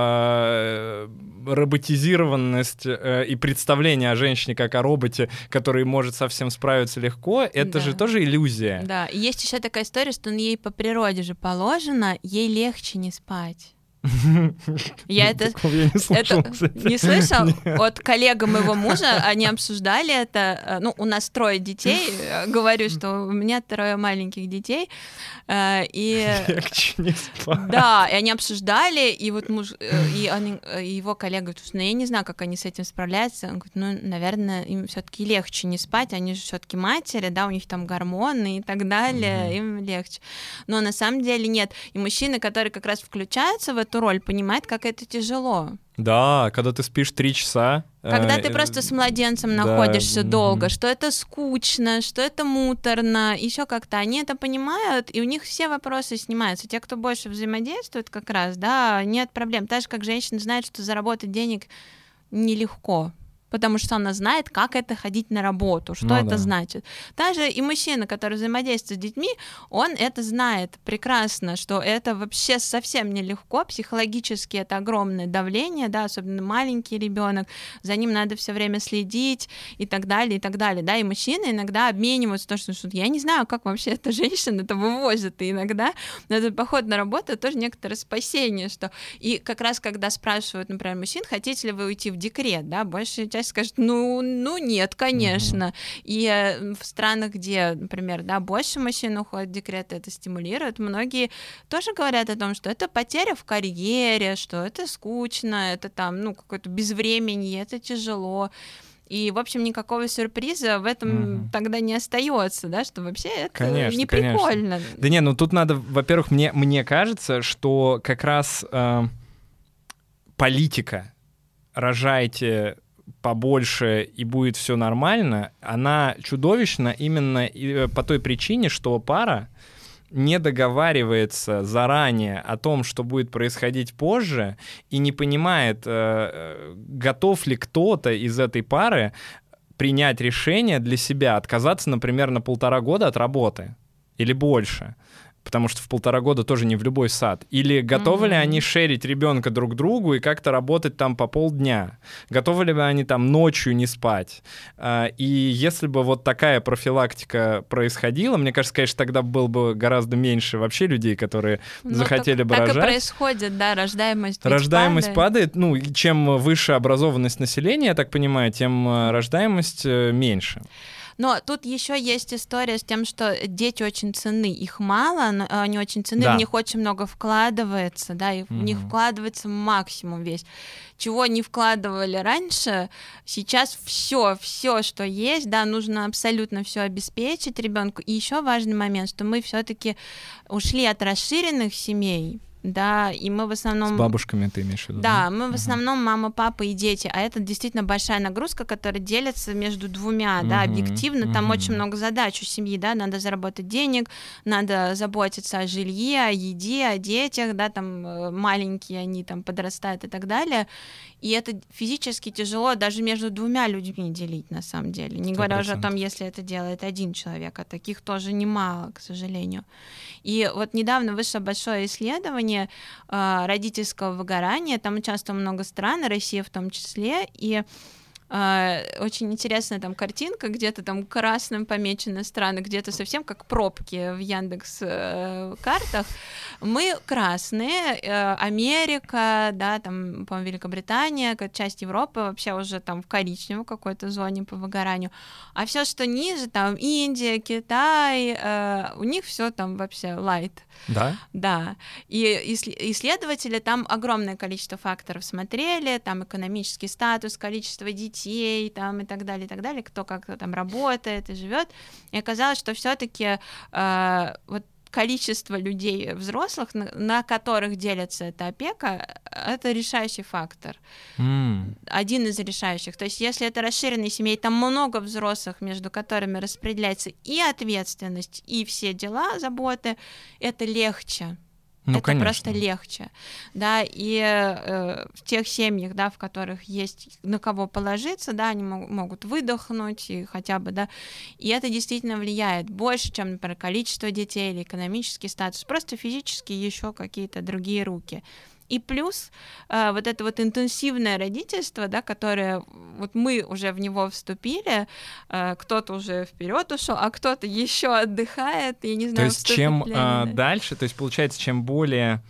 [SPEAKER 1] э, роботизированность э, и представление о женщине как о роботе, который может совсем справиться легко. Это да. же тоже иллюзия.
[SPEAKER 2] Да, и есть еще такая история, что ей по природе же положено, ей легче не спать. Я это,
[SPEAKER 1] я не слышал,
[SPEAKER 2] это не слышал. От коллега моего мужа, они обсуждали это. Ну, у нас трое детей. Говорю, что у меня трое маленьких детей. И
[SPEAKER 1] легче не спать.
[SPEAKER 2] Да, и они обсуждали, и вот муж, и, они, и его коллега говорит, ну я не знаю, как они с этим справляются. Он говорит, ну, наверное, им все-таки легче не спать. Они же все-таки матери, да, у них там гормоны и так далее, mm-hmm. им легче. Но на самом деле нет. И мужчины, которые как раз включаются в эту роль, понимают, как это тяжело.
[SPEAKER 1] Да, когда ты спишь три часа.
[SPEAKER 2] Когда
[SPEAKER 1] э,
[SPEAKER 2] ты просто с младенцем
[SPEAKER 1] да,
[SPEAKER 2] находишься
[SPEAKER 1] mm-hmm.
[SPEAKER 2] долго, что это скучно, что это муторно, еще как-то они это понимают, и у них все вопросы снимаются. Те, кто больше взаимодействует как раз, да, нет проблем. Так же, как женщина знает, что заработать денег нелегко. Потому что она знает, как это ходить на работу, что ну, это да. значит. Даже и мужчина, который взаимодействует с детьми, он это знает прекрасно, что это вообще совсем нелегко, психологически это огромное давление, да, особенно маленький ребенок, за ним надо все время следить и так далее, и так далее, да, и мужчины иногда обмениваются то, что, что я не знаю, как вообще эта женщина это вывозит, и иногда этот поход на работу тоже некоторое спасение, что и как раз когда спрашивают, например, мужчин, хотите ли вы уйти в декрет, да, большая часть скажет, ну, ну нет, конечно. Uh-huh. И э, в странах, где, например, да, больше мужчин уходят в декрет, это стимулирует, многие тоже говорят о том, что это потеря в карьере, что это скучно, это там, ну, какое-то безвременье, это тяжело. И, в общем, никакого сюрприза в этом uh-huh. тогда не остается, да, что вообще это конечно, не прикольно.
[SPEAKER 1] Конечно. Да не, ну тут надо, во-первых, мне, мне кажется, что как раз э, политика «рожайте побольше и будет все нормально», она чудовищна именно по той причине, что пара не договаривается заранее о том, что будет происходить позже, и не понимает, э, готов ли кто-то из этой пары принять решение для себя, отказаться, например, на полтора года от работы или больше, потому что в полтора года тоже не в любой сад. Или готовы mm-hmm. ли они шерить ребенка друг другу и как-то работать там по полдня? Готовы ли они там ночью не спать? И если бы вот такая профилактика происходила, мне кажется, конечно, тогда было бы гораздо меньше вообще людей, которые ну, захотели
[SPEAKER 2] так,
[SPEAKER 1] бы
[SPEAKER 2] так
[SPEAKER 1] рожать.
[SPEAKER 2] Так и происходит, да, рождаемость
[SPEAKER 1] Рождаемость
[SPEAKER 2] падает.
[SPEAKER 1] падает. Ну, чем выше образованность населения, я так понимаю, тем рождаемость меньше.
[SPEAKER 2] Но тут еще есть история с тем, что дети очень ценны, их мало, но они очень ценны,
[SPEAKER 1] да.
[SPEAKER 2] в них очень много вкладывается, да, и в
[SPEAKER 1] угу.
[SPEAKER 2] них вкладывается максимум весь. Чего не вкладывали раньше, сейчас все, все, что есть, да, нужно абсолютно все обеспечить ребенку. И еще важный момент, что мы все-таки ушли от расширенных семей. Да, и мы в основном...
[SPEAKER 1] С бабушками ты имеешь в виду?
[SPEAKER 2] Да, мы в основном мама, папа и дети, а это действительно большая нагрузка, которая делится между двумя, uh-huh, да, объективно, uh-huh. там очень много задач у семьи, да, надо заработать денег, надо заботиться о жилье, о еде, о детях, да, там маленькие они там подрастают и так далее, и это физически тяжело даже между двумя людьми делить, на самом деле, не сто процентов. Говоря уже о том, если это делает один человек, а таких тоже немало, к сожалению. И вот недавно вышло большое исследование э, родительского выгорания, там участвовало много стран, Россия в том числе, и э, очень интересная там картинка, где-то там красным помечены страны, где-то совсем как пробки в Яндекс э, картах. Мы красные, э, Америка, да, там, по-моему, Великобритания, часть Европы вообще уже там в коричневой какой-то зоне по выгоранию, а все, что ниже, там Индия, Китай, э, у них все там вообще light.
[SPEAKER 1] Да?
[SPEAKER 2] Да. И исследователи там огромное количество факторов смотрели, там экономический статус, количество детей, там и так далее, и так далее, кто как там работает и живет. И оказалось, что все-таки э, вот количество людей взрослых, на, на которых делится эта опека, это решающий фактор. Mm. Один из решающих. То есть если это расширенная семья, там много взрослых, между которыми распределяется и ответственность, и все дела, заботы, это легче. Ну, это конечно. Просто легче, да, и э, в тех семьях, да, в которых есть на кого положиться, да, они мог, могут выдохнуть и хотя бы, да, и это действительно влияет больше, чем, например, количество детей или экономический статус, просто физически еще какие-то другие руки. И плюс э, вот это вот интенсивное родительство, да, которое вот мы уже в него вступили, э, кто-то уже вперед ушел, а кто-то еще отдыхает, я не знаю.
[SPEAKER 1] То есть чем э, дальше, то есть получается, чем более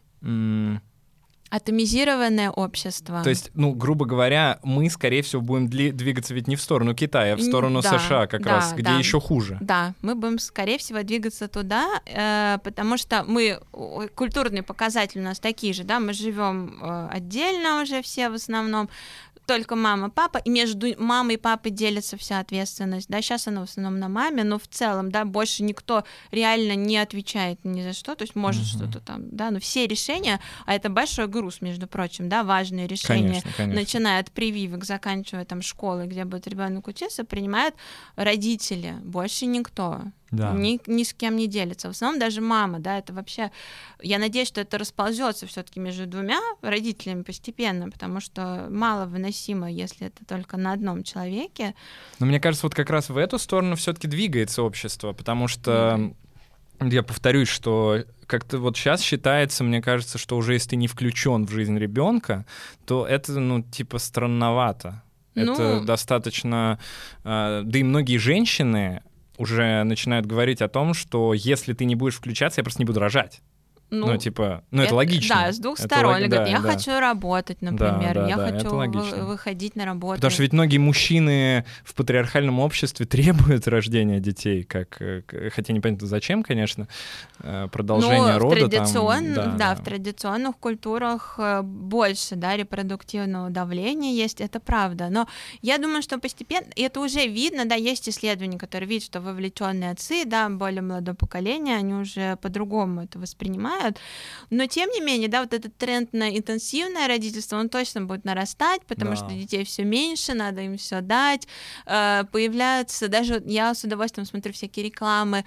[SPEAKER 1] м-
[SPEAKER 2] атомизированное общество.
[SPEAKER 1] То есть, ну, грубо говоря, мы, скорее всего, будем дли- двигаться ведь не в сторону Китая, а в сторону
[SPEAKER 2] да,
[SPEAKER 1] США как
[SPEAKER 2] да,
[SPEAKER 1] раз, где
[SPEAKER 2] да.
[SPEAKER 1] еще хуже.
[SPEAKER 2] Да, мы будем, скорее всего, двигаться туда, э, потому что мы, культурные показатели у нас такие же, да, мы живем э, отдельно уже все в основном, только мама, папа, и между мамой и папой делится вся ответственность, да, сейчас она в основном на маме, но в целом, да, больше никто реально не отвечает ни за что, то есть может uh-huh. что-то там, да, но все решения, а это большой груз, между прочим, да, важные решения,
[SPEAKER 1] конечно, конечно.
[SPEAKER 2] начиная от прививок, заканчивая там школой, где будет ребенок учиться, принимают родители, больше никто. Да. Ни, ни с кем не делится. В основном даже мама, да, это вообще... Я надеюсь, что это расползется все-таки между двумя родителями постепенно, потому что мало выносимо, если это только на одном человеке.
[SPEAKER 1] Но мне кажется, вот как раз в эту сторону все-таки двигается общество, потому что... Mm-hmm. Я повторюсь, что как-то вот сейчас считается, мне кажется, что уже если ты не включен в жизнь ребенка, то это, ну, типа, странновато. Ну... Это достаточно... Да и многие женщины уже начинают говорить о том, что если ты не будешь включаться, я просто не буду рожать. Ну, ну типа, ну это, это логично.
[SPEAKER 2] Да, с двух сторон.
[SPEAKER 1] Это,
[SPEAKER 2] говорит,
[SPEAKER 1] да,
[SPEAKER 2] я
[SPEAKER 1] да.
[SPEAKER 2] хочу работать, например,
[SPEAKER 1] да, да,
[SPEAKER 2] я
[SPEAKER 1] да,
[SPEAKER 2] хочу вы, выходить на работу.
[SPEAKER 1] Потому что ведь многие мужчины в патриархальном обществе требуют рождения детей, как, хотя непонятно зачем, конечно, продолжение
[SPEAKER 2] ну,
[SPEAKER 1] рода.
[SPEAKER 2] В традицион...
[SPEAKER 1] там, да,
[SPEAKER 2] да,
[SPEAKER 1] да,
[SPEAKER 2] в традиционных культурах больше, да, репродуктивного давления есть, это правда. Но я думаю, что постепенно, и это уже видно, да, есть исследования, которые видят, что вовлеченные отцы, да, более молодое поколение, они уже по-другому это воспринимают. Но, тем не менее, да, вот этот тренд на интенсивное родительство, он точно будет нарастать, потому да. что детей все меньше, надо им все дать. Появляются, даже я с удовольствием смотрю всякие рекламы,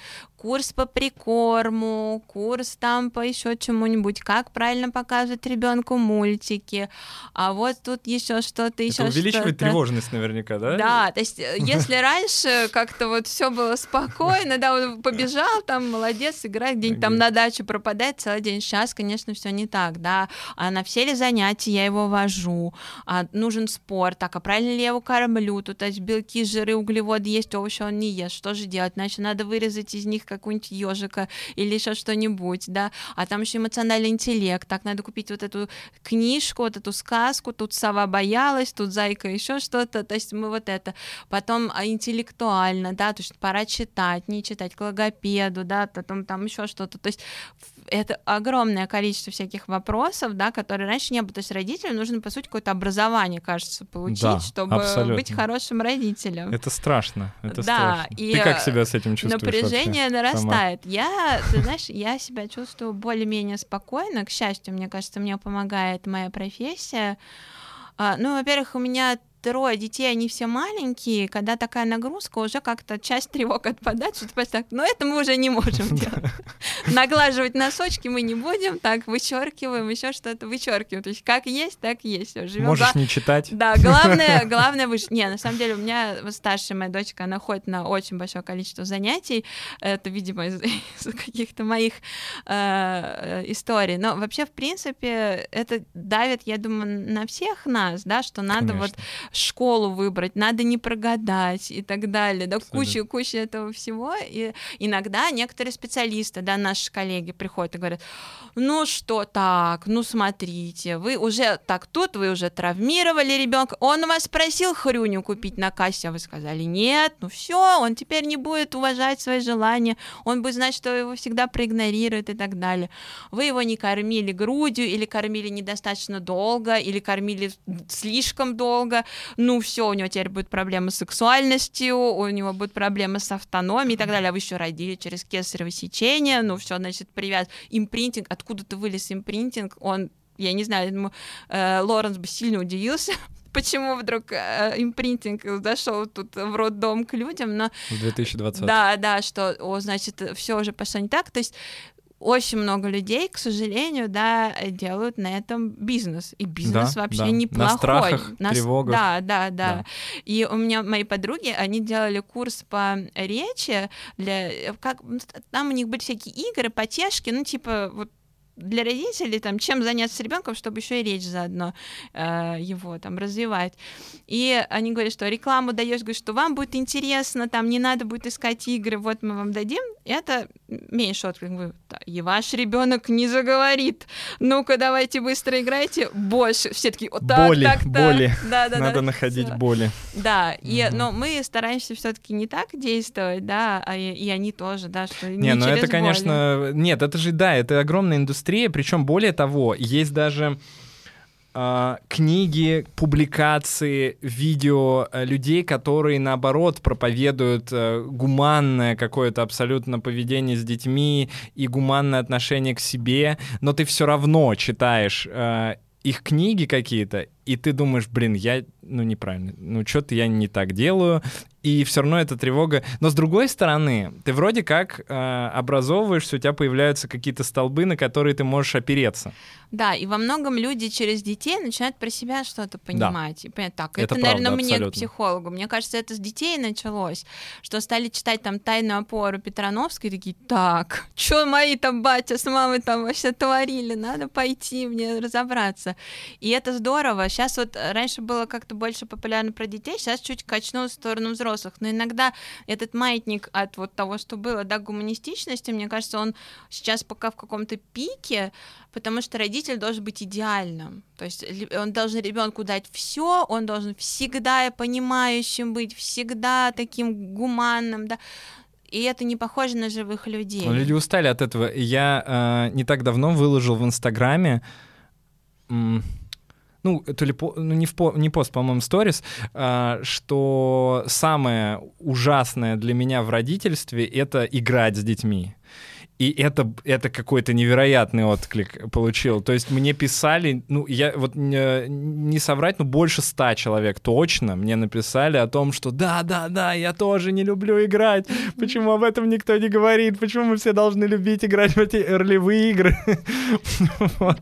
[SPEAKER 2] курс по прикорму, курс там по еще чему-нибудь, как правильно показывать ребенку мультики, а вот тут еще что-то, еще что-то.
[SPEAKER 1] Это увеличивает тревожность наверняка, да?
[SPEAKER 2] Да, то есть если раньше как-то вот все было спокойно, да, он побежал, там, молодец, играет, где-нибудь там на даче пропадает целый день, сейчас, конечно, все не так, да, а на все ли занятия я его вожу, а нужен спорт, так, а правильно ли я его кормлю, тут, то есть белки, жиры, углеводы есть, овощи он не ест, что же делать, значит, надо вырезать из них какую-нибудь ежика или еще что-нибудь, да, а там еще эмоциональный интеллект, так, надо купить вот эту книжку, вот эту сказку, тут сова боялась, тут зайка еще что-то, то есть мы вот это, потом интеллектуально, да, то есть пора читать, не читать, к логопеду, да, потом там еще что-то, то есть это огромное количество всяких вопросов, да, которые раньше не было, то есть родителям нужно, по сути, какое-то образование, кажется, получить, да, чтобы абсолютно. Быть хорошим родителем.
[SPEAKER 1] Это страшно, это
[SPEAKER 2] да,
[SPEAKER 1] страшно.
[SPEAKER 2] И
[SPEAKER 1] ты как себя с этим чувствуешь?
[SPEAKER 2] Напряжение
[SPEAKER 1] вообще
[SPEAKER 2] нарастает.
[SPEAKER 1] Сама?
[SPEAKER 2] Я, ты знаешь, я себя чувствую более-менее спокойно, к счастью, мне кажется, мне помогает моя профессия. Ну, во-первых, у меня трое детей, они все маленькие, когда такая нагрузка, уже как-то часть тревог отпадает, что-то так, но это мы уже не можем делать. Наглаживать носочки мы не будем, так, вычеркиваем, еще что-то вычеркиваем. То есть как есть, так есть. Живем.
[SPEAKER 1] Можешь не читать.
[SPEAKER 2] Да, главное, главное выжить. Не, на самом деле у меня старшая моя дочка, она ходит на очень большое количество занятий, это, видимо, из, из каких-то моих э, историй, но вообще, в принципе, это давит, я думаю, на всех нас, да, что надо Конечно. вот школу выбрать, надо не прогадать и так далее, да, куча-куча этого всего, и иногда некоторые специалисты, да, наши коллеги приходят и говорят, ну что так, ну смотрите, вы уже так тут, вы уже травмировали ребенка, он у вас просил хрюню купить на кассе, а вы сказали нет, ну все, он теперь не будет уважать свои желания, он будет знать, что его всегда проигнорируют и так далее. Вы его не кормили грудью, или кормили недостаточно долго, или кормили слишком долго, ну все, у него теперь будет проблемы с сексуальностью, у него будут проблемы с автономией и так далее, а вы еще родили через кесарево сечение, ну все, значит, привяз, импринтинг, откуда-то вылез импринтинг, он, я не знаю, ему, э, Лоренс бы сильно удивился, почему вдруг э, импринтинг зашел тут в роддом к людям, но...
[SPEAKER 1] В две тысячи двадцатом.
[SPEAKER 2] Да, да, что, о, значит, все уже пошло не так, то есть очень много людей, к сожалению, да, делают на этом бизнес. И бизнес да, вообще
[SPEAKER 1] да.
[SPEAKER 2] неплохой.
[SPEAKER 1] На страхах, на... тревогах.
[SPEAKER 2] Да, да, да, да. И у меня мои подруги, они делали курс по речи, для... как... там у них были всякие игры, потешки, ну, типа, вот для родителей, там, чем заняться с ребенком, чтобы еще и речь заодно э, его там развивать. И они говорят, что рекламу даешь, говорят, что вам будет интересно, там не надо будет искать игры, вот мы вам дадим. Это меньше отклик. И ваш ребенок не заговорит. Ну-ка, давайте быстро играйте. Больше. Все такие, вот так,
[SPEAKER 1] боли,
[SPEAKER 2] так, так.
[SPEAKER 1] боли.
[SPEAKER 2] Да, да,
[SPEAKER 1] надо
[SPEAKER 2] да,
[SPEAKER 1] находить
[SPEAKER 2] всё.
[SPEAKER 1] боли.
[SPEAKER 2] Да, и,
[SPEAKER 1] угу.
[SPEAKER 2] но мы стараемся все-таки не так действовать, да, а и, и они тоже, да, что не,
[SPEAKER 1] не ну
[SPEAKER 2] через
[SPEAKER 1] это, конечно,
[SPEAKER 2] боли.
[SPEAKER 1] Нет, это же, да, это огромная индустрия, причем более того, есть даже э, книги, публикации, видео э, людей, которые, наоборот, проповедуют э, гуманное какое-то абсолютно поведение с детьми и гуманное отношение к себе, но ты все равно читаешь э, их книги какие-то, и ты думаешь, блин, я, ну, неправильно, ну, что-то я не так делаю, и все равно это тревога. Но с другой стороны, ты вроде как э, образовываешься, у тебя появляются какие-то столбы, на которые ты можешь опереться.
[SPEAKER 2] Да, и во многом люди через детей начинают про себя что-то понимать. Да. И понять, так, это,
[SPEAKER 1] это
[SPEAKER 2] наверное,
[SPEAKER 1] правда,
[SPEAKER 2] мне
[SPEAKER 1] абсолютно.
[SPEAKER 2] К психологу. Мне кажется, это с детей началось, что стали читать там «Тайную опору» Петрановской, и такие, так, что мои там батя с мамой там вообще творили, надо пойти мне разобраться. И это здорово. Сейчас вот раньше было как-то больше популярно про детей, сейчас чуть качнулось в сторону взрослых. Но иногда этот маятник от вот того, что было, да, гуманистичности, мне кажется, он сейчас пока в каком-то пике, потому что родитель должен быть идеальным. То есть он должен ребенку дать все, он должен всегда понимающим быть, всегда таким гуманным, да. И это не похоже на живых людей.
[SPEAKER 1] Люди устали от этого. Я э, не так давно выложил в Инстаграме, м- ну, то ли по, ну, не, в по, не пост, по-моему, сторис, э, что самое ужасное для меня в родительстве — это играть с детьми. И это, это какой-то невероятный отклик получил. То есть мне писали, ну, я вот не, не соврать, но больше ста человек точно мне написали о том, что да-да-да, я тоже не люблю играть. Почему об этом никто не говорит? Почему мы все должны любить играть в эти эрлевые игры? Вот.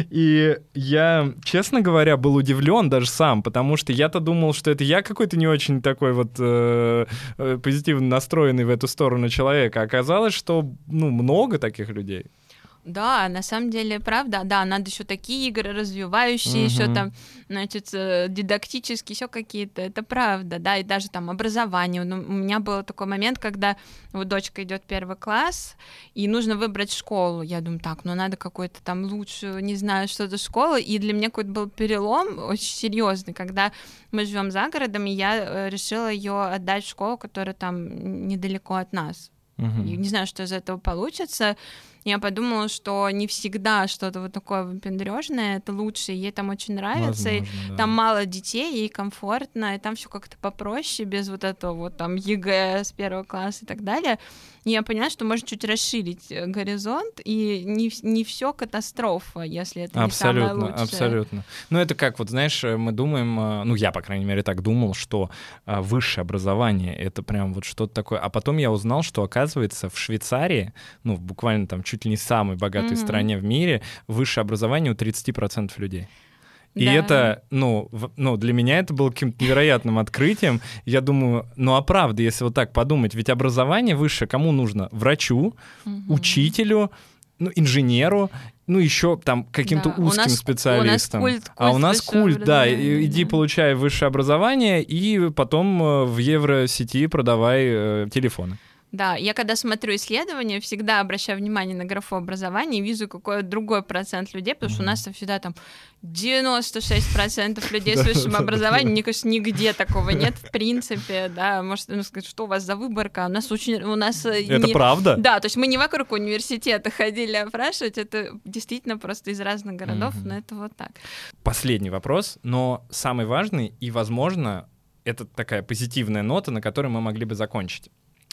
[SPEAKER 1] И я, честно говоря, был удивлен даже сам, потому что я-то думал, что это я какой-то не очень такой вот э, позитивно настроенный в эту сторону человек. А оказалось, что, ну, много таких людей.
[SPEAKER 2] Да, на самом деле, правда, да, надо еще такие игры развивающие,
[SPEAKER 1] Мгм.
[SPEAKER 2] еще там, значит, э, дидактические, еще какие-то, это правда, да, и даже там образование. Ну, у меня был такой момент, когда вот дочка идет первый класс, и нужно выбрать школу. Я думаю, так, ну надо какую-то там лучшую, не знаю, что за школа, и для меня какой-то был перелом очень серьезный, когда мы живем за городом, и я э, решила ее отдать в школу, которая там недалеко от нас.
[SPEAKER 1] Мгм.
[SPEAKER 2] И не знаю, что из этого получится. Я подумала, что не всегда что-то вот такое выпендрёжное это лучше, ей там очень нравится, и
[SPEAKER 1] Возможно, да.
[SPEAKER 2] там мало детей, ей комфортно, и там все как-то попроще, без вот этого вот там ЕГЭ с первого класса и так далее. И я поняла, что можно чуть расширить э, горизонт, и не, вс- не все катастрофа, если это не самое
[SPEAKER 1] Абсолютно,
[SPEAKER 2] лучшее.
[SPEAKER 1] абсолютно. Ну, это как, вот, знаешь, э, мы думаем, э, ну, я, по крайней мере, так думал, что э, высшее образование — это прям вот что-то такое. А потом я узнал, что, оказывается, в Швейцарии, ну, буквально там чуть ли не самой богатой
[SPEAKER 2] Мгм.
[SPEAKER 1] стране в мире, высшее образование у тридцать процентов людей. И
[SPEAKER 2] Да.
[SPEAKER 1] это, ну, в- ну, для меня это было каким-то невероятным открытием. Я думаю, ну, а правда, если вот так подумать, ведь образование высшее кому нужно? Врачу,
[SPEAKER 2] Мгм.
[SPEAKER 1] учителю, ну, инженеру, ну, еще там каким-то
[SPEAKER 2] Да, у
[SPEAKER 1] узким
[SPEAKER 2] нас-
[SPEAKER 1] специалистам.
[SPEAKER 2] у нас культ-
[SPEAKER 1] а у
[SPEAKER 2] культ
[SPEAKER 1] нас
[SPEAKER 2] высшего
[SPEAKER 1] культ, да, и-
[SPEAKER 2] образования,
[SPEAKER 1] иди
[SPEAKER 2] да.
[SPEAKER 1] получай высшее образование и потом э, в евросети продавай э, телефоны.
[SPEAKER 2] Да, я когда смотрю исследования, всегда обращаю внимание на графу образования и вижу, какой другой процент людей, потому что у нас там всегда там девяносто шесть процентов людей с высшим образованием, мне кажется, нигде такого нет, в принципе, да, может, ну, сказать, что у вас за выборка, у нас очень, у нас... э,
[SPEAKER 1] Это
[SPEAKER 2] не-
[SPEAKER 1] правда?
[SPEAKER 2] Да, то есть мы не вокруг университета ходили опрашивать, это действительно просто из разных городов,
[SPEAKER 1] Мгм.
[SPEAKER 2] но это вот так.
[SPEAKER 1] Последний вопрос, но самый важный, и, возможно, это такая позитивная нота, на которой мы могли бы закончить.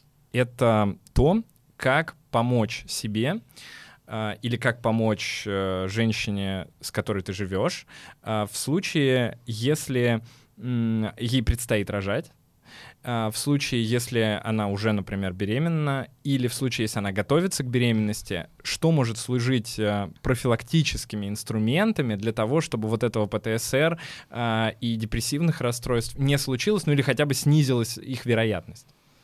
[SPEAKER 1] Это то, как помочь себе э, или как помочь э, женщине, с которой ты живешь, э, в случае, если м, ей предстоит рожать, э, в случае, если она уже, например, беременна, или в случае, если она готовится к беременности, что может служить э, профилактическими инструментами для того, чтобы вот этого ПТСР э, и депрессивных расстройств не случилось, ну или хотя бы снизилась их вероятность.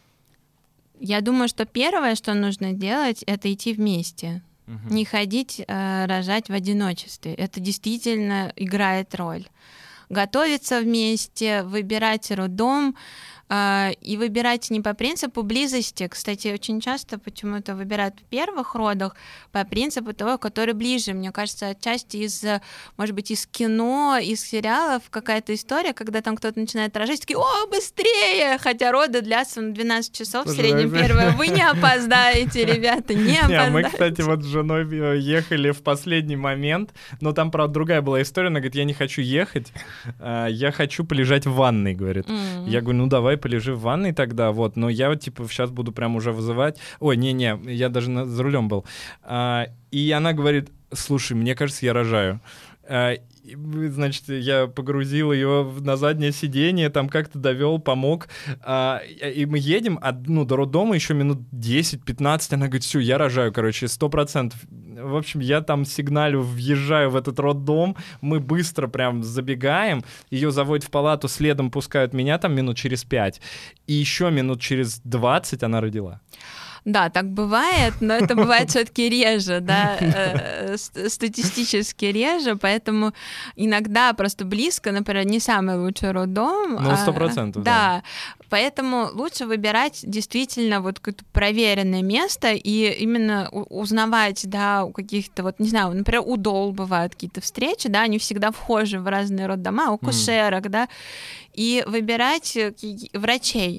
[SPEAKER 2] Я думаю, что первое, что нужно делать, это идти вместе.
[SPEAKER 1] Мгм.
[SPEAKER 2] Не ходить э, рожать в одиночестве. Это действительно играет роль. Готовиться вместе, выбирать роддом э, и выбирать не по принципу близости. Кстати, очень часто почему-то выбирают в первых родах по принципу того, который ближе. Мне кажется, отчасти из, э, может быть, из кино, из сериалов какая-то история, когда там кто-то начинает рожать, такие: о, быстрее! Хотя роды длятся на двенадцать часов, в
[SPEAKER 1] Слушай,
[SPEAKER 2] среднем
[SPEAKER 1] вообще-
[SPEAKER 2] первое. Вы не опоздаете, ребята, не
[SPEAKER 1] Не,
[SPEAKER 2] опоздаете.
[SPEAKER 1] мы, кстати, вот с женой э, ехали в последний момент, но там, правда, другая была история. Она говорит, я не хочу ехать, а, я хочу полежать в ванной, говорит.
[SPEAKER 2] М.
[SPEAKER 1] Я говорю, ну давай полежи в ванной тогда, вот, но я вот, типа, сейчас буду прям уже вызывать. Ой, не-не, я даже на- за рулем был. А, и она говорит, слушай, мне кажется, я рожаю. А, и, значит, я погрузил ее на заднее сиденье, там как-то довел, помог. А, и мы едем, а, ну, до роддома еще минут десять-пятнадцать. Она говорит, все, я рожаю, короче, сто процентов. В общем, я там сигналю, въезжаю в этот роддом, мы быстро прям забегаем, ее заводят в палату, следом пускают меня там минут через пять, и еще минут через двадцать она родила.
[SPEAKER 2] Да, так бывает, но это бывает все-таки реже, да, э, ст- статистически реже, поэтому иногда просто близко, например, не самый лучший роддом.
[SPEAKER 1] Ну, сто
[SPEAKER 2] а,
[SPEAKER 1] процентов,
[SPEAKER 2] Да, поэтому лучше выбирать действительно вот какое-то проверенное место и именно у- узнавать, да, у каких-то, вот, не знаю, например, у Дол бывают какие-то встречи, да, они всегда вхожи в разные роддома, у кушерок, да, и выбирать э, ки- врачей,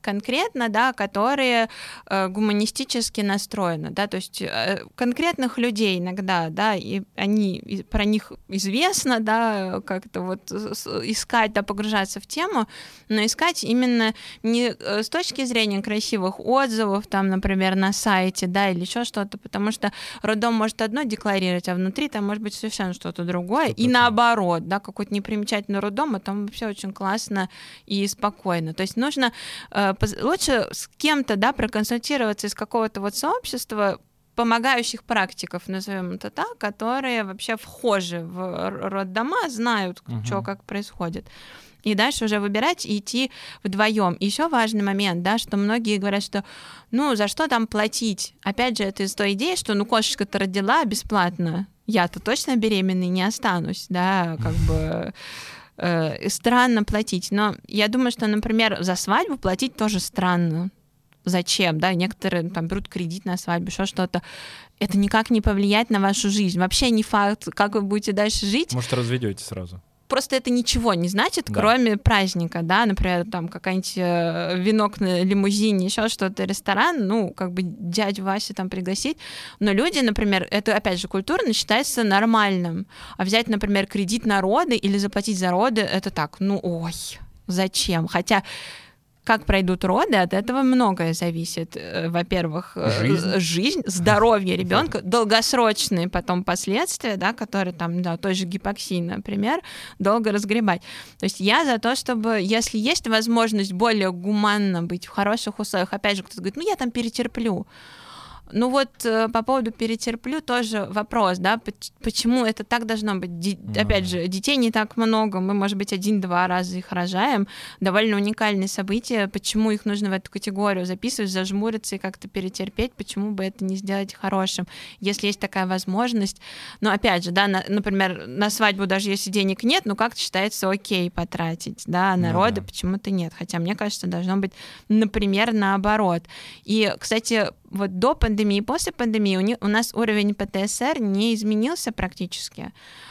[SPEAKER 2] конкретно, да, которые э, гуманистически настроены, да, то есть э, конкретных людей иногда, да, и они, и про них известно, да, как-то вот искать, да, погружаться в тему, но искать именно не с точки зрения красивых отзывов, там, например, на сайте, да, или еще что-то, потому что роддом может одно декларировать, а внутри там может быть совершенно что-то другое, сто процентов. И наоборот, да, какой-то непримечательный роддом, а там все очень классно и спокойно. То есть нужно э, лучше с кем-то, да, проконсультироваться из какого-то вот сообщества, помогающих практиков, назовем это так, которые вообще вхожи в роддома, знают, угу. что как происходит. И дальше уже выбирать и идти вдвоем. Еще важный момент, да, что многие говорят, что ну, за что там платить? Опять же, это из той идеи, что ну, кошечка-то родила бесплатно, я-то точно беременной не останусь, да, как бы э, странно платить. Но я думаю, что, например, за свадьбу платить тоже странно. Зачем, да, некоторые там берут кредит на свадьбу, еще что-то. Это никак не повлияет на вашу жизнь. Вообще не факт, как вы будете дальше жить.
[SPEAKER 1] Может, разведете сразу.
[SPEAKER 2] Просто это ничего не значит, да. Кроме праздника, да, например, там какая-нибудь э, венок на лимузине, еще что-то, ресторан, ну, как бы дядю Васю там пригласить, но люди, например, это, опять же, культурно считается нормальным, а взять, например, кредит на роды или заплатить за роды, это так, ну, ой, зачем? Хотя как пройдут роды, от этого многое зависит. Во-первых, жизнь, жизнь здоровье ребенка, долгосрочные потом последствия, да, которые там, да, той же гипоксии, например, долго разгребать. То есть я за то, чтобы, если есть возможность более гуманно быть в хороших условиях, опять же, кто-то говорит, ну я там перетерплю. Ну вот по поводу перетерплю тоже вопрос, да, почему это так должно быть? Ди- mm-hmm. Опять же, детей не так много, мы, может быть, один-два раза их рожаем, довольно уникальные события, почему их нужно в эту категорию записывать, зажмуриться и как-то перетерпеть, почему бы это не сделать хорошим, если есть такая возможность. Но опять же, да, на, например, на свадьбу даже если денег нет, ну как-то считается окей потратить, да, на роды mm-hmm. почему-то нет, хотя мне кажется, должно быть, например, наоборот. И, кстати, вот до пандемии и после пандемии у, не, у нас уровень ПТСР не изменился практически.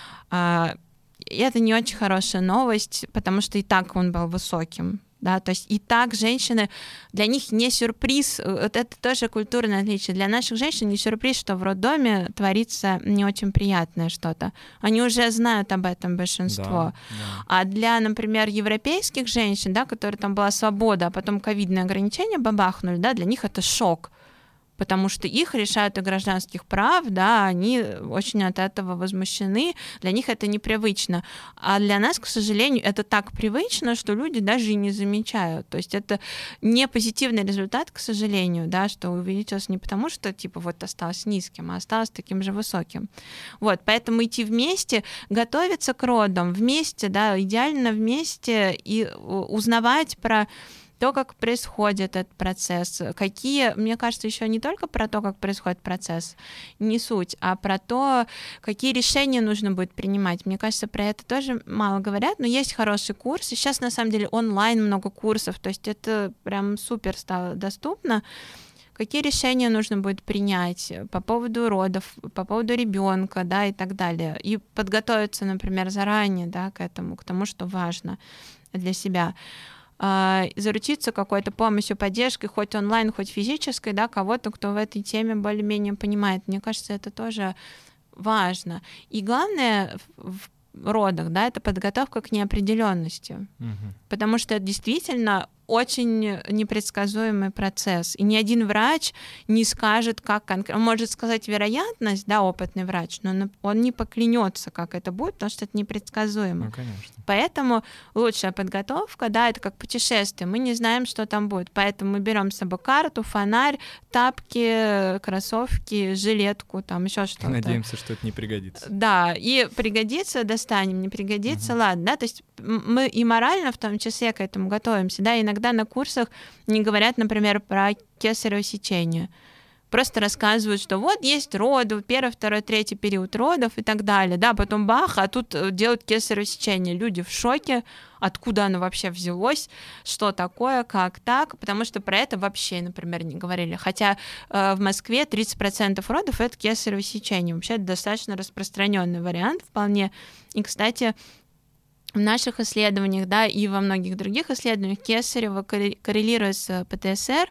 [SPEAKER 2] А, и это не очень хорошая новость, потому что и так он был высоким. Да, то есть и так женщины, для них не сюрприз, вот это тоже культурное отличие, для наших женщин не сюрприз, что в роддоме творится не очень приятное что-то. Они уже знают об этом большинство. Да, да. А для, например, европейских женщин, да, которые там была свобода, а потом ковидные ограничения бабахнули, да, для них это шок. Потому что их лишают и гражданских прав, да, они очень от этого возмущены, для них это непривычно. А для нас, к сожалению, это так привычно, что люди даже и не замечают. То есть это не позитивный результат, к сожалению, да, что увеличилось не потому, что типа вот осталось низким, а осталось таким же высоким. Вот, поэтому идти вместе, готовиться к родам вместе, да, идеально вместе и узнавать про то, как происходит этот процесс, какие, мне кажется, еще не только про то, как происходит процесс, не суть, а про то, какие решения нужно будет принимать. Мне кажется, про это тоже мало говорят, но есть хороший курс, и сейчас, на самом деле, онлайн много курсов, то есть это прям супер стало доступно. Какие решения нужно будет принять по поводу родов, по поводу ребенка, да, и так далее. И подготовиться, например, заранее, да, к этому, к тому, что важно для себя. Заручиться какой-то помощью, поддержкой, хоть онлайн, хоть физической, да, кого-то, кто в этой теме более-менее понимает. Мне кажется, это тоже важно. И главное в родах, да, это подготовка к неопределенности, угу. Потому что это действительно очень непредсказуемый процесс. И ни один врач не скажет, как конкретно. Он может сказать вероятность, да, опытный врач, но он не поклянется, как это будет, потому что это непредсказуемо.
[SPEAKER 1] Ну, конечно.
[SPEAKER 2] Поэтому лучшая подготовка, да, это как путешествие. Мы не знаем, что там будет. Поэтому мы берем с собой карту, фонарь, тапки, кроссовки, жилетку, там еще что-то.
[SPEAKER 1] Надеемся, что это не пригодится.
[SPEAKER 2] Да, и пригодится, достанем, не пригодится, угу. Ладно, да, то есть мы и морально в том числе к этому готовимся, да, иногда на курсах не говорят, например, про кесарево сечение. Просто рассказывают, что вот есть роды, первый, второй, третий период родов и так далее. Да, потом бах, а тут делают кесарево сечение. Люди в шоке, откуда оно вообще взялось, что такое, как так, потому что про это вообще, например, не говорили. Хотя э, в Москве тридцать процентов родов — это кесарево сечение. Вообще это достаточно распространенный вариант вполне. И, кстати, в наших исследованиях, да, и во многих других исследованиях кесарево коррелирует с ПТСР,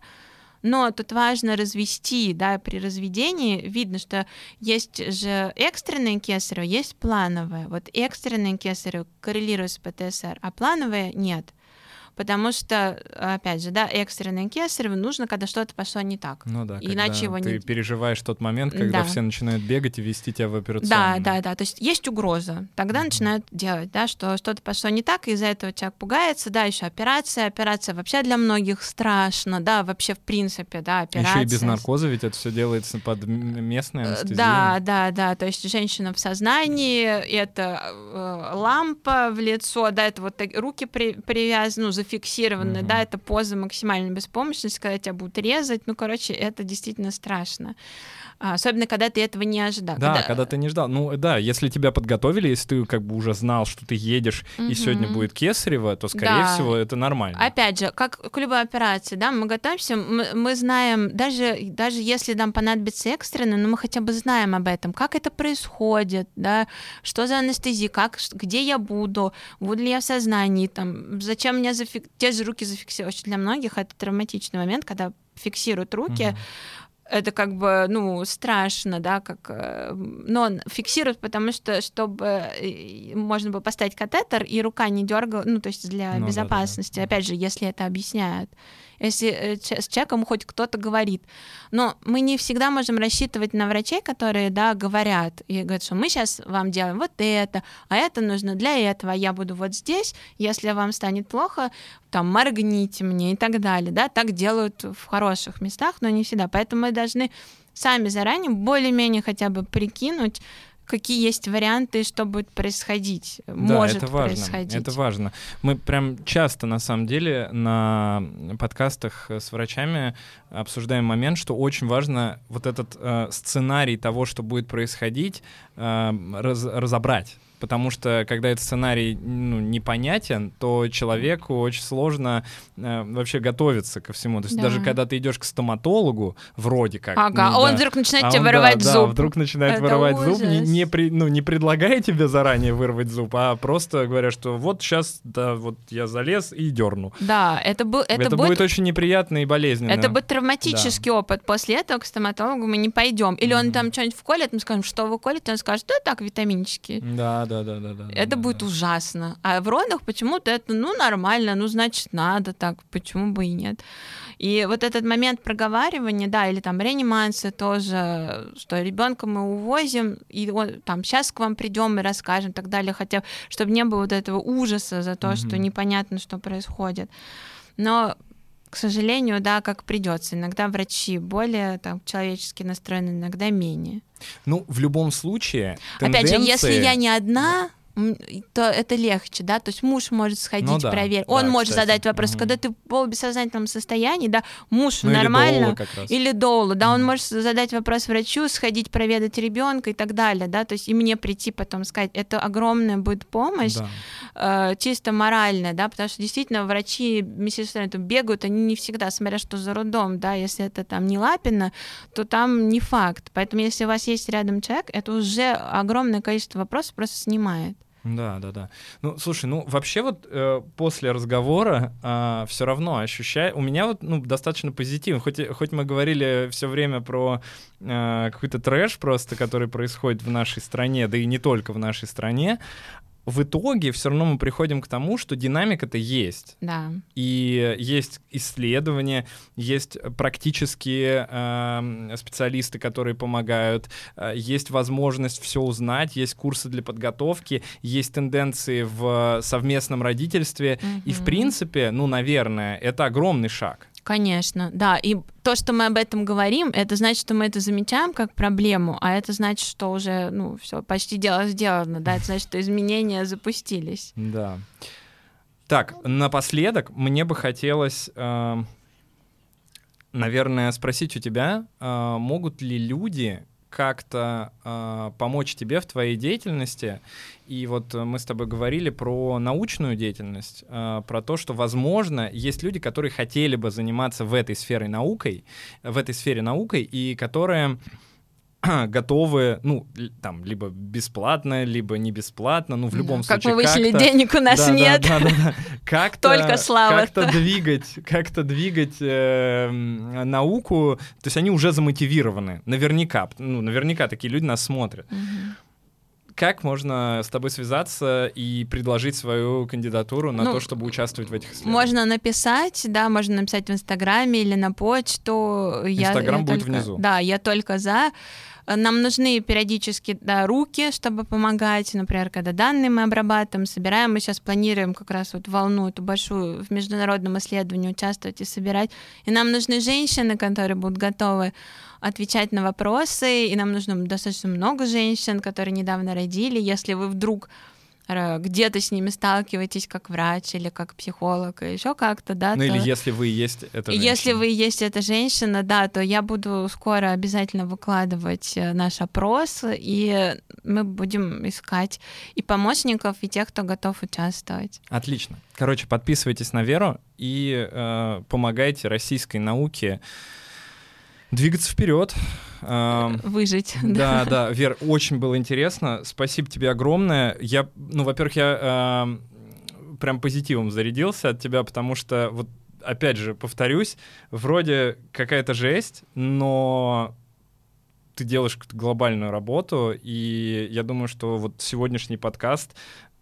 [SPEAKER 2] но тут важно развести, да, при разведении видно, что есть же экстренное кесарево, есть плановое. Вот экстренное кесарево коррелирует с ПТСР, а плановое нет. Потому что, опять же, да, экстренное кесарево нужно, когда что-то пошло не так.
[SPEAKER 1] Ну да,
[SPEAKER 2] иначе его
[SPEAKER 1] ты
[SPEAKER 2] не...
[SPEAKER 1] переживаешь тот момент, когда
[SPEAKER 2] да.
[SPEAKER 1] все начинают бегать и вести тебя в операционную.
[SPEAKER 2] Да, да, да. То есть есть угроза. Тогда mm-hmm. начинают делать, да, что что-то пошло не так, и из-за этого человек пугается. Да, еще операция. Операция вообще для многих страшно, да, вообще в принципе, да, операция.
[SPEAKER 1] Еще и без наркоза ведь это все делается под местной анестезией.
[SPEAKER 2] Да, да, да. То есть женщина в сознании, это э, лампа в лицо, да, это вот так, руки при, привязаны, ну, зафиксированы, mm-hmm. да, это поза максимальной беспомощности, когда тебя будут резать, ну, короче, это действительно страшно. Особенно, когда ты этого не ожидал.
[SPEAKER 1] Да, когда... когда ты не ждал. Ну да, если тебя подготовили, если ты как бы уже знал, что ты едешь, mm-hmm. и сегодня будет кесарево, то, скорее да. всего, это нормально.
[SPEAKER 2] Опять же, как к любой операции, да, мы готовимся, мы, мы знаем, даже, даже если нам понадобится экстренно, но мы хотя бы знаем об этом, как это происходит, да, что за анестезия, как, где я буду, буду ли я в сознании, там, зачем меня зафик... те же руки зафиксировать. Для многих это травматичный момент, когда фиксируют руки, mm-hmm. Это как бы, ну, страшно, да, как... Но он фиксирует, потому что, чтобы можно было поставить катетер, и рука не дергала, ну, то есть для ну, безопасности, да, да, да. Опять же, если это объясняют. Если с человеком хоть кто-то говорит. Но мы не всегда можем рассчитывать на врачей, которые, да, говорят, и говорят, что мы сейчас вам делаем вот это, а это нужно для этого, а я буду вот здесь, если вам станет плохо, там, моргните мне и так далее, да, так делают в хороших местах, но не всегда. Поэтому мы должны сами заранее более-менее хотя бы прикинуть, какие есть варианты, что будет происходить, да, может
[SPEAKER 1] это важно,
[SPEAKER 2] происходить.
[SPEAKER 1] Это важно. Мы прям часто, на самом деле, на подкастах с врачами обсуждаем момент, что очень важно вот этот э, сценарий того, что будет происходить, э, раз, разобрать. Потому что, когда этот сценарий, ну, непонятен, то человеку очень сложно э, вообще готовиться ко всему. То есть да. даже когда ты идешь к стоматологу, вроде как...
[SPEAKER 2] Ага,
[SPEAKER 1] ну,
[SPEAKER 2] а он
[SPEAKER 1] да,
[SPEAKER 2] вдруг начинает
[SPEAKER 1] а
[SPEAKER 2] тебе
[SPEAKER 1] он,
[SPEAKER 2] вырывать
[SPEAKER 1] да,
[SPEAKER 2] зуб.
[SPEAKER 1] Да, вдруг начинает
[SPEAKER 2] это
[SPEAKER 1] вырывать
[SPEAKER 2] ужас.
[SPEAKER 1] зуб, не, не, при, ну, не предлагая тебе заранее вырвать зуб, а просто говоря, что вот сейчас, да, вот я залез и дерну.
[SPEAKER 2] Да, это, был, это,
[SPEAKER 1] это
[SPEAKER 2] будет...
[SPEAKER 1] будет очень неприятно и болезненно.
[SPEAKER 2] Это будет травматический да. опыт. После этого к стоматологу мы не пойдем. Или mm-hmm. он там что-нибудь вколет, мы скажем, что вы колите, он скажет, да так, витаминчики.
[SPEAKER 1] Да, да, да, да, да.
[SPEAKER 2] Это
[SPEAKER 1] да,
[SPEAKER 2] будет
[SPEAKER 1] да.
[SPEAKER 2] ужасно. А в родах почему-то это, ну, нормально, ну, значит, надо так, почему бы и нет. И вот этот момент проговаривания, да, или там реанимация тоже, что ребенка мы увозим, и он, там сейчас к вам придем и расскажем и так далее, хотя чтобы не было вот этого ужаса за то, mm-hmm. что непонятно, что происходит. Но, к сожалению, да, как придется. Иногда врачи более там человечески настроены, иногда менее.
[SPEAKER 1] Ну, в любом случае, тенденции...
[SPEAKER 2] Опять же, если я не одна... то это легче, да, то есть муж может сходить,
[SPEAKER 1] ну, да,
[SPEAKER 2] проверить,
[SPEAKER 1] да,
[SPEAKER 2] он может
[SPEAKER 1] кстати.
[SPEAKER 2] задать вопрос,
[SPEAKER 1] угу.
[SPEAKER 2] когда ты в полубессознательном состоянии, да, муж
[SPEAKER 1] ну,
[SPEAKER 2] нормально,
[SPEAKER 1] или
[SPEAKER 2] доулу, да,
[SPEAKER 1] угу.
[SPEAKER 2] он может задать вопрос врачу, сходить проведать ребенка и так далее, да, то есть и мне прийти потом сказать, это огромная будет помощь, да. э, чисто моральная, да, потому что действительно врачи, медсестры бегают, они не всегда, смотря что за роддом, да, если это там не Лапино, то там не факт, поэтому если у вас есть рядом человек, это уже огромное количество вопросов просто снимает.
[SPEAKER 1] Да, да, да. Ну, слушай, ну вообще вот э, после разговора э, все равно ощущаю, у меня вот ну достаточно позитивно, хоть хоть мы говорили все время про э, какой-то трэш просто, который происходит в нашей стране, да и не только в нашей стране. В итоге все равно мы приходим к тому, что динамика-то есть.
[SPEAKER 2] Да.
[SPEAKER 1] И есть исследования, есть практические э, специалисты, которые помогают, э, есть возможность все узнать, есть курсы для подготовки, есть тенденции в совместном родительстве. Mm-hmm. И, в принципе, ну, наверное, это огромный шаг.
[SPEAKER 2] Конечно, да. И то, что мы об этом говорим, это значит, что мы это замечаем как проблему, а это значит, что уже, ну, все, почти дело сделано, да, это значит, что изменения запустились.
[SPEAKER 1] Да. Так, напоследок мне бы хотелось, э, наверное, спросить у тебя, э, могут ли люди как-то э, помочь тебе в твоей деятельности. И вот мы с тобой говорили про научную деятельность, э, про то, что, возможно, есть люди, которые хотели бы заниматься в этой сфере наукой, в этой сфере наукой, и которые готовы, ну, там, либо бесплатно, либо не бесплатно, ну, в любом
[SPEAKER 2] да,
[SPEAKER 1] случае
[SPEAKER 2] как мы вышли,
[SPEAKER 1] как-то...
[SPEAKER 2] денег у нас
[SPEAKER 1] да,
[SPEAKER 2] нет.
[SPEAKER 1] Да, да, да, да. Как-то,
[SPEAKER 2] Только слава.
[SPEAKER 1] Как-то двигать, как-то двигать э, науку, то есть они уже замотивированы, наверняка, ну, наверняка такие люди нас смотрят.
[SPEAKER 2] Угу.
[SPEAKER 1] Как можно с тобой связаться и предложить свою кандидатуру на
[SPEAKER 2] ну,
[SPEAKER 1] то, чтобы участвовать в этих исследованиях?
[SPEAKER 2] Можно написать, да, можно написать в Инстаграме или на почту.
[SPEAKER 1] Инстаграм
[SPEAKER 2] я,
[SPEAKER 1] будет
[SPEAKER 2] только,
[SPEAKER 1] внизу.
[SPEAKER 2] Да, я только за. Нам нужны периодически да, руки, чтобы помогать. Например, когда данные мы обрабатываем, собираем. Мы сейчас планируем как раз вот волну эту большую в международном исследовании участвовать и собирать. И нам нужны женщины, которые будут готовы отвечать на вопросы. И нам нужно достаточно много женщин, которые недавно родили. Если вы вдруг где-то с ними сталкиваетесь как врач или как психолог, и еще как-то, да.
[SPEAKER 1] Ну
[SPEAKER 2] то...
[SPEAKER 1] или если вы и есть эта женщина.
[SPEAKER 2] Если вы и есть эта женщина, да, то я буду скоро обязательно выкладывать наш опрос, и мы будем искать и помощников, и тех, кто готов участвовать.
[SPEAKER 1] Отлично. Короче, подписывайтесь на Веру и э, помогайте российской науке двигаться вперед.
[SPEAKER 2] Выжить.
[SPEAKER 1] Да, да, Вер, очень было интересно. Спасибо тебе огромное. Я, ну, во-первых, я э, прям позитивом зарядился от тебя, потому что, вот, опять же, повторюсь, вроде какая-то жесть, но ты делаешь какую-то глобальную работу, и я думаю, что вот сегодняшний подкаст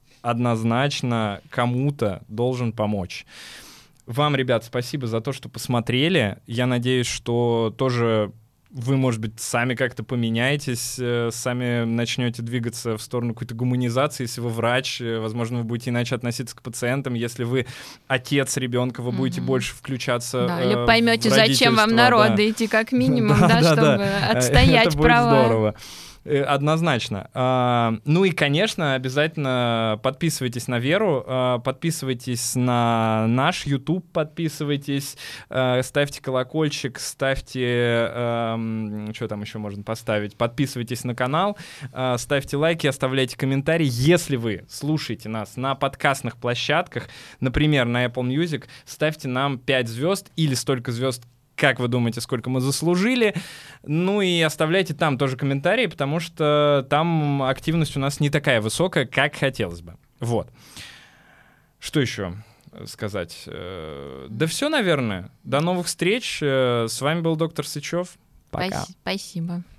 [SPEAKER 1] однозначно кому-то должен помочь. Вам, ребят, спасибо за то, что посмотрели. Я надеюсь, что тоже вы, может быть, сами как-то поменяетесь, сами начнете двигаться в сторону какой-то гуманизации. Если вы врач, возможно, вы будете иначе относиться к пациентам. Если вы отец ребенка, вы будете mm-hmm. больше включаться
[SPEAKER 2] да,
[SPEAKER 1] э,
[SPEAKER 2] или поймете,
[SPEAKER 1] в
[SPEAKER 2] зачем вам народы
[SPEAKER 1] да.
[SPEAKER 2] идти как минимум,
[SPEAKER 1] да,
[SPEAKER 2] да,
[SPEAKER 1] да,
[SPEAKER 2] чтобы
[SPEAKER 1] да.
[SPEAKER 2] отстоять
[SPEAKER 1] Это будет
[SPEAKER 2] права.
[SPEAKER 1] Здорово. Однозначно. Ну и, конечно, обязательно подписывайтесь на Веру, подписывайтесь на наш YouTube, подписывайтесь, ставьте колокольчик, ставьте, что там еще можно поставить, подписывайтесь на канал, ставьте лайки, оставляйте комментарии. Если вы слушаете нас на подкастных площадках, например, на Apple Music, ставьте нам пять звезд или столько звезд, как вы думаете, сколько мы заслужили. Ну и оставляйте там тоже комментарии, потому что там активность у нас не такая высокая, как хотелось бы. Вот. Что еще сказать? Да все, наверное. До новых встреч. С вами был доктор Сычев. Пока.
[SPEAKER 2] Спасибо.